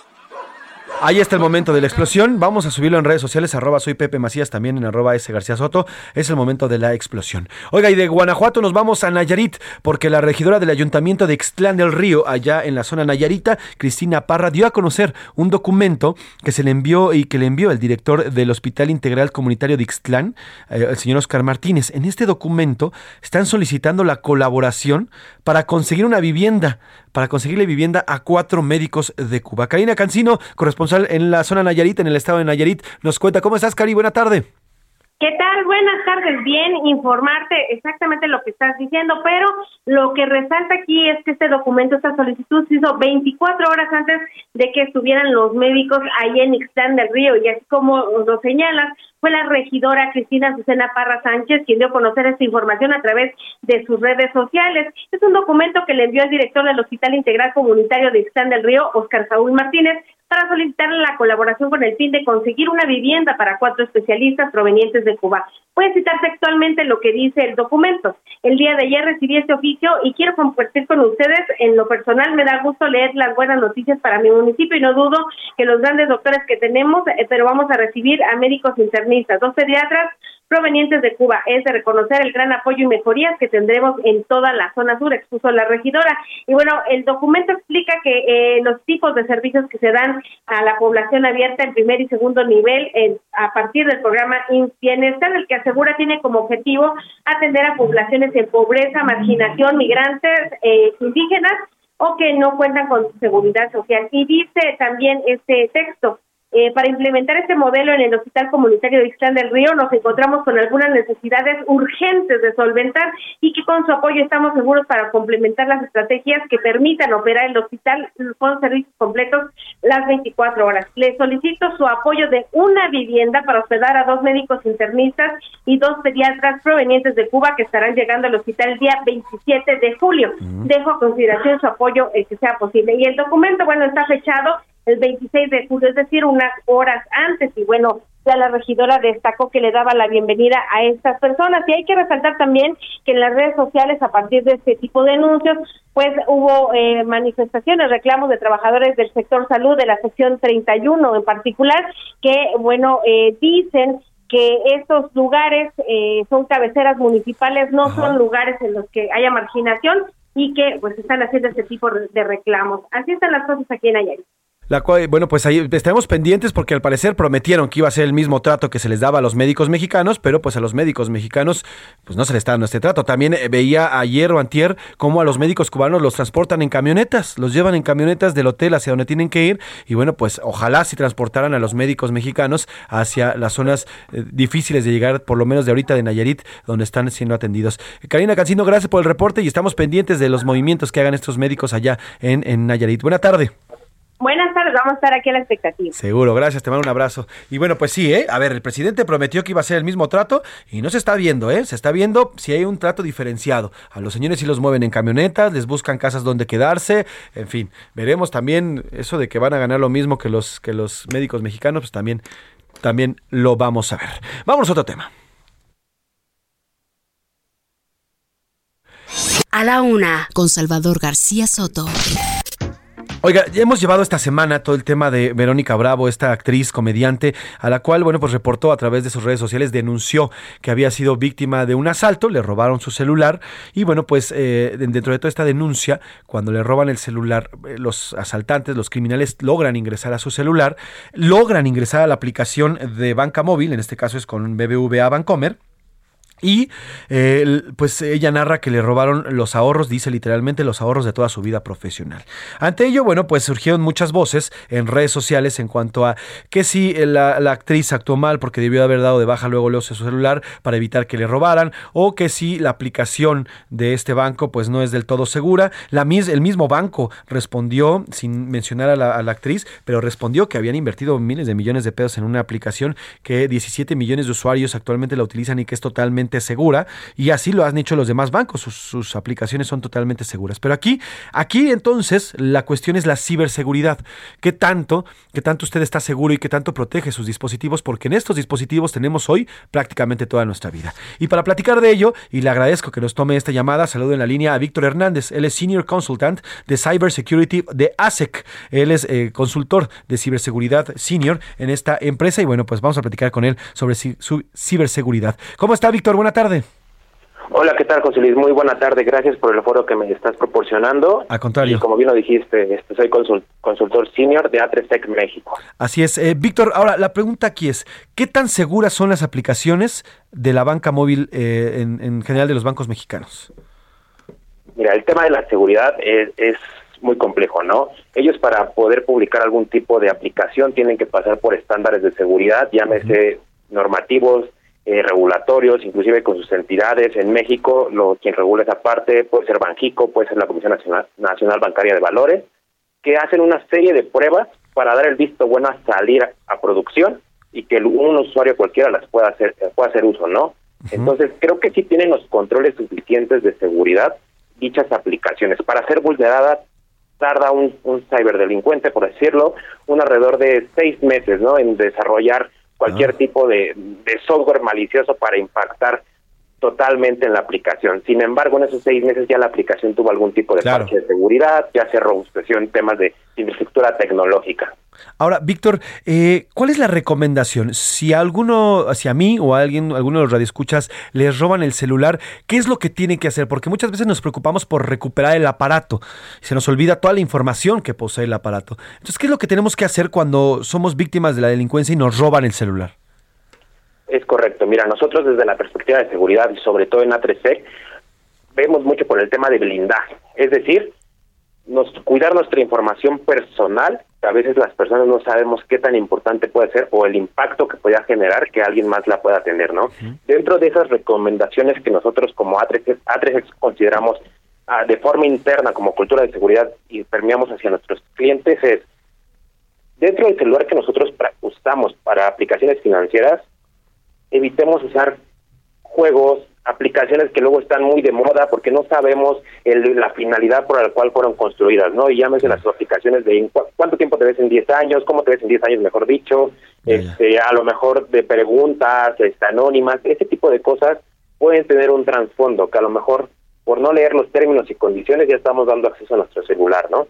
Speaker 7: Ahí está el momento de la explosión. Vamos a subirlo en redes sociales, arroba soy Pepe Macías, también en arroba S García Soto. Es el momento de la explosión. Oiga, y de Guanajuato nos vamos a Nayarit, porque la regidora del Ayuntamiento de Ixtlán del Río, allá en la zona nayarita, Cristina Parra, dio a conocer un documento que se le envió y que le envió el director del Hospital Integral Comunitario de Ixtlán, eh, el señor Oscar Martínez. En este documento están solicitando la colaboración para conseguir una vivienda, para conseguirle vivienda a cuatro médicos de Cuba. Karina Cancino, corresponsal en la zona Nayarit, en el estado de Nayarit, nos cuenta. ¿Cómo estás, Cari? Buena tarde.
Speaker 22: ¿Qué tal? Buenas tardes. Bien, informarte exactamente lo que estás diciendo, pero lo que resalta aquí es que este documento, esta solicitud se hizo veinticuatro horas antes de que estuvieran los médicos ahí en Ixtlán del Río, y así como lo señalas, fue la regidora Cristina Azucena Parra Sánchez quien dio a conocer esta información a través de sus redes sociales. Es un documento que le envió el director del Hospital Integral Comunitario de Ixtlán del Río, Óscar Saúl Martínez, para solicitarle la colaboración con el fin de conseguir una vivienda para cuatro especialistas provenientes de Cuba. Puede citar textualmente lo que dice el documento. El día de ayer recibí este oficio y quiero compartir con ustedes. En lo personal me da gusto leer las buenas noticias para mi municipio y no dudo que los grandes doctores que tenemos, eh, pero vamos a recibir a médicos internistas, dos pediatras provenientes de Cuba. Es de reconocer el gran apoyo y mejorías que tendremos en toda la zona sur, expuso la regidora. Y bueno, el documento explica que eh, los tipos de servicios que se dan a la población abierta en primer y segundo nivel eh, a partir del programa Bienestar, el que asegura tiene como objetivo atender a poblaciones en pobreza, marginación, migrantes, eh, indígenas o que no cuentan con seguridad social. Y dice también este texto: Eh, para implementar este modelo en el Hospital Comunitario de Ixtlán del Río nos encontramos con algunas necesidades urgentes de solventar y que con su apoyo estamos seguros para complementar las estrategias que permitan operar el hospital con servicios completos las veinticuatro horas. Le solicito su apoyo de una vivienda para hospedar a dos médicos internistas y dos pediatras provenientes de Cuba que estarán llegando al hospital el día veintisiete de julio. Dejo a consideración su apoyo el que sea posible. Y el documento, bueno, está fechado el veintiséis de julio, es decir, unas horas antes, y bueno, ya la regidora destacó que le daba la bienvenida a estas personas. Y hay que resaltar también que en las redes sociales, a partir de este tipo de anuncios, pues hubo eh, manifestaciones, reclamos de trabajadores del sector salud, de la sección treinta y uno en particular, que, bueno, eh, dicen que estos lugares eh, son cabeceras municipales, no Ajá. son lugares en los que haya marginación, y que pues están haciendo este tipo de reclamos. Así están las cosas aquí en Nayarit.
Speaker 7: La cual, bueno, pues ahí estaremos pendientes porque al parecer prometieron que iba a ser el mismo trato que se les daba a los médicos mexicanos, pero pues a los médicos mexicanos pues no se les está dando este trato. También veía ayer o antier cómo a los médicos cubanos los transportan en camionetas, los llevan en camionetas del hotel hacia donde tienen que ir, y bueno, pues ojalá si transportaran a los médicos mexicanos hacia las zonas eh, difíciles de llegar, por lo menos de ahorita de Nayarit, donde están siendo atendidos. Karina Cancino, gracias por el reporte y estamos pendientes de los movimientos que hagan estos médicos allá en, en Nayarit. Buena tarde.
Speaker 22: Buenas tardes, vamos a estar aquí a la expectativa.
Speaker 7: Seguro, gracias, te mando un abrazo. Y bueno, pues sí, ¿eh? A ver, el presidente prometió que iba a ser el mismo trato y no se está viendo, ¿eh? Se está viendo si hay un trato diferenciado. A los señores sí los mueven en camionetas, les buscan casas donde quedarse, en fin. Veremos también eso de que van a ganar lo mismo que los, que los médicos mexicanos, pues también, también lo vamos a ver. Vámonos a otro tema.
Speaker 2: A la una, con Salvador García Soto.
Speaker 7: Oiga, ya hemos llevado esta semana todo el tema de Verónica Bravo, esta actriz, comediante, a la cual, bueno, pues reportó a través de sus redes sociales, denunció que había sido víctima de un asalto, le robaron su celular y, bueno, pues eh, dentro de toda esta denuncia, cuando le roban el celular, los asaltantes, los criminales logran ingresar a su celular, logran ingresar a la aplicación de banca móvil, en este caso es con B B V A Bancomer. Y eh, pues ella narra que le robaron los ahorros, dice literalmente los ahorros de toda su vida profesional. Ante ello, bueno, pues surgieron muchas voces en redes sociales en cuanto a que si la, la actriz actuó mal porque debió haber dado de baja luego luego su celular para evitar que le robaran, o que si la aplicación de este banco pues no es del todo segura. La, el mismo banco respondió, sin mencionar a la, a la actriz, pero respondió que habían invertido miles de millones de pesos en una aplicación que diecisiete millones de usuarios actualmente la utilizan y que es totalmente totalmente segura, y así lo han hecho los demás bancos, sus, sus aplicaciones son totalmente seguras. Pero aquí, aquí entonces la cuestión es la ciberseguridad. ¿Qué tanto, qué tanto usted está seguro y qué tanto protege sus dispositivos? Porque en estos dispositivos tenemos hoy prácticamente toda nuestra vida. Y para platicar de ello, y le agradezco que nos tome esta llamada, saludo en la línea a Víctor Hernández. Él es Senior Consultant de Cybersecurity de A S E C. Él es eh, consultor de ciberseguridad senior en esta empresa y bueno, pues vamos a platicar con él sobre ci- su ciberseguridad. ¿Cómo está, Víctor? Buena tarde.
Speaker 10: Hola, ¿qué tal, José Luis? Muy buena tarde, gracias por el foro que me estás proporcionando.
Speaker 7: Al contrario.
Speaker 10: Y como bien lo dijiste, este, soy consul- consultor senior de A tres E C México.
Speaker 7: Así es. Eh, Víctor, ahora la pregunta aquí es, ¿qué tan seguras son las aplicaciones de la banca móvil eh, en, en general de los bancos mexicanos?
Speaker 10: Mira, el tema de la seguridad es, es muy complejo, ¿no? Ellos para poder publicar algún tipo de aplicación tienen que pasar por estándares de seguridad, llámese uh-huh. normativos, eh, regulatorios, inclusive con sus entidades. En México, lo quien regula esa parte puede ser Banxico, puede ser la Comisión Nacional, Nacional Bancaria de Valores, que hacen una serie de pruebas para dar el visto bueno a salir a, a producción y que el, un usuario cualquiera las pueda hacer, pueda hacer uso, ¿no? Uh-huh. Entonces, creo que sí tienen los controles suficientes de seguridad dichas aplicaciones. Para ser vulneradas tarda un, un ciberdelincuente, por decirlo, un alrededor de seis meses, ¿no? En desarrollar cualquier ah. tipo de, de software malicioso para impactar totalmente en la aplicación. Sin embargo, en esos seis meses ya la aplicación tuvo algún tipo de claro. parche de seguridad, ya se robusteció en temas de infraestructura tecnológica.
Speaker 7: Ahora, Víctor, eh, ¿cuál es la recomendación? Si a alguno, si a mí o a alguien, alguno de los radioescuchas les roban el celular, ¿qué es lo que tienen que hacer? Porque muchas veces nos preocupamos por recuperar el aparato. Se nos olvida toda la información que posee el aparato. Entonces, ¿qué es lo que tenemos que hacer cuando somos víctimas de la delincuencia y nos roban el celular?
Speaker 10: Es correcto. Mira, nosotros desde la perspectiva de seguridad y sobre todo en A tres E C vemos mucho por el tema de blindaje. Es decir, nos, cuidar nuestra información personal. A veces las personas no sabemos qué tan importante puede ser o el impacto que pueda generar que alguien más la pueda tener, ¿no? Uh-huh. Dentro de esas recomendaciones que nosotros como A tres E C, A tres E C consideramos uh, de forma interna como cultura de seguridad y permeamos hacia nuestros clientes es, dentro del celular que nosotros pra- usamos para aplicaciones financieras, evitemos usar juegos, aplicaciones que luego están muy de moda porque no sabemos el, la finalidad por la cual fueron construidas, ¿no? Y llámese las aplicaciones de cu- cuánto tiempo te ves en diez años, cómo te ves en diez años, mejor dicho, yeah, este, yeah. a lo mejor de preguntas este, anónimas, ese tipo de cosas pueden tener un trasfondo que a lo mejor por no leer los términos y condiciones ya estamos dando acceso a nuestro celular, ¿no?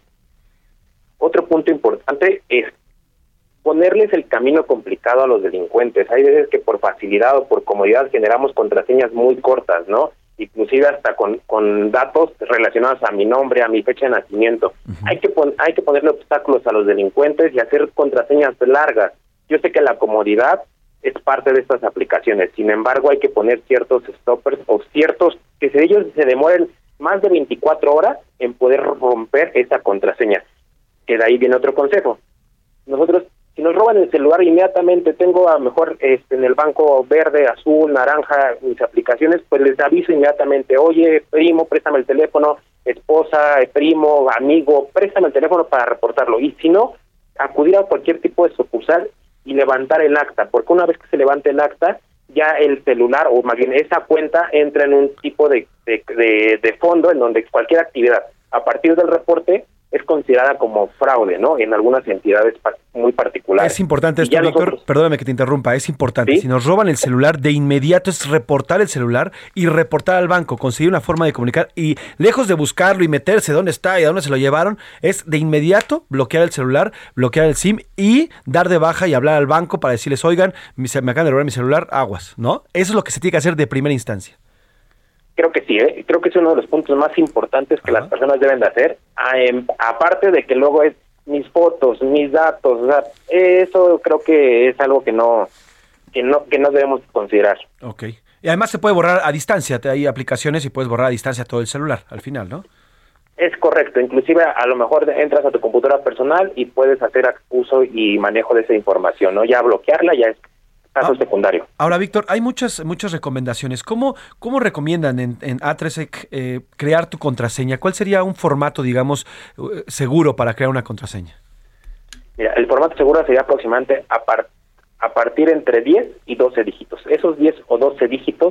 Speaker 10: Otro punto importante es ponerles el camino complicado a los delincuentes. Hay veces que por facilidad o por comodidad generamos contraseñas muy cortas, ¿no? Inclusive hasta con, con datos relacionados a mi nombre, a mi fecha de nacimiento. Uh-huh. Hay que pon, hay que ponerle obstáculos a los delincuentes y hacer contraseñas largas. Yo sé que la comodidad es parte de estas aplicaciones. Sin embargo, hay que poner ciertos stoppers o ciertos que si ellos se demoren más de veinticuatro horas en poder romper esa contraseña. Que de ahí viene otro consejo. Nosotros si nos roban el celular inmediatamente, tengo a lo mejor este, en el banco verde, azul, naranja, mis aplicaciones, pues les aviso inmediatamente, oye, primo, préstame el teléfono, esposa, primo, amigo, préstame el teléfono para reportarlo. Y si no, acudir a cualquier tipo de sucursal y levantar el acta, porque una vez que se levante el acta, ya el celular, o más bien esa cuenta, entra en un tipo de, de, de, de fondo en donde cualquier actividad, a partir del reporte, es considerada como fraude, ¿no? En algunas entidades pa- muy particulares.
Speaker 7: Es importante esto, Víctor, nosotros... perdóname que te interrumpa, es importante. ¿Sí? Si nos roban el celular, de inmediato es reportar el celular y reportar al banco, conseguir una forma de comunicar y lejos de buscarlo y meterse dónde está y a dónde se lo llevaron, es de inmediato bloquear el celular, bloquear el SIM y dar de baja y hablar al banco para decirles, oigan, me acaban de robar mi celular, aguas, ¿no? Eso es lo que se tiene que hacer de primera instancia.
Speaker 10: Creo que sí, ¿eh? Creo que es uno de los puntos más importantes que Ajá. las personas deben de hacer, a, em, aparte de que luego es mis fotos, mis datos, o sea, eso creo que es algo que no que no que no debemos considerar.
Speaker 7: Okay. Y además se puede borrar a distancia, hay aplicaciones y puedes borrar a distancia todo el celular al final, ¿no?
Speaker 10: Es correcto, inclusive a lo mejor entras a tu computadora personal y puedes hacer uso y manejo de esa información, ¿no? Ya bloquearla ya es caso ah, secundario.
Speaker 7: Ahora, Víctor, hay muchas muchas recomendaciones. ¿Cómo cómo recomiendan en, en A tres E C eh, crear tu contraseña? ¿Cuál sería un formato, digamos, seguro para crear una contraseña?
Speaker 10: Mira, el formato seguro sería aproximadamente a, par, a partir entre diez y doce dígitos. Esos diez o doce dígitos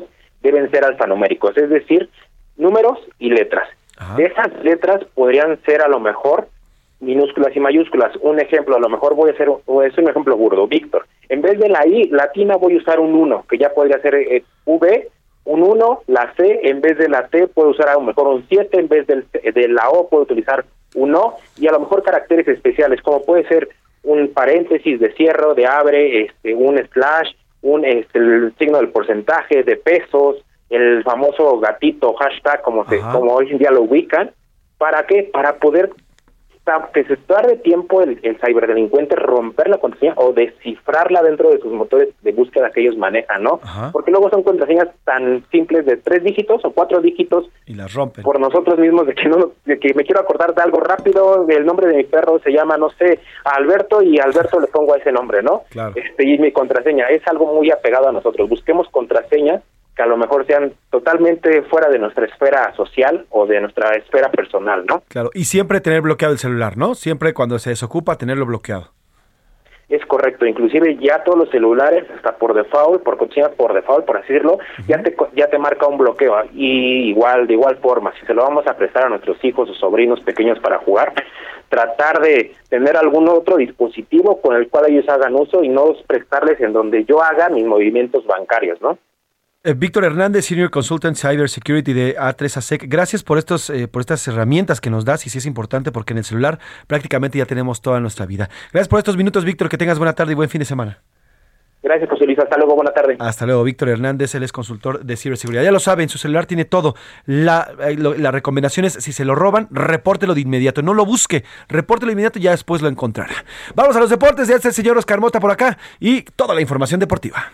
Speaker 10: deben ser alfanuméricos, es decir, números y letras.
Speaker 7: Ajá.
Speaker 10: De esas letras podrían ser a lo mejor minúsculas y mayúsculas. Un ejemplo, a lo mejor voy a hacer, es un ejemplo burdo, Víctor. En vez de la I latina voy a usar un uno, que ya podría ser eh, V, un uno, la C, en vez de la T puedo usar a lo mejor un siete, en vez del, de la O puedo utilizar un O, y a lo mejor caracteres especiales, como puede ser un paréntesis de cierre, de abre, este, un slash, un este, el signo del porcentaje, de pesos, el famoso gatito, hashtag, como, se, como hoy en día lo ubican. ¿Para qué? Para poder que se tarde tiempo el, el ciberdelincuente romper la contraseña o descifrarla dentro de sus motores de búsqueda que ellos manejan, ¿no?
Speaker 7: Ajá.
Speaker 10: Porque luego son contraseñas tan simples de tres dígitos o cuatro dígitos
Speaker 7: y las rompen
Speaker 10: por nosotros mismos, de que no, de que me quiero acordar de algo rápido, el nombre de mi perro se llama, no sé, Alberto, y Alberto le pongo a ese nombre, ¿no?
Speaker 7: Claro.
Speaker 10: Este, y mi contraseña es algo muy apegado a nosotros. Busquemos contraseñas que a lo mejor sean totalmente fuera de nuestra esfera social o de nuestra esfera personal, ¿no?
Speaker 7: Claro, y siempre tener bloqueado el celular, ¿no? Siempre cuando se desocupa, tenerlo bloqueado.
Speaker 10: Es correcto, inclusive ya todos los celulares, hasta por default, por contraseña por default, por así decirlo, uh-huh. ya te ya te marca un bloqueo. Y igual, de igual forma, si se lo vamos a prestar a nuestros hijos o sobrinos pequeños para jugar, tratar de tener algún otro dispositivo con el cual ellos hagan uso y no prestarles en donde yo haga mis movimientos bancarios, ¿no?
Speaker 7: Eh, Víctor Hernández, Senior Consultant Cyber Security de A tres A S E C. Gracias por estos, eh, por estas herramientas que nos das, y sí es importante porque en el celular prácticamente ya tenemos toda nuestra vida. Gracias por estos minutos, Víctor, que tengas buena tarde y buen fin de semana.
Speaker 10: Gracias, José Luis, hasta luego, buena tarde.
Speaker 7: Hasta luego, Víctor Hernández, él es consultor de ciberseguridad. Ya lo saben, su celular tiene todo. La, eh, lo, la recomendación es, si se lo roban, repórtelo de inmediato, no lo busque, repórtelo de inmediato y ya después lo encontrará. Vamos a los deportes, ya está el señor Oscar Mota por acá y toda la información deportiva.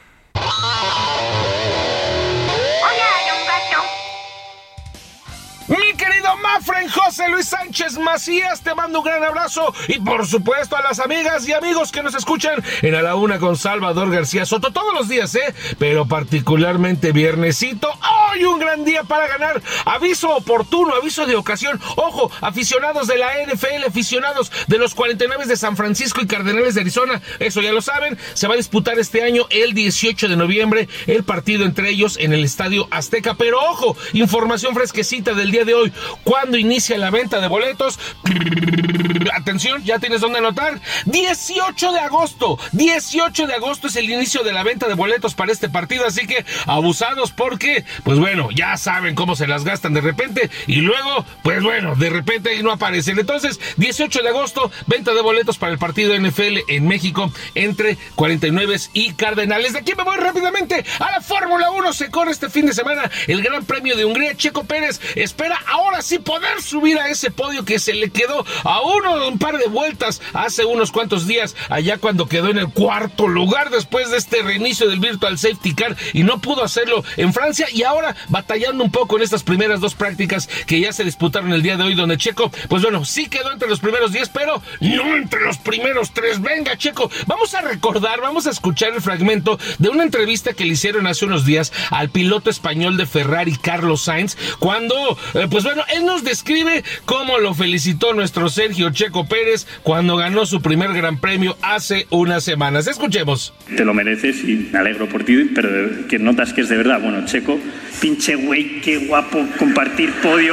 Speaker 11: Mi querido Mafren José Luis Sánchez Macías, te mando un gran abrazo y por supuesto a las amigas y amigos que nos escuchan en A la Una con Salvador García Soto todos los días, ¿eh? Pero particularmente viernesito, hoy un gran día para ganar. Aviso oportuno, aviso de ocasión. Ojo, aficionados de la N F L, aficionados de los cuarenta y nueve de San Francisco y Cardenales de Arizona, eso ya lo saben, se va a disputar este año el dieciocho de noviembre el partido entre ellos en el Estadio Azteca. Pero ojo, información fresquecita del día de hoy. ¿Cuándo inicia la venta de boletos? Atención, ya tienes dónde anotar. dieciocho de agosto. dieciocho de agosto es el inicio de la venta de boletos para este partido, así que abusados porque, pues bueno, ya saben cómo se las gastan de repente y luego, pues bueno, de repente no aparecen. Entonces, dieciocho de agosto, venta de boletos para el partido N F L en México entre cuarenta y nueve y Cardenales. De aquí me voy rápidamente a la Fórmula uno. Se corre este fin de semana el Gran Premio de Hungría. Checo Pérez espera ahora sí poder subir a ese podio que se le quedó a uno un par de vueltas hace unos cuantos días, allá cuando quedó en el cuarto lugar después de este reinicio del Virtual Safety Car y no pudo hacerlo en Francia, y ahora batallando un poco en estas primeras dos prácticas que ya se disputaron el día de hoy, donde Checo, pues bueno, sí quedó entre los primeros diez, pero no entre los primeros tres. Venga, Checo, vamos a recordar, vamos a escuchar el fragmento de una entrevista que le hicieron hace unos días al piloto español de Ferrari, Carlos Sainz, cuando, eh, pues bueno, él nos describe cómo lo felicitó nuestro Sergio Checo Pérez cuando ganó su primer gran premio hace unas semanas. Escuchemos.
Speaker 13: Te lo mereces y me alegro por ti, pero que notas que es de verdad. Bueno, Checo, pinche güey, qué guapo compartir podio.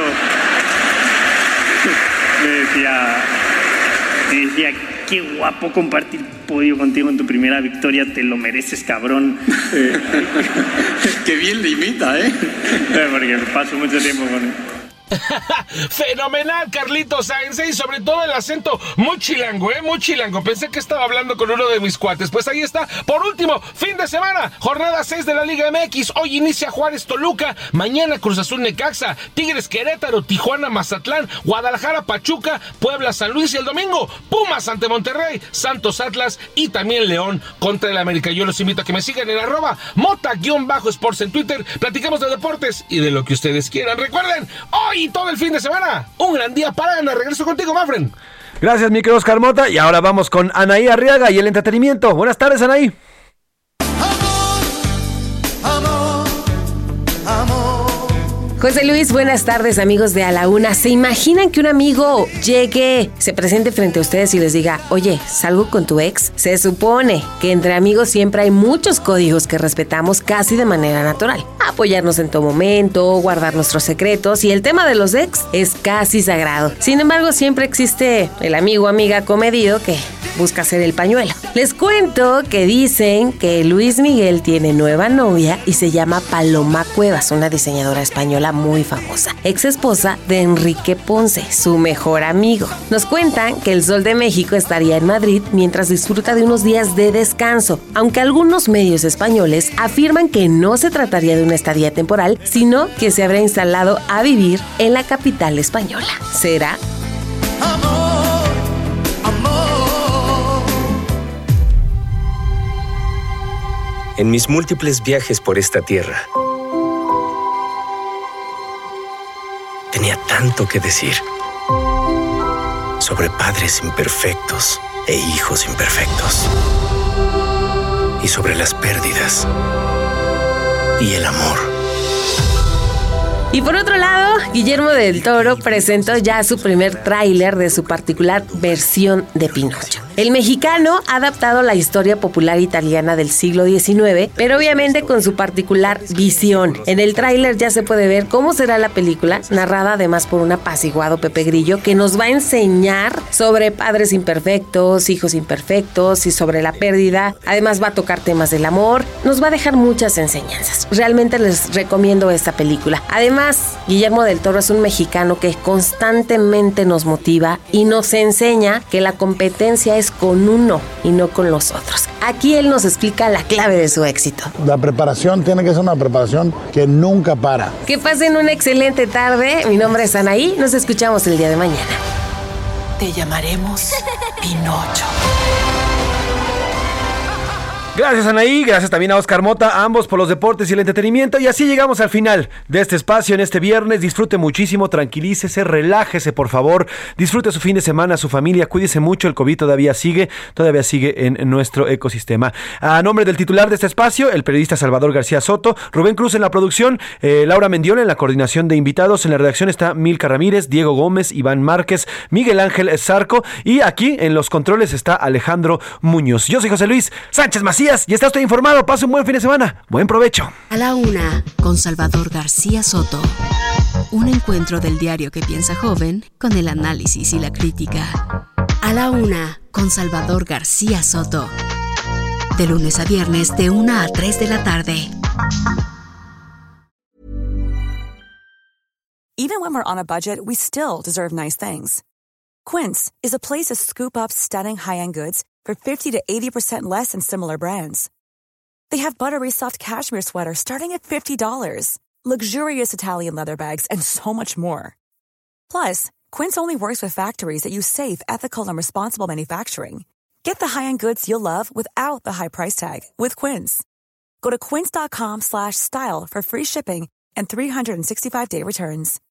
Speaker 13: Me decía, me decía, qué guapo compartir podio contigo en tu primera victoria, te lo mereces, cabrón. Eh,
Speaker 23: qué bien le imita, ¿eh?
Speaker 13: Porque paso mucho tiempo con él.
Speaker 11: Fenomenal, Carlitos Sainz, y sobre todo el acento muy chilango, eh, muy chilango. Pensé que estaba hablando con uno de mis cuates. Pues ahí está. Por último, fin de semana, jornada seis de la Liga M X. Hoy inicia Juárez Toluca, mañana Cruz Azul Necaxa, Tigres Querétaro, Tijuana Mazatlán, Guadalajara Pachuca, Puebla San Luis, y el domingo Pumas ante Monterrey, Santos Atlas y también León contra el América. Yo los invito a que me sigan en arroba mota-sports en Twitter. Platicamos de deportes y de lo que ustedes quieran. Recuerden, hoy y todo el fin de semana, un gran día para ganar. Regreso contigo, Mafren.
Speaker 7: Gracias, mi querido Oscar Mota. Y ahora vamos con Anaí Arriaga y el entretenimiento. Buenas tardes, Anaí.
Speaker 8: Amor, amor,
Speaker 5: José Luis, buenas tardes, amigos de A la Una. ¿Se imaginan que un amigo llegue, se presente frente a ustedes y les diga, oye, ¿salgo con tu ex? Se supone que entre amigos siempre hay muchos códigos que respetamos casi de manera natural. Apoyarnos en todo momento, guardar nuestros secretos, y el tema de los ex es casi sagrado. Sin embargo, siempre existe el amigo o amiga comedido que busca hacer el pañuelo. Les cuento que dicen que Luis Miguel tiene nueva novia y se llama Paloma Cuevas, una diseñadora española muy famosa, ex esposa de Enrique Ponce, su mejor amigo. Nos cuentan que el Sol de México estaría en Madrid mientras disfruta de unos días de descanso, aunque algunos medios españoles afirman que no se trataría de una estadía temporal, sino que se habrá instalado a vivir en la capital española. ¿Será?
Speaker 12: En mis múltiples viajes por esta tierra, tenía tanto que decir sobre padres imperfectos e hijos imperfectos, y sobre las pérdidas y el amor.
Speaker 5: Y por otro lado, Guillermo del Toro presentó ya su primer tráiler de su particular versión de Pinocho. El mexicano ha adaptado la historia popular italiana del siglo diecinueve, pero obviamente con su particular visión. En el tráiler ya se puede ver cómo será la película, narrada además por un apaciguado Pepe Grillo, que nos va a enseñar sobre padres imperfectos, hijos imperfectos y sobre la pérdida. Además va a tocar temas del amor, nos va a dejar muchas enseñanzas. Realmente les recomiendo esta película. Además, Guillermo del Toro es un mexicano que constantemente nos motiva y nos enseña que la competencia es con uno y no con los otros. Aquí él nos explica la clave de su éxito.
Speaker 16: La preparación tiene que ser una preparación que nunca para.
Speaker 5: Que pasen una excelente tarde. Mi nombre es Anaí. Nos escuchamos el día de mañana.
Speaker 24: Te llamaremos Pinocho.
Speaker 7: Gracias, Anaí, gracias también a Oscar Mota, ambos por los deportes y el entretenimiento. Y así llegamos al final de este espacio en este viernes. Disfrute muchísimo, tranquilícese, relájese, por favor. Disfrute su fin de semana, su familia, cuídese mucho. El COVID todavía sigue, todavía sigue en, en nuestro ecosistema. A nombre del titular de este espacio, el periodista Salvador García Soto, Rubén Cruz en la producción, eh, Laura Mendiola en la coordinación de invitados. En la redacción está Milka Ramírez, Diego Gómez, Iván Márquez, Miguel Ángel Zarco. Y aquí en los controles está Alejandro Muñoz. Yo soy José Luis Sánchez Macías. Y está usted informado. Pase un buen fin de semana. Buen provecho.
Speaker 2: A la Una, con Salvador García Soto. Un encuentro del diario que piensa joven con el análisis y la crítica. A la Una, con Salvador García Soto. De lunes a viernes, de una a tres de la tarde.
Speaker 25: Even when we're on a budget, we still deserve nice things. Quince is a place to scoop up stunning high-end goods for fifty to eighty percent less than similar brands. They have buttery soft cashmere sweaters starting at fifty dollars, luxurious Italian leather bags, and so much more. Plus, Quince only works with factories that use safe, ethical, and responsible manufacturing. Get the high-end goods you'll love without the high price tag with Quince. Go to quince.com slash style for free shipping and three sixty-five day returns.